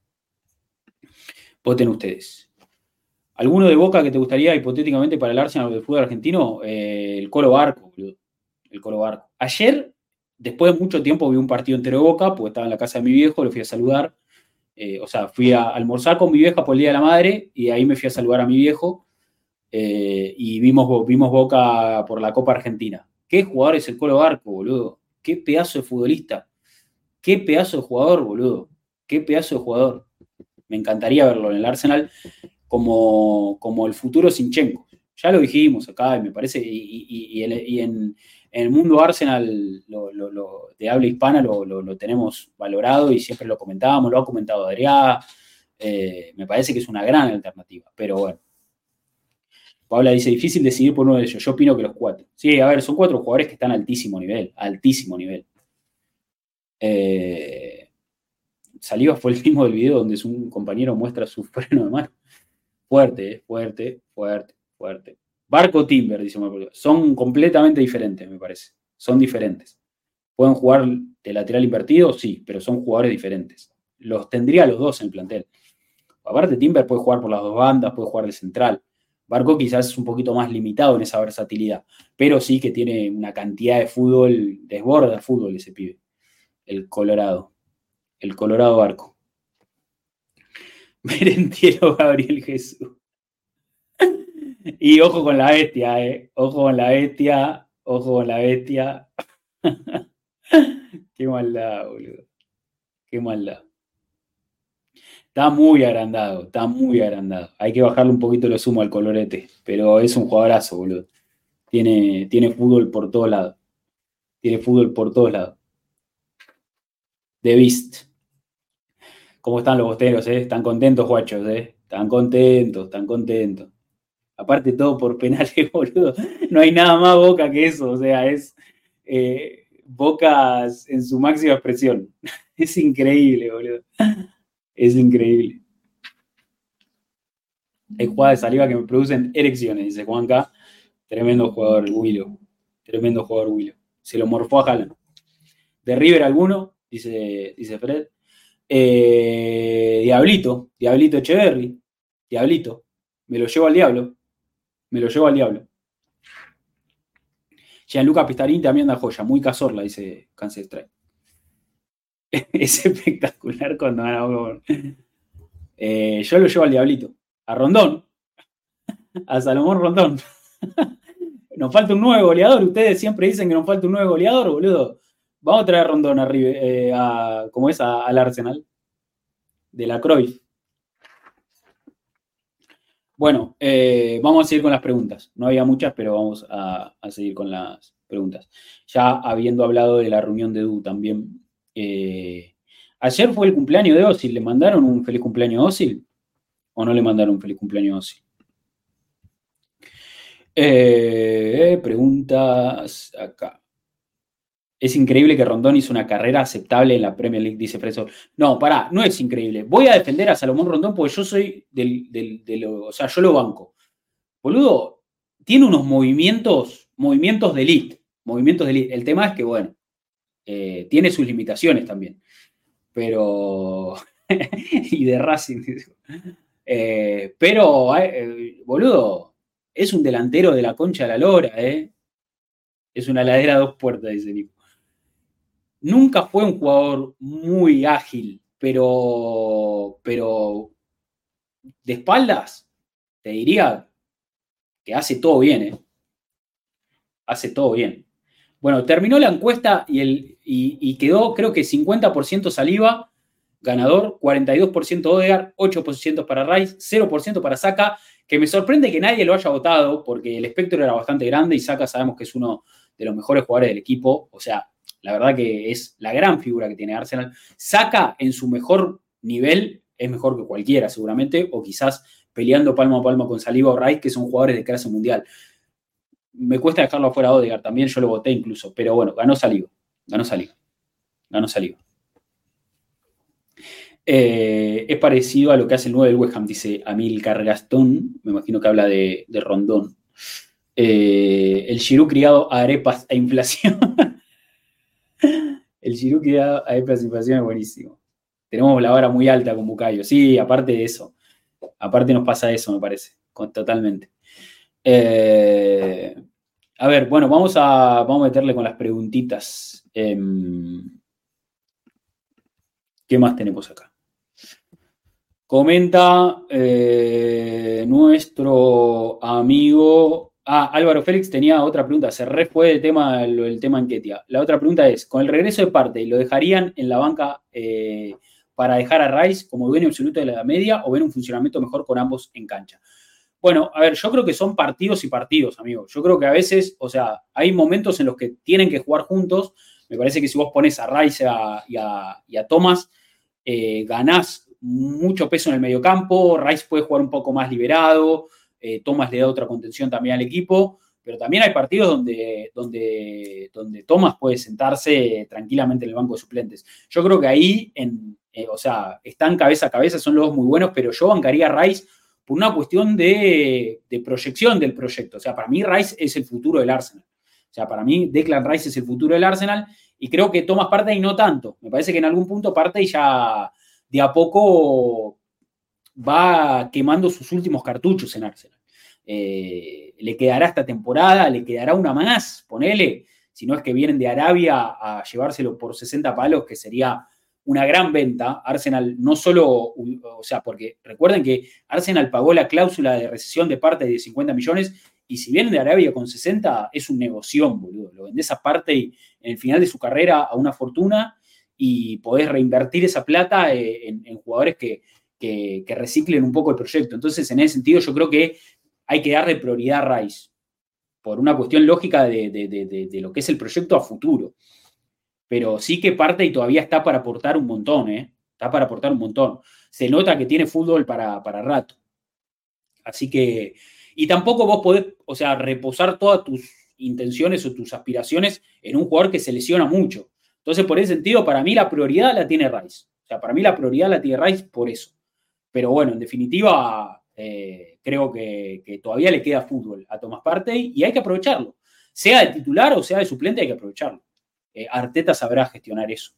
Voten ustedes. ¿Alguno de Boca que te gustaría hipotéticamente para el Arsenal o del fútbol argentino? Eh, el Colo Barco, boludo. El Colo Barco. Ayer, después de mucho tiempo, vi un partido entero de Boca, porque estaba en la casa de mi viejo, lo fui a saludar. Eh, o sea, fui a almorzar con mi vieja por el Día de la Madre y ahí me fui a saludar a mi viejo eh, y vimos, vimos Boca por la Copa Argentina. ¿Qué jugador es el Colo Barco, boludo? ¿Qué pedazo de futbolista? ¿Qué pedazo de jugador, boludo? ¿Qué pedazo de jugador? Me encantaría verlo en el Arsenal como, como el futuro Zinchenko. Ya lo dijimos acá y me parece, y, y, y, el, y en, en el mundo Arsenal lo, lo, lo, de habla hispana lo, lo, lo tenemos valorado y siempre lo comentábamos, lo ha comentado Adrián. Eh, me parece que es una gran alternativa, pero bueno. Paula dice, difícil decidir por uno de ellos. Yo opino que los cuatro. Sí, a ver, son cuatro jugadores que están a altísimo nivel, altísimo nivel. Eh, Saliba fue el mismo del video donde un compañero muestra su freno de mano. Fuerte, fuerte, fuerte, fuerte. Barco Timber, dice Marco. Son completamente diferentes, me parece. Son diferentes. ¿Pueden jugar de lateral invertido? Sí, pero son jugadores diferentes. Los tendría los dos en el plantel. Aparte, Timber puede jugar por las dos bandas, puede jugar de central. Barco quizás es un poquito más limitado en esa versatilidad, pero sí que tiene una cantidad de fútbol, desborda de fútbol ese pibe. El Colorado. El Colorado Barco. Merentiero Gabriel Jesús. Y ojo con la bestia, eh. Ojo con la bestia. Ojo con la bestia. Qué maldad, boludo. Qué maldad. Está muy agrandado, está muy agrandado. Hay que bajarle un poquito lo sumo al colorete, pero es un jugadorazo, boludo. Tiene, tiene fútbol por todos lados. Tiene fútbol por todos lados. The Beast. ¿Cómo están los bosteros, eh? Están contentos, guachos, eh. Están contentos, están contentos. Aparte todo por penales, boludo. No hay nada más Boca que eso. O sea, es eh, Bocas en su máxima expresión. Es increíble, boludo. Es increíble. Hay jugadas de saliva que me producen erecciones, dice Juanca. Tremendo jugador, Willow. Tremendo jugador, Willow. Se lo morfó a Haaland. ¿De River alguno? Dice, dice Fred. Eh, Diablito. Diablito Echeverry. Diablito. Me lo llevo al diablo. Me lo llevo al diablo. Gianluca Pistarín también da joya. Muy cazorla, dice Cancel Strike. Es espectacular cuando gana. Eh, yo lo llevo al diablito. A Rondón. A Salomón Rondón. Nos falta un nuevo goleador. Ustedes siempre dicen que nos falta un nuevo goleador, boludo. Vamos a traer a Rondón arriba, eh, a, como es, a, al Arsenal. De la Cruyff. Bueno, eh, vamos a seguir con las preguntas. No había muchas, pero vamos a, a seguir con las preguntas. Ya habiendo hablado de la reunión de Du también. Eh, ayer fue el cumpleaños de Özil. ¿Le mandaron un feliz cumpleaños a Özil? ¿O no le mandaron un feliz cumpleaños a Özil? Eh, preguntas acá. Es increíble que Rondón hizo una carrera aceptable en la Premier League, dice Fresor. No, pará, no es increíble. Voy a defender a Salomón Rondón porque yo soy del, del, del o sea, yo lo banco. Boludo, tiene unos movimientos, movimientos de elite, movimientos de elite. El tema es que, bueno, eh, tiene sus limitaciones también. Pero, y de Racing, eh, pero, eh, boludo, es un delantero de la concha de la lora, ¿eh? Es una ladera a dos puertas, dice Nico. Nunca fue un jugador muy ágil, pero, pero de espaldas, te diría que hace todo bien, ¿eh? Hace todo bien. Bueno, terminó la encuesta y, el, y, y quedó, creo que cincuenta por ciento Saliba, ganador, cuarenta y dos por ciento Odegaard, ocho por ciento para Rice, cero por ciento para Saka, que me sorprende que nadie lo haya votado, porque el espectro era bastante grande y Saka sabemos que es uno de los mejores jugadores del equipo, o sea, la verdad que es la gran figura que tiene Arsenal. Saka en su mejor nivel es mejor que cualquiera seguramente, o quizás peleando palmo a palmo con Saliba o Rice, que son jugadores de clase mundial. Me cuesta dejarlo afuera a Odegaard, también yo lo voté incluso, pero bueno, ganó Saliba, ganó Saliba, ganó Saliba. Eh, es parecido a lo que hace el nueve del West Ham, dice Amilcar Gastón, me imagino que habla de, de Rondón. Eh, el Giroud criado a arepas e inflación. El Giroud criado a arepas e inflación es buenísimo. Tenemos la vara muy alta con Bukayo. Sí, aparte de eso. Aparte nos pasa eso, me parece. Con, totalmente. Eh, a ver, bueno, vamos a, vamos a meterle con las preguntitas. Eh, ¿Qué más tenemos acá? Comenta eh, nuestro amigo... Ah, Álvaro Félix tenía otra pregunta. Se re fue el tema, el, el tema Nketiah. La otra pregunta es, con el regreso de Partey, ¿lo dejarían en la banca eh, para dejar a Rice como dueño absoluto de la media o ven un funcionamiento mejor con ambos en cancha? Bueno, a ver, yo creo que son partidos y partidos, amigo. Yo creo que a veces, o sea, hay momentos en los que tienen que jugar juntos. Me parece que si vos pones a Rice a, y, a, y a Thomas, eh, ganás mucho peso en el mediocampo. Rice puede jugar un poco más liberado. Eh, Thomas le da otra contención también al equipo, pero también hay partidos donde, donde, donde Thomas puede sentarse tranquilamente en el banco de suplentes. Yo creo que ahí, en, eh, o sea, están cabeza a cabeza, son los dos muy buenos, pero yo bancaría a Rice por una cuestión de, de proyección del proyecto. O sea, para mí Rice es el futuro del Arsenal. O sea, para mí Declan Rice es el futuro del Arsenal y creo que Thomas Partey no tanto. Me parece que en algún punto Partey ya de a poco va quemando sus últimos cartuchos en Arsenal. Eh, le quedará esta temporada, le quedará una más, ponele, si no es que vienen de Arabia a llevárselo por sesenta palos, que sería una gran venta. Arsenal no solo, o sea, porque recuerden que Arsenal pagó la cláusula de rescisión de parte de cincuenta millones y si viene de Arabia con sesenta es un negoción, boludo. Lo vendés aparte y en el final de su carrera a una fortuna y podés reinvertir esa plata en, en jugadores que, que, que reciclen un poco el proyecto. Entonces, en ese sentido, yo creo que hay que darle prioridad a Rice por una cuestión lógica de, de, de, de, de lo que es el proyecto a futuro. Pero sí que parte y todavía está para aportar un montón, ¿eh? Está para aportar un montón. Se nota que tiene fútbol para, para rato. Así que... Y tampoco vos podés, o sea, reposar todas tus intenciones o tus aspiraciones en un jugador que se lesiona mucho. Entonces, por ese sentido, para mí la prioridad la tiene Rice. O sea, para mí la prioridad la tiene Rice por eso. Pero bueno, en definitiva, eh, creo que, que todavía le queda fútbol a Thomas Partey y hay que aprovecharlo. Sea de titular o sea de suplente, hay que aprovecharlo. Eh, Arteta sabrá gestionar eso.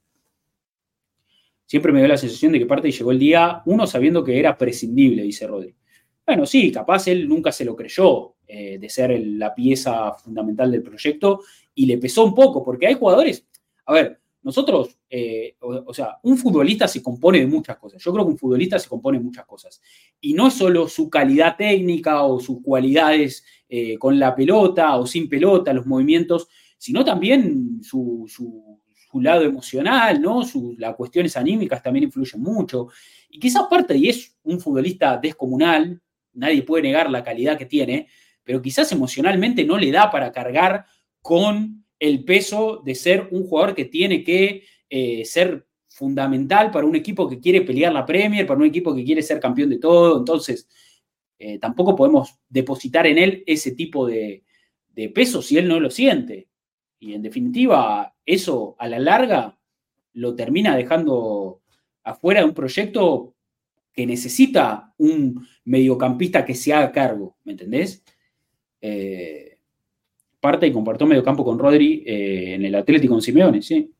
Siempre me dio la sensación de que Partey llegó el día uno sabiendo que era prescindible, dice Rodri. Bueno, sí, capaz él nunca se lo creyó eh, de ser el, la pieza fundamental del proyecto y le pesó un poco, porque hay jugadores, a ver, nosotros, eh, o, o sea, un futbolista se compone de muchas cosas. Yo creo que un futbolista se compone de muchas cosas. Y no es solo su calidad técnica o sus cualidades eh, con la pelota o sin pelota, los movimientos, sino también su, su, su lado emocional, ¿no? Su, las cuestiones anímicas también influyen mucho. Y quizás Partey es un futbolista descomunal, nadie puede negar la calidad que tiene, pero quizás emocionalmente no le da para cargar con el peso de ser un jugador que tiene que eh, ser fundamental para un equipo que quiere pelear la Premier, para un equipo que quiere ser campeón de todo. Entonces, eh, tampoco podemos depositar en él ese tipo de, de peso si él no lo siente. Y en definitiva, eso a la larga lo termina dejando afuera de un proyecto que necesita un mediocampista que se haga cargo, ¿me entendés? Eh, parte y compartió mediocampo con Rodri eh, en el Atlético con Simeone, sí.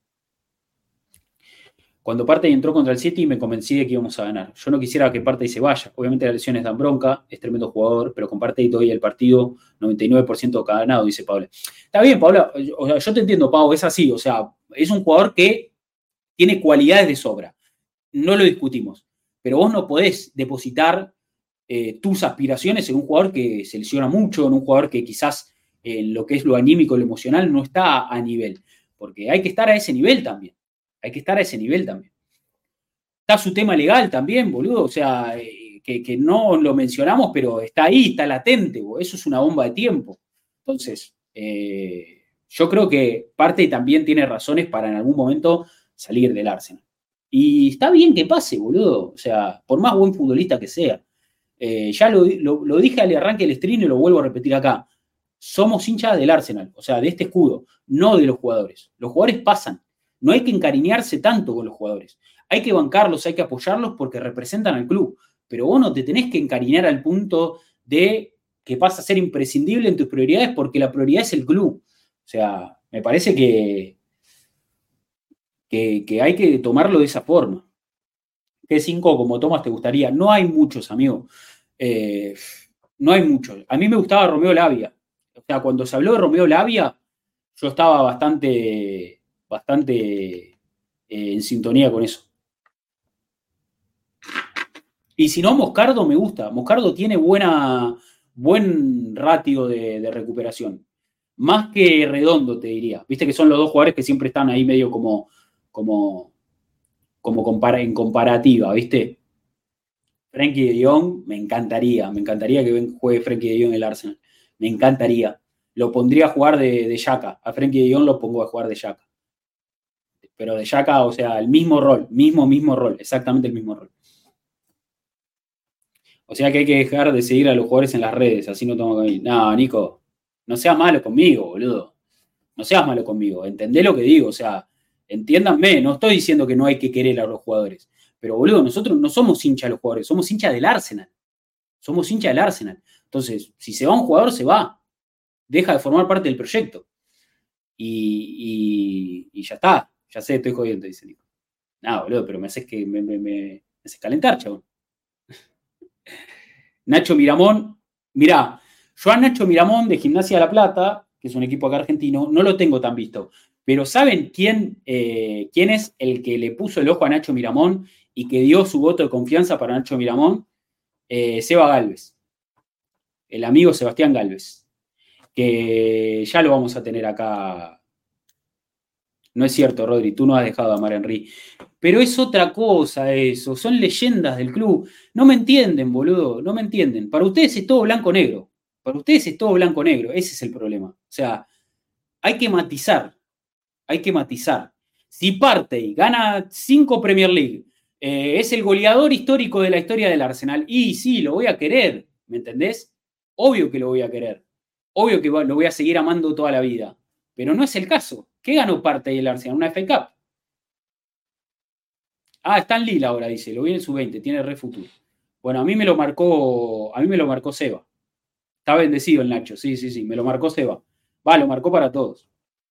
Cuando Partey entró contra el City me convencí de que íbamos a ganar. Yo no quisiera que Partey se vaya. Obviamente las lesiones dan bronca, es tremendo jugador, pero con Partey todavía el partido noventa y nueve por ciento ganado, dice Pablo. Está bien, Pablo, o sea, yo te entiendo, Pau, es así, o sea, es un jugador que tiene cualidades de sobra. No lo discutimos. Pero vos no podés depositar eh, tus aspiraciones en un jugador que se lesiona mucho, en un jugador que quizás en eh, lo que es lo anímico, lo emocional, no está a nivel. Porque hay que estar a ese nivel también. Hay que estar a ese nivel también. Está su tema legal también, boludo. O sea, eh, que, que no lo mencionamos, pero está ahí, está latente. Boludo. Eso es una bomba de tiempo. Entonces, eh, yo creo que Partey también tiene razones para en algún momento salir del Arsenal. Y está bien que pase, boludo. O sea, por más buen futbolista que sea. Eh, ya lo, lo, lo dije al arranque del stream y lo vuelvo a repetir acá. Somos hinchas del Arsenal, o sea, de este escudo, no de los jugadores. Los jugadores pasan. No hay que encariñarse tanto con los jugadores. Hay que bancarlos, hay que apoyarlos porque representan al club. Pero vos no te tenés que encariñar al punto de que pasa a ser imprescindible en tus prioridades porque la prioridad es el club. O sea, me parece que... Que, que hay que tomarlo de esa forma. ¿Qué cinco como Tomás te gustaría? No hay muchos, amigo. Eh, no hay muchos. A mí me gustaba Romeo Lavia. O sea, cuando se habló de Romeo Lavia, yo estaba bastante, bastante eh, en sintonía con eso. Y si no, Moscardo me gusta. Moscardo tiene buena, buen ratio de, de recuperación. Más que Redondo, te diría. Viste que son los dos jugadores que siempre están ahí medio como... como, como compara, en comparativa, ¿viste? Frenkie de Jong, me encantaría, me encantaría que juegue Frenkie de Jong en el Arsenal, me encantaría. Lo pondría a jugar de, de Xhaka, a Frenkie de Jong lo pongo a jugar de Xhaka. Pero de Xhaka, o sea, el mismo rol, mismo, mismo rol, exactamente el mismo rol. O sea que hay que dejar de seguir a los jugadores en las redes, así no tengo que ir. No, Nico, no seas malo conmigo, boludo. No seas malo conmigo, entendé lo que digo, o sea, entiéndanme, no estoy diciendo que no hay que querer a los jugadores, pero boludo, nosotros no somos hinchas de los jugadores, somos hinchas del Arsenal. Somos hinchas del Arsenal. Entonces, si se va un jugador, se va. Deja de formar parte del proyecto. Y, y, y ya está. Ya sé, estoy jodiendo, dice Nico. No, boludo, pero me haces que me, me, me, me haces calentar, chabón. Nacho Miramón, mirá, yo a Nacho Miramón de Gimnasia de La Plata, que es un equipo acá argentino, no lo tengo tan visto. Pero ¿saben quién, eh, quién es el que le puso el ojo a Nacho Miramón y que dio su voto de confianza para Nacho Miramón? Eh, Seba Gálvez, el amigo Sebastián Gálvez, que ya lo vamos a tener acá. No es cierto, Rodri, tú no has dejado a Amar Henry. Pero es otra cosa eso, son leyendas del club. No me entienden, boludo, no me entienden. Para ustedes es todo blanco-negro. Para ustedes es todo blanco-negro, ese es el problema. O sea, hay que matizar, hay que matizar. Si Partey gana cinco Premier League, eh, es el goleador histórico de la historia del Arsenal, y sí, lo voy a querer, ¿me entendés? Obvio que lo voy a querer. Obvio que lo voy a seguir amando toda la vida. Pero no es el caso. ¿Qué ganó Partey el Arsenal? Una F A Cup. Ah, está en Lille ahora, dice. Lo vi en su veinte, tiene re futuro. Bueno, a mí me lo marcó, a mí me lo marcó Seba. Está bendecido el Nacho, sí, sí, sí, me lo marcó Seba. Va, lo marcó para todos.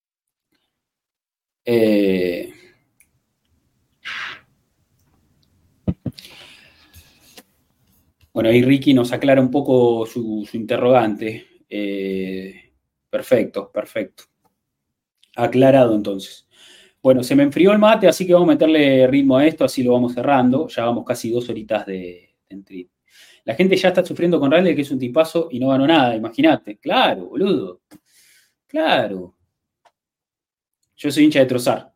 Eh... Bueno, ahí Ricky nos aclara un poco su, su interrogante. Eh... Perfecto, perfecto. Aclarado entonces. Bueno, se me enfrió el mate, así que vamos a meterle ritmo a esto, así lo vamos cerrando. Ya vamos casi dos horitas de, de stream. La gente ya está sufriendo con Randle, que es un tipazo y no ganó nada, imagínate. Claro, boludo. Claro. Yo soy hincha de Trossard.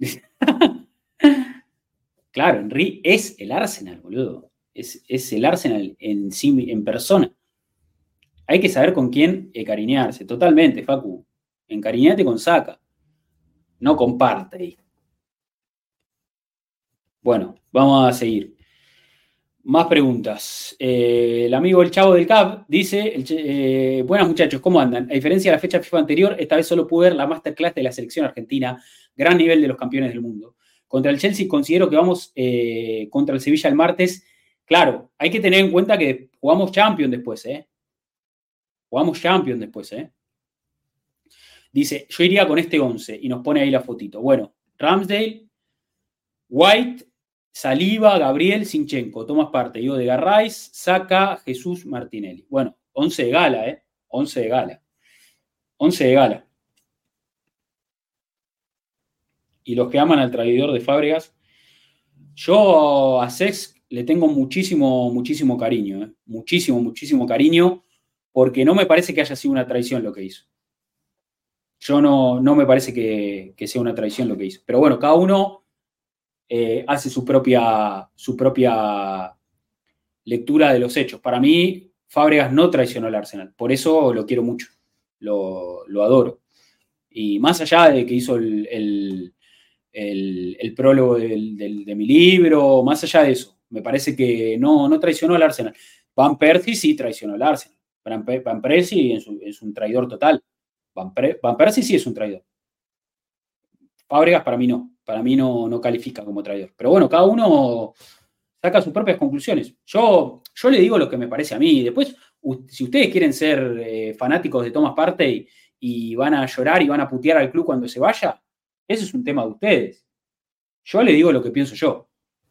Claro, Henry es el Arsenal, boludo. Es, es el Arsenal en sí, en persona. Hay que saber con quién encariñarse. Totalmente, Facu. Encariñate con Saka. No con Partey. Bueno, vamos a seguir. Más preguntas. Eh, el amigo El Chavo del C A B dice, el, eh, buenas muchachos, ¿cómo andan? A diferencia de la fecha FIFA anterior, esta vez solo pude ver la masterclass de la selección argentina, gran nivel de los campeones del mundo. Contra el Chelsea considero que vamos eh, contra el Sevilla el martes. Claro, hay que tener en cuenta que jugamos Champions después, ¿eh? Jugamos Champions después, ¿eh? Dice, yo iría con este once y nos pone ahí la fotito. Bueno, Ramsdale, White, Saliba, Gabriel, Zinchenko, Tomás Partey, Odegaard, Rice, Saka, Jesús, Martinelli. Bueno, once de gala, ¿eh? once de gala. once de gala. Y los que aman al traidor de Fábregas, yo a Cesc le tengo muchísimo, muchísimo cariño, ¿eh? Muchísimo, muchísimo cariño, porque no me parece que haya sido una traición lo que hizo. Yo no, no me parece que, que sea una traición lo que hizo. Pero bueno, cada uno eh, hace su propia, su propia lectura de los hechos. Para mí, Fábregas no traicionó al Arsenal. Por eso lo quiero mucho. Lo, lo adoro. Y más allá de que hizo el, el, el, el prólogo del, del, de mi libro, más allá de eso, me parece que no, no traicionó al Arsenal. Van Persie sí traicionó al Arsenal. Van, Van Persie es un, es un traidor total. Van, Van Persie sí es un traidor. Fábregas para mí no. Para mí no, no califica como traidor. Pero bueno, cada uno saca sus propias conclusiones. Yo, yo le digo lo que me parece a mí. Después, si ustedes quieren ser eh, fanáticos de Thomas Partey y van a llorar y van a putear al club cuando se vaya, ese es un tema de ustedes. Yo le digo lo que pienso yo.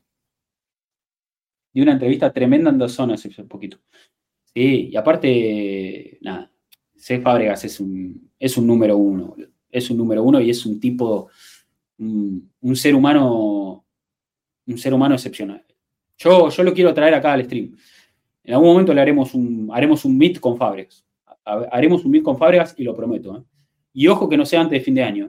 Di una entrevista tremenda en Dazón hace un poquito. Sí, y aparte, nada, C. Fábregas es un, es un número uno. Es un número uno y es un tipo, un, un ser humano, un ser humano excepcional. Yo, yo lo quiero traer acá al stream. En algún momento le haremos un, haremos un meet con Fábregas. Haremos un meet con Fábregas y lo prometo. ¿eh? Y ojo que no sea antes de fin de año.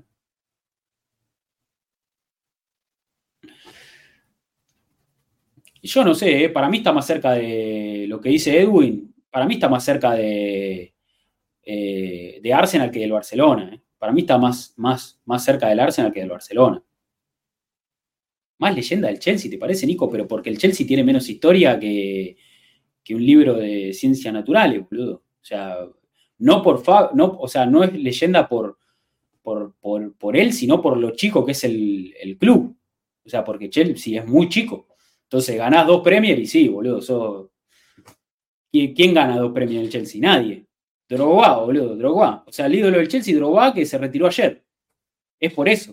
Yo no sé, ¿eh? Para mí está más cerca de lo que dice Edwin. Para mí está más cerca de, eh, de Arsenal que del Barcelona. ¿eh? Para mí está más, más, más cerca del Arsenal que del Barcelona. Más leyenda del Chelsea, ¿te parece, Nico? Pero porque el Chelsea tiene menos historia que, que un libro de ciencias naturales, boludo. O sea, no por fa, no, o sea, no es leyenda por, por, por, por él, sino por lo chico que es el, el club. O sea, porque Chelsea es muy chico. Entonces ganás dos Premier y sí, boludo. Sos... ¿Quién gana dos Premier en el Chelsea? Nadie. Drogba, boludo, Drogba. O sea, el ídolo del Chelsea, Drogba, que se retiró ayer. Es por eso.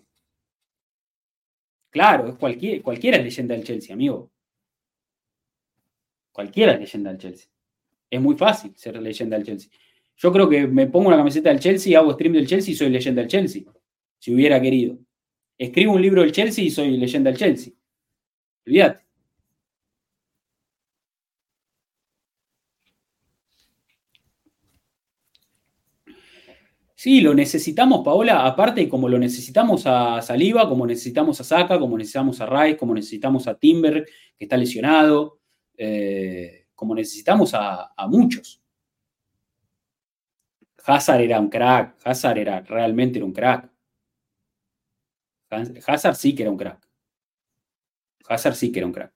Claro, es cualquier, cualquiera es leyenda del Chelsea, amigo. Cualquiera es leyenda del Chelsea. Es muy fácil ser leyenda del Chelsea. Yo creo que me pongo una camiseta del Chelsea, hago stream del Chelsea y soy leyenda del Chelsea. Si hubiera querido. escribo un libro del Chelsea y soy leyenda del Chelsea. Olvídate. Sí, lo necesitamos, Paola, aparte como lo necesitamos a Saliba, como necesitamos a Saka, como necesitamos a Rice, como necesitamos a Timber, que está lesionado, eh, como necesitamos a, a muchos. Hazard era un crack, Hazard era, realmente era un crack. Hazard sí que era un crack. Hazard sí que era un crack.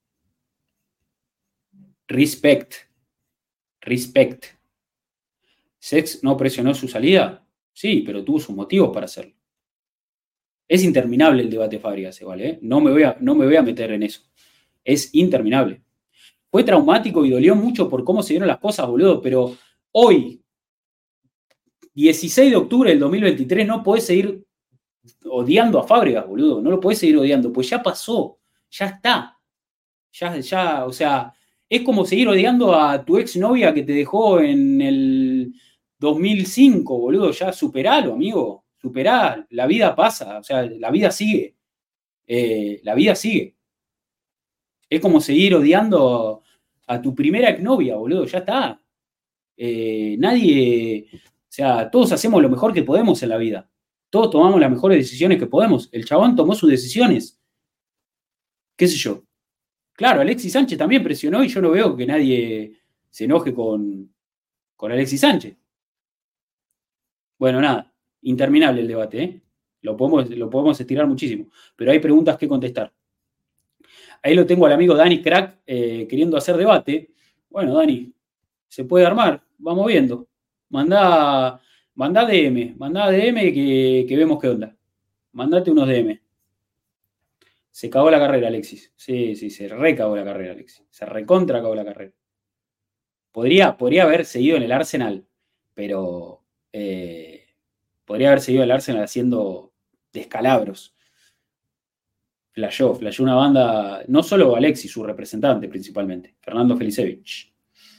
Respect. Respect. ¿Sex no presionó su salida? Sí, pero tuvo sus motivos para hacerlo. Es interminable el debate Fábregas, igual, ¿eh? No me voy a, no me voy a meter en eso. Es interminable. Fue traumático y dolió mucho por cómo se dieron las cosas, boludo, pero hoy, dieciséis de octubre del dos mil veintitrés, no podés seguir odiando a Fábregas, boludo. No lo podés seguir odiando, pues ya pasó, ya está. Ya, ya, o sea, es como seguir odiando a tu exnovia que te dejó en el dos mil cinco, boludo. Ya superalo, amigo. Superá. La vida pasa, o sea, la vida sigue. Eh, la vida sigue. Es como seguir odiando a tu primera exnovia, boludo. Ya está. Eh, nadie, o sea, todos hacemos lo mejor que podemos en la vida. Todos tomamos las mejores decisiones que podemos. El chabón tomó sus decisiones. ¿Qué sé yo? Claro, Alexis Sánchez también presionó y yo no veo que nadie se enoje con, con Alexis Sánchez. Bueno, nada, interminable el debate, ¿eh? Lo podemos, lo podemos estirar muchísimo, pero hay preguntas que contestar. Ahí lo tengo al amigo Dani Crack eh, queriendo hacer debate. Bueno, Dani, se puede armar, vamos viendo. Mandá, mandá D M, mandá D M que, que vemos qué onda. Mandate unos D M. Se cagó la carrera, Alexis. Sí, sí, se recagó la carrera, Alexis. Se recontra cagó la carrera. Podría, podría haber seguido en el Arsenal, pero eh, podría haber seguido en el Arsenal haciendo descalabros. Flashó, flashó una banda, no solo Alexis, su representante principalmente, Fernando Felicevich.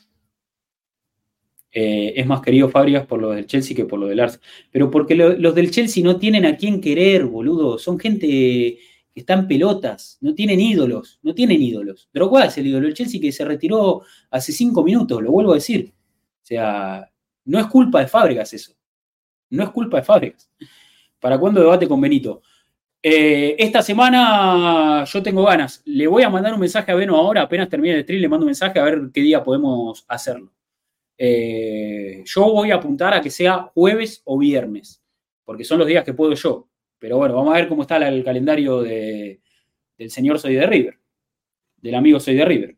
Eh, es más querido Fábregas por lo del Chelsea que por lo del Arsenal. Pero porque lo, los del Chelsea no tienen a quién querer, boludo. Son gente que están pelotas, no tienen ídolos, no tienen ídolos. Drogba es el ídolo del Chelsea que se retiró hace cinco minutos, lo vuelvo a decir. O sea, no es culpa de Fábregas eso. No es culpa de Fábregas. ¿Para cuándo debate con Benito? Eh, esta semana yo tengo ganas. Le voy a mandar un mensaje a Beno ahora, apenas termine el stream, le mando un mensaje a ver qué día podemos hacerlo. Eh, yo voy a apuntar a que sea jueves o viernes, porque son los días que puedo yo. Pero bueno, vamos a ver cómo está el calendario de, del señor Soy de River, del amigo Soy de River.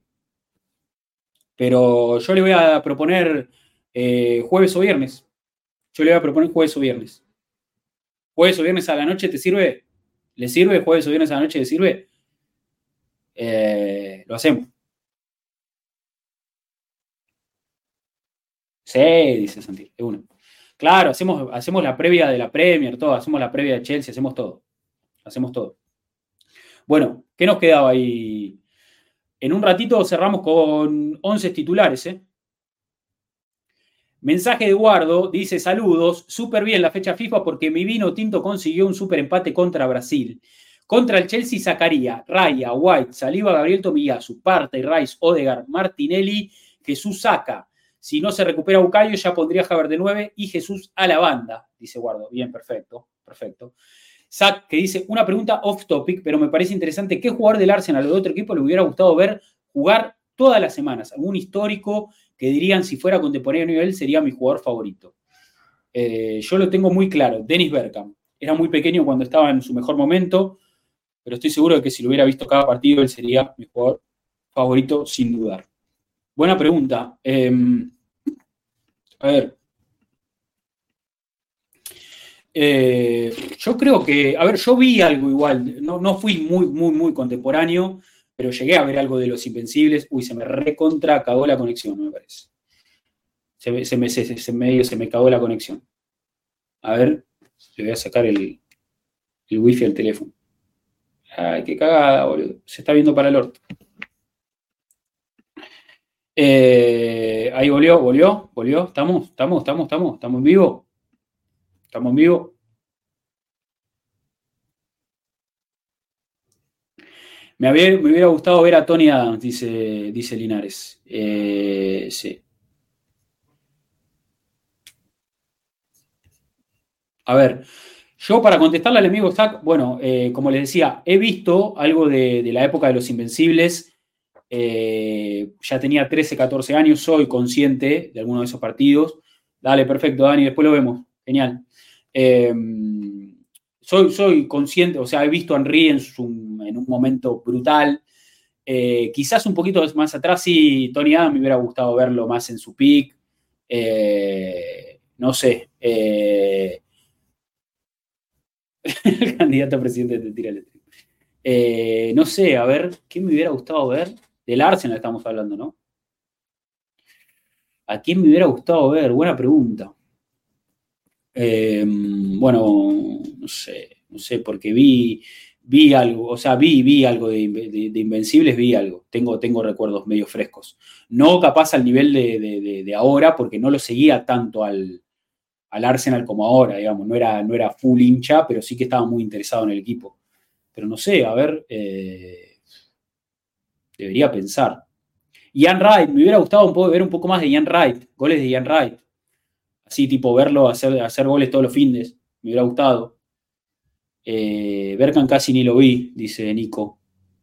Pero yo le voy a proponer eh, jueves o viernes. Yo le voy a proponer jueves o viernes. ¿Jueves o viernes a la noche te sirve? ¿Le sirve? ¿Jueves o viernes a la noche le sirve? Eh, lo hacemos. Sí, dice Santi, de uno. Claro, hacemos, hacemos la previa de la Premier, todo, hacemos la previa de Chelsea, hacemos todo. Hacemos todo. Bueno, ¿qué nos quedaba ahí? En un ratito cerramos con once titulares, ¿eh? Mensaje de Eduardo, dice, saludos, súper bien la fecha FIFA porque mi vino tinto consiguió un súper empate contra Brasil. Contra el Chelsea sacaría Raya, White, Saliba, Gabriel Tomiyasu, Partey, Rice, Odegaard, Martinelli, Jesús Saka. Si no se recupera Bukayo, ya pondría Havertz de nueve y Jesús a la banda, dice Guardo. Bien, perfecto, perfecto. Zach, que dice, una pregunta off topic, pero me parece interesante. ¿Qué jugador del Arsenal o de otro equipo le hubiera gustado ver jugar todas las semanas? ¿Algún histórico que dirían si fuera contemporáneo a nivel sería mi jugador favorito? Eh, yo lo tengo muy claro, Dennis Bergkamp. Era muy pequeño cuando estaba en su mejor momento, pero estoy seguro de que si lo hubiera visto cada partido, él sería mi jugador favorito sin dudar. Buena pregunta. Eh, a ver. Eh, yo creo que, a ver, yo vi algo igual. No, no fui muy, muy, muy contemporáneo, pero llegué a ver algo de Los Invencibles. Uy, se me recontra cagó la conexión, me parece. Se, se, me, se, se, me, se me cagó la conexión. A ver, le voy a sacar el, el wifi al teléfono. Ay, qué cagada, boludo. Se está viendo para el orto. Eh, ahí volvió, volvió, volvió. Estamos, estamos, estamos, estamos, estamos en vivo. Estamos en vivo. Me, había, me hubiera gustado ver a Tony Adams, dice, dice Linares. Eh, sí. A ver, yo para contestarle al amigo Zach, bueno, eh, como les decía, he visto algo de, de la época de los Invencibles. Eh, ya tenía trece, catorce años, soy consciente de alguno de esos partidos. Dale, perfecto, Dani, después lo vemos. Genial. Eh, soy, soy consciente, o sea, he visto a Henry en, su, en un momento brutal. Eh, quizás un poquito más atrás, sí, Tony Adams me hubiera gustado verlo más en su peak. Eh, no sé. Eh, el candidato a presidente de Tira Eléctrica. Eh, no sé, a ver, ¿qué me hubiera gustado ver? Del Arsenal estamos hablando, ¿no? ¿A quién me hubiera gustado ver? Buena pregunta. Eh, bueno, no sé, no sé, porque vi, vi algo, o sea, vi, vi algo de, de, de Invencibles, vi algo. Tengo, tengo recuerdos medio frescos. No capaz al nivel de, de, de, de ahora, porque no lo seguía tanto al, al Arsenal como ahora, digamos. No era, no era full hincha, pero sí que estaba muy interesado en el equipo. Pero no sé, a ver, eh, debería pensar. Ian Wright, me hubiera gustado un poco, ver un poco más de Ian Wright, goles de Ian Wright. Así, tipo, verlo hacer, hacer goles todos los fines, me hubiera gustado. Eh, Bergkamp casi ni lo vi, dice Nico.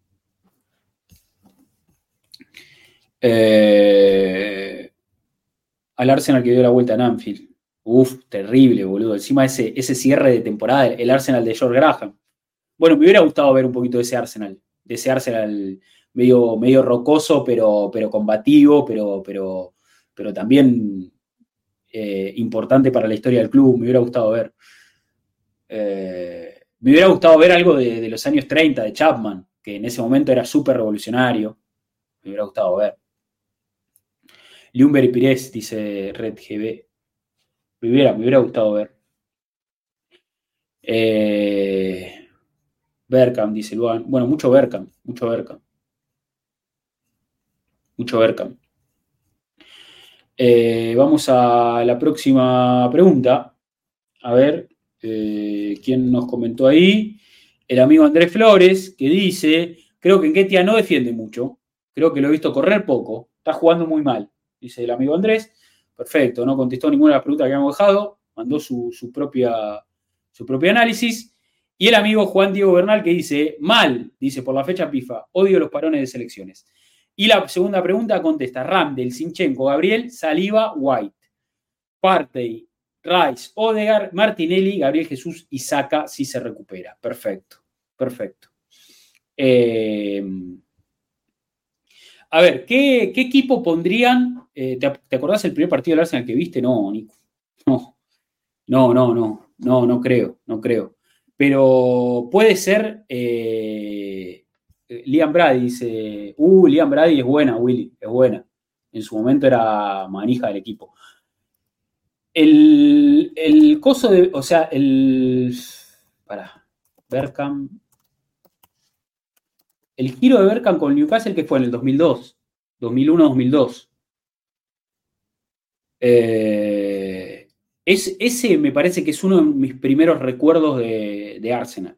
Eh, al Arsenal que dio la vuelta en Anfield. Uf, terrible, boludo. Encima ese, ese cierre de temporada, el Arsenal de George Graham. Bueno, me hubiera gustado ver un poquito de ese Arsenal, de ese Arsenal medio, medio rocoso, pero, pero combativo, pero, pero, pero también eh, importante para la historia del club. Me hubiera gustado ver. Eh, me hubiera gustado ver algo de, de los años treinta, de Chapman, que en ese momento era súper revolucionario. Me hubiera gustado ver. Lumber y Pires, dice Red G B. Me hubiera, me hubiera gustado ver. Eh, Bergkamp, dice Luan. Bueno, mucho Bergkamp, mucho Bergkamp. Mucho Bergkamp. Eh, vamos a la próxima pregunta. A ver, eh, ¿quién nos comentó ahí? El amigo Andrés Flores, que dice, creo que Nketiah no defiende mucho. Creo que lo he visto correr poco. Está jugando muy mal, dice el amigo Andrés. Perfecto, no contestó ninguna de las preguntas que habíamos dejado. Mandó su, su, propia, su propio análisis. Y el amigo Juan Diego Bernal, que dice, mal, dice, por la fecha FIFA, odio los parones de selecciones. Y la segunda pregunta contesta, Ramdel, Zinchenko, Gabriel, Saliba, White. Partey, Rice, Odegaard, Martinelli, Gabriel Jesús y Saka si se recupera. Perfecto, perfecto. Eh, a ver, ¿qué, qué equipo pondrían? Eh, ¿te, ¿Te acordás el primer partido del Arsenal que viste? No, Nico. No, no, no, no, no, no creo, no creo. Pero puede ser... Eh, Liam Brady dice, uh, Liam Brady es buena, Willy, es buena. En su momento era manija del equipo. El, el coso de, o sea, el, para, Bergkamp, el giro de Bergkamp con Newcastle que fue en el dos mil dos, dos mil uno dos mil dos. Eh, es, ese me parece que es uno de mis primeros recuerdos de, de Arsenal.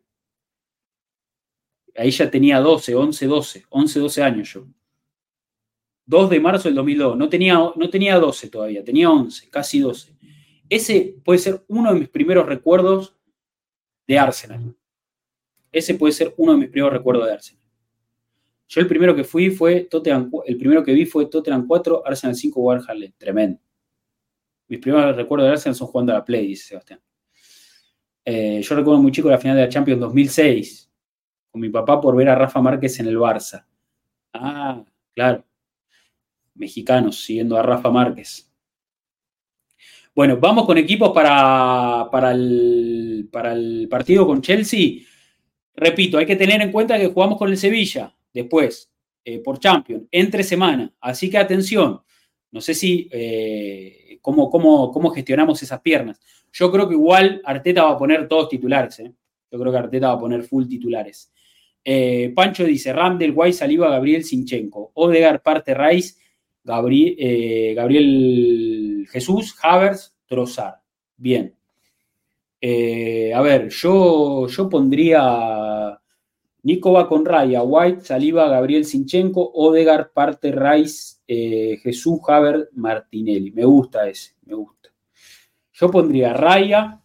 Ahí ya tenía doce, once, doce, once, doce años yo. dos de marzo del dos mil dos. No tenía, no tenía doce todavía, tenía once, casi doce. Ese puede ser uno de mis primeros recuerdos de Arsenal. Ese puede ser uno de mis primeros recuerdos de Arsenal. Yo el primero que fui fue Tottenham, el primero que vi fue Tottenham cuatro, Arsenal cinco, Warhol. Tremendo. Mis primeros recuerdos de Arsenal son jugando a la Play, dice Sebastián. Eh, yo recuerdo muy chico la final de la Champions dos mil seis. Con mi papá por ver a Rafa Márquez en el Barça. Ah, claro. Mexicanos siguiendo a Rafa Márquez. Bueno, vamos con equipos para, para, el, para el partido con Chelsea. Repito, hay que tener en cuenta que jugamos con el Sevilla después, eh, por Champions, entre semana. Así que atención, no sé si eh, cómo, cómo, cómo gestionamos esas piernas. Yo creo que igual Arteta va a poner todos titulares. ¿eh? Yo creo que Arteta va a poner full titulares. Eh, Pancho dice, Ramdel, White, Saliba, Gabriel, Zinchenko. Odegaard, Partey, Rice, Gabriel, eh, Gabriel Jesús, Havertz, Trossard. Bien. Eh, a ver, yo, yo pondría Nico va con Raya, White, Saliba, Gabriel Zinchenko, Odegaard, Partey, Rice, eh, Jesús, Havertz, Martinelli. Me gusta ese, me gusta. Yo pondría Raya,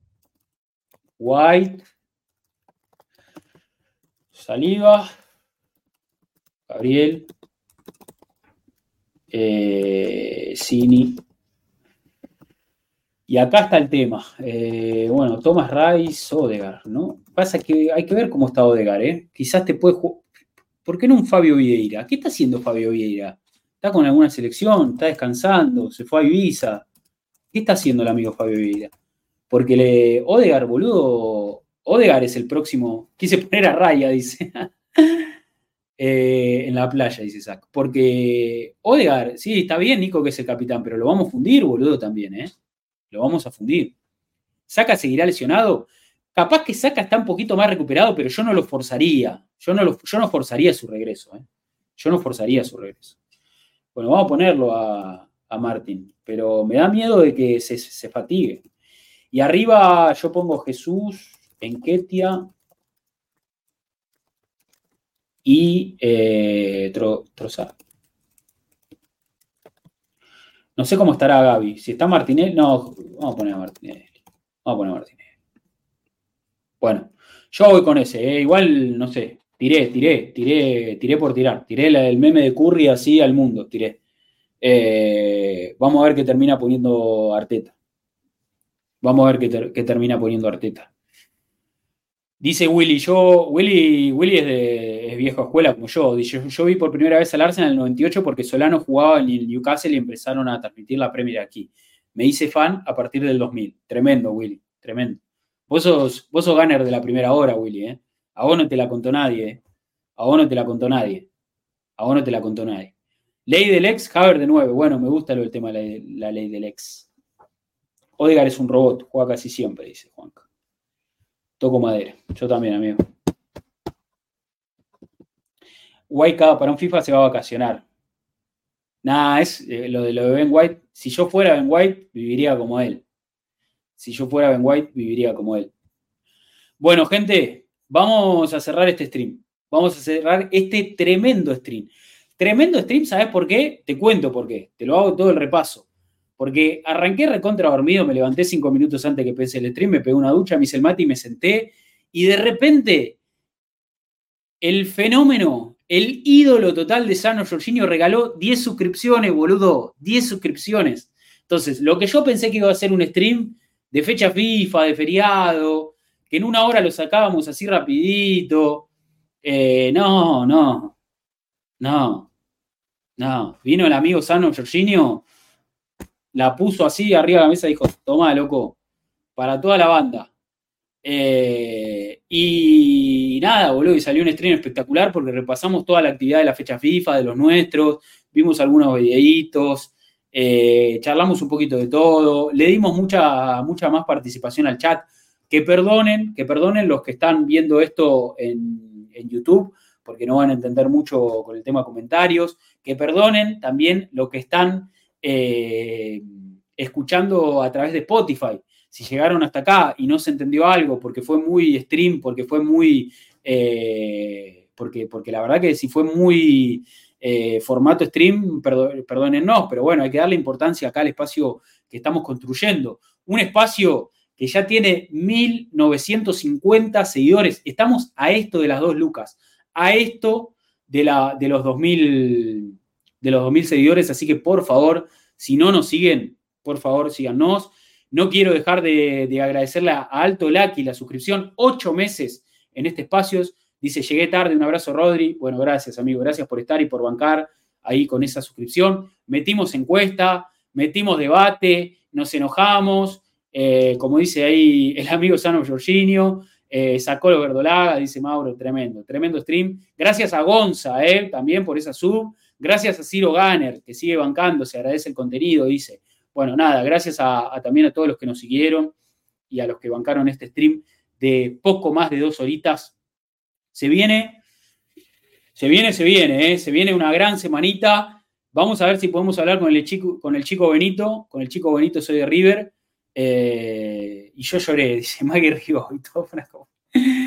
White, Saliba, Gabriel, eh, Cini. Y acá está el tema. Eh, bueno, Thomas Rice, Odegaard, ¿no? Pasa que hay que ver cómo está Odegaard, ¿eh? Quizás te puede jugar. ¿Por qué no un Fabio Vieira? ¿Qué está haciendo Fabio Vieira? ¿Está con alguna selección? ¿Está descansando? ¿Se fue a Ibiza? ¿Qué está haciendo el amigo Fabio Vieira? Porque le. Odegaard, boludo. Odegaard es el próximo. Quise poner a Raya, dice. eh, en la playa, dice Zach. Porque Odegaard, sí, está bien, Nico, que es el capitán, pero lo vamos a fundir, boludo, también, ¿eh? Lo vamos a fundir. Saka seguirá lesionado. Capaz que Saka está un poquito más recuperado, pero yo no lo forzaría. Yo no, lo, yo no forzaría su regreso. ¿eh? Yo no forzaría su regreso. Bueno, vamos a ponerlo a, a Martín, pero me da miedo de que se, se fatigue. Y arriba yo pongo Jesús, Enquetia y eh, Tro, Trossard. No sé cómo estará Gaby. Si está Martinelli, no, vamos a poner a Martinelli. Vamos a poner a Martinelli. Bueno, yo voy con ese. ¿eh? Igual, no sé, tiré, tiré, tiré, tiré por tirar. Tiré la, el meme de Curry así al mundo, tiré. Eh, vamos a ver qué termina poniendo Arteta. Vamos a ver qué, ter, qué termina poniendo Arteta. Dice Willy, yo, Willy, Willy es de es vieja escuela como yo. Dice, yo. Yo vi por primera vez al Arsenal en el noventa y ocho porque Solano jugaba en el Newcastle y empezaron a transmitir la Premier aquí. Me hice fan a partir del dos mil. Tremendo, Willy, tremendo. Vos sos, vos sos gunner de la primera hora, Willy, ¿eh? A vos no te la contó nadie, ¿eh? A vos no te la contó nadie. A vos no te la contó nadie. Ley del ex, Havertz de nueve. Bueno, me gusta lo del tema de la, la ley del ex. Odegaard es un robot, juega casi siempre, dice Juanca. Toco madera. Yo también, amigo. White cada para un FIFA se va a vacacionar. Nada, es eh, lo de lo de Ben White. Si yo fuera Ben White, viviría como él. Si yo fuera Ben White, viviría como él. Bueno, gente, vamos a cerrar este stream. Vamos a cerrar este tremendo stream. Tremendo stream, ¿sabes por qué? Te cuento por qué. Te lo hago todo el repaso. Porque arranqué recontra dormido, me levanté cinco minutos antes que empecé el stream, me pegué una ducha, me hice el mate y me senté. Y de repente, el fenómeno, el ídolo total de Sano Jorginho regaló diez suscripciones, boludo. diez suscripciones. Entonces, lo que yo pensé que iba a ser un stream de fecha FIFA, de feriado, que en una hora lo sacábamos así rapidito. Eh, no, no. No. No. Vino el amigo Sano Jorginho, la puso así arriba de la mesa y dijo, toma, loco, para toda la banda. Eh, y nada, boludo, y salió un stream espectacular porque repasamos toda la actividad de la fecha FIFA, de los nuestros, vimos algunos videitos, eh, charlamos un poquito de todo, le dimos mucha, mucha más participación al chat. Que perdonen, que perdonen los que están viendo esto en, en YouTube, porque no van a entender mucho con el tema de comentarios, que perdonen también los que están Eh, escuchando a través de Spotify. Si llegaron hasta acá y no se entendió algo porque fue muy stream, porque fue muy eh, porque, porque la verdad que si fue muy eh, formato stream, perdón, perdónennos, pero bueno, hay que darle importancia acá al espacio que estamos construyendo. Un espacio que ya tiene mil novecientos cincuenta seguidores. Estamos a esto de las dos lucas, a esto de, la, de los dos mil de los dos mil seguidores, así que por favor, si no nos siguen, por favor síganos. No quiero dejar de, de agradecerle a Alto Lucky la suscripción, ocho meses en este espacio. Dice, llegué tarde, un abrazo Rodri. Bueno, gracias amigo, gracias por estar y por bancar ahí con esa suscripción. Metimos encuesta, metimos debate, nos enojamos, eh, como dice ahí el amigo Sano Jorginho, eh, sacó lo verdolaga, dice Mauro, tremendo, tremendo stream. Gracias a Gonza, eh, también por esa sub. Gracias a Ciro Gunner, que sigue bancando, se agradece el contenido, dice. Bueno, nada, gracias a, a también a todos los que nos siguieron y a los que bancaron este stream de poco más de dos horitas. Se viene, se viene, se viene, ¿eh? Se viene una gran semanita. Vamos a ver si podemos hablar con el chico, con el chico Benito. Con el chico Benito soy de River. Eh, y yo lloré, dice Maggie Ribó y todo.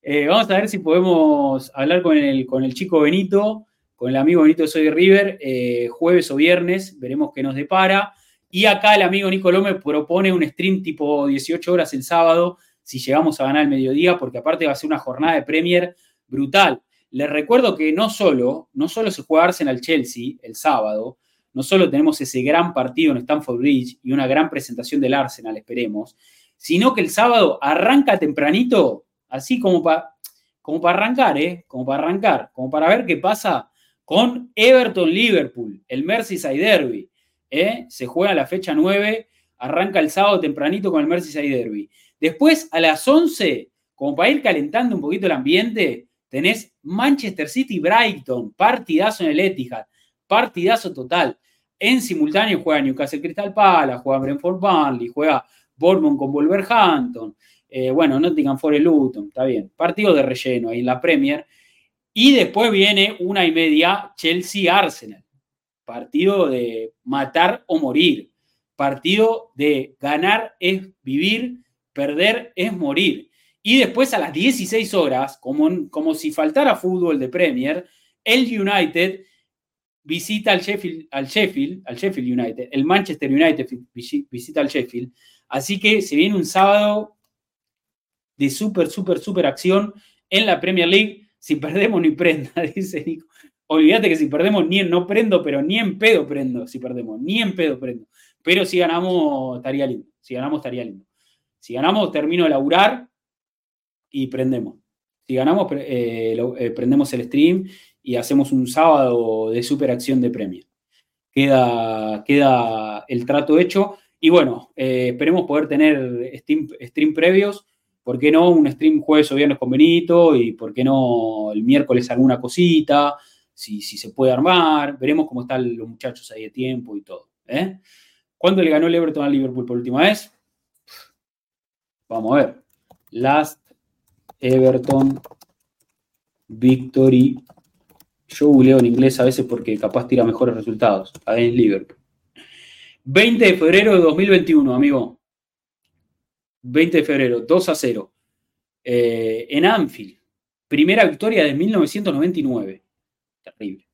Eh, vamos a ver si podemos hablar con el, con el chico Benito, con el amigo Benito de Soy River, eh, jueves o viernes, veremos qué nos depara. Y acá el amigo Nico López propone un stream tipo dieciocho horas el sábado, si llegamos a ganar el mediodía, porque aparte va a ser una jornada de Premier brutal. Les recuerdo que no solo, no solo se juega Arsenal-Chelsea el sábado, no solo tenemos ese gran partido en Stamford Bridge y una gran presentación del Arsenal, esperemos, sino que el sábado arranca tempranito, así como para como para arrancar, ¿eh? Como para arrancar, como para ver qué pasa con Everton-Liverpool, el Merseyside Derby. ¿eh? Se juega la fecha nueve, arranca el sábado tempranito con el Merseyside Derby. Después, a las once, como para ir calentando un poquito el ambiente, tenés Manchester City-Brighton, partidazo en el Etihad, partidazo total. En simultáneo juega Newcastle Crystal Palace, juega Brentford Burnley, juega Bournemouth con Wolverhampton, eh, bueno, Nottingham Forest Luton, está bien. Partido de relleno ahí en la Premier. Y después viene una y media Chelsea-Arsenal. Partido de matar o morir. Partido de ganar es vivir, perder es morir. Y después a las dieciséis horas, como, como si faltara fútbol de Premier, el United visita al Sheffield, al Sheffield, al Sheffield United, el Manchester United visita al Sheffield. Así que se viene un sábado de súper, súper, súper acción en la Premier League. Si perdemos ni prenda, dice Nico. Olvídate que si perdemos ni en, no prendo, pero ni en pedo prendo si perdemos, ni en pedo prendo. Pero si ganamos estaría lindo, si ganamos estaría lindo. Si ganamos termino de laburar y prendemos. Si ganamos eh, lo, eh, prendemos el stream y hacemos un sábado de super acción de Premier. Queda, queda el trato hecho y bueno, eh, esperemos poder tener stream, stream previos. ¿Por qué no un stream jueves o viernes con Benito? Y ¿por qué no el miércoles alguna cosita? Si, si se puede armar. Veremos cómo están los muchachos ahí de tiempo y todo. ¿eh? ¿Cuándo le ganó el Everton al Liverpool por última vez? Vamos a ver. Last Everton Victory. Yo googleo en inglés a veces porque capaz tira mejores resultados. Ahí en Liverpool. veinte de febrero de dos mil veintiuno, amigo. veinte de febrero, dos a cero. Eh, en Anfield. Primera victoria de mil novecientos noventa y nueve. Terrible.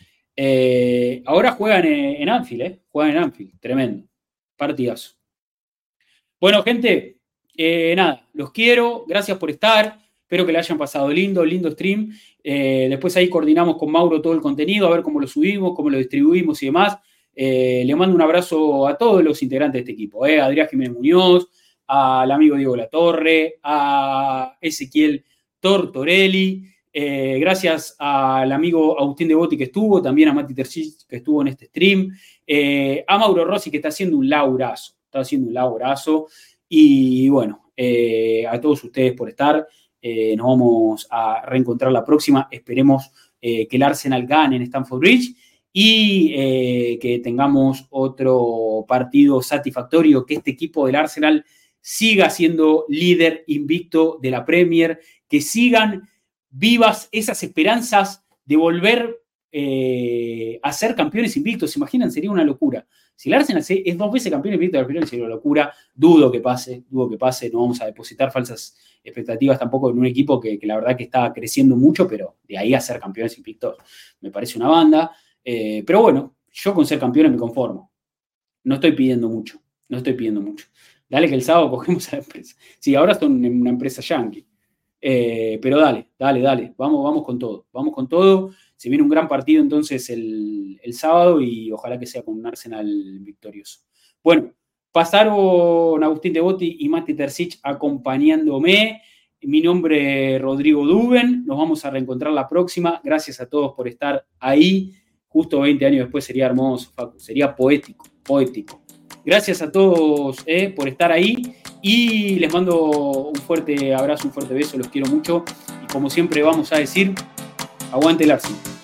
Eh, ahora juegan en, en Anfield, ¿eh? Juegan en Anfield. Tremendo. Partidazo. Bueno, gente, eh, nada, los quiero. Gracias por estar. Espero que le hayan pasado lindo, lindo stream. Eh, después ahí coordinamos con Mauro todo el contenido, a ver cómo lo subimos, cómo lo distribuimos y demás. Eh, le mando un abrazo a todos los integrantes de este equipo. Eh, Adrián Jiménez Muñoz, al amigo Diego Latorre, a Ezequiel Tortorelli, eh, gracias al amigo Agustín Devoti que estuvo, también a Mati Terzic que estuvo en este stream, eh, a Mauro Rossi que está haciendo un laburazo, está haciendo un laburazo, y bueno, eh, a todos ustedes por estar, eh, nos vamos a reencontrar la próxima, esperemos eh, que el Arsenal gane en Stamford Bridge, y eh, que tengamos otro partido satisfactorio, que este equipo del Arsenal siga siendo líder invicto de la Premier, que sigan vivas esas esperanzas de volver eh, a ser campeones invictos. ¿Se imaginan? Sería una locura. Si el Arsenal es dos veces campeón invicto de la Premier, sería una locura. Dudo que pase, dudo que pase. No vamos a depositar falsas expectativas tampoco en un equipo que, que la verdad que está creciendo mucho, pero de ahí a ser campeones invictos me parece una banda. Eh, pero bueno, yo con ser campeones me conformo. No estoy pidiendo mucho, no estoy pidiendo mucho. Dale que el sábado cogemos a la empresa. Sí, ahora son una empresa yankee. Eh, pero dale, dale, dale. Vamos, vamos con todo. Vamos con todo. Se viene un gran partido entonces el, el sábado y ojalá que sea con un Arsenal victorioso. Bueno, pasaron Agustín Devoti y Mati Terzic acompañándome. Mi nombre es Rodrigo Duben. Nos vamos a reencontrar la próxima. Gracias a todos por estar ahí. Justo veinte años después sería hermoso, Facu. Sería poético, poético. Gracias a todos eh, por estar ahí y les mando un fuerte abrazo, un fuerte beso, los quiero mucho y como siempre vamos a decir, aguante el Arsenal.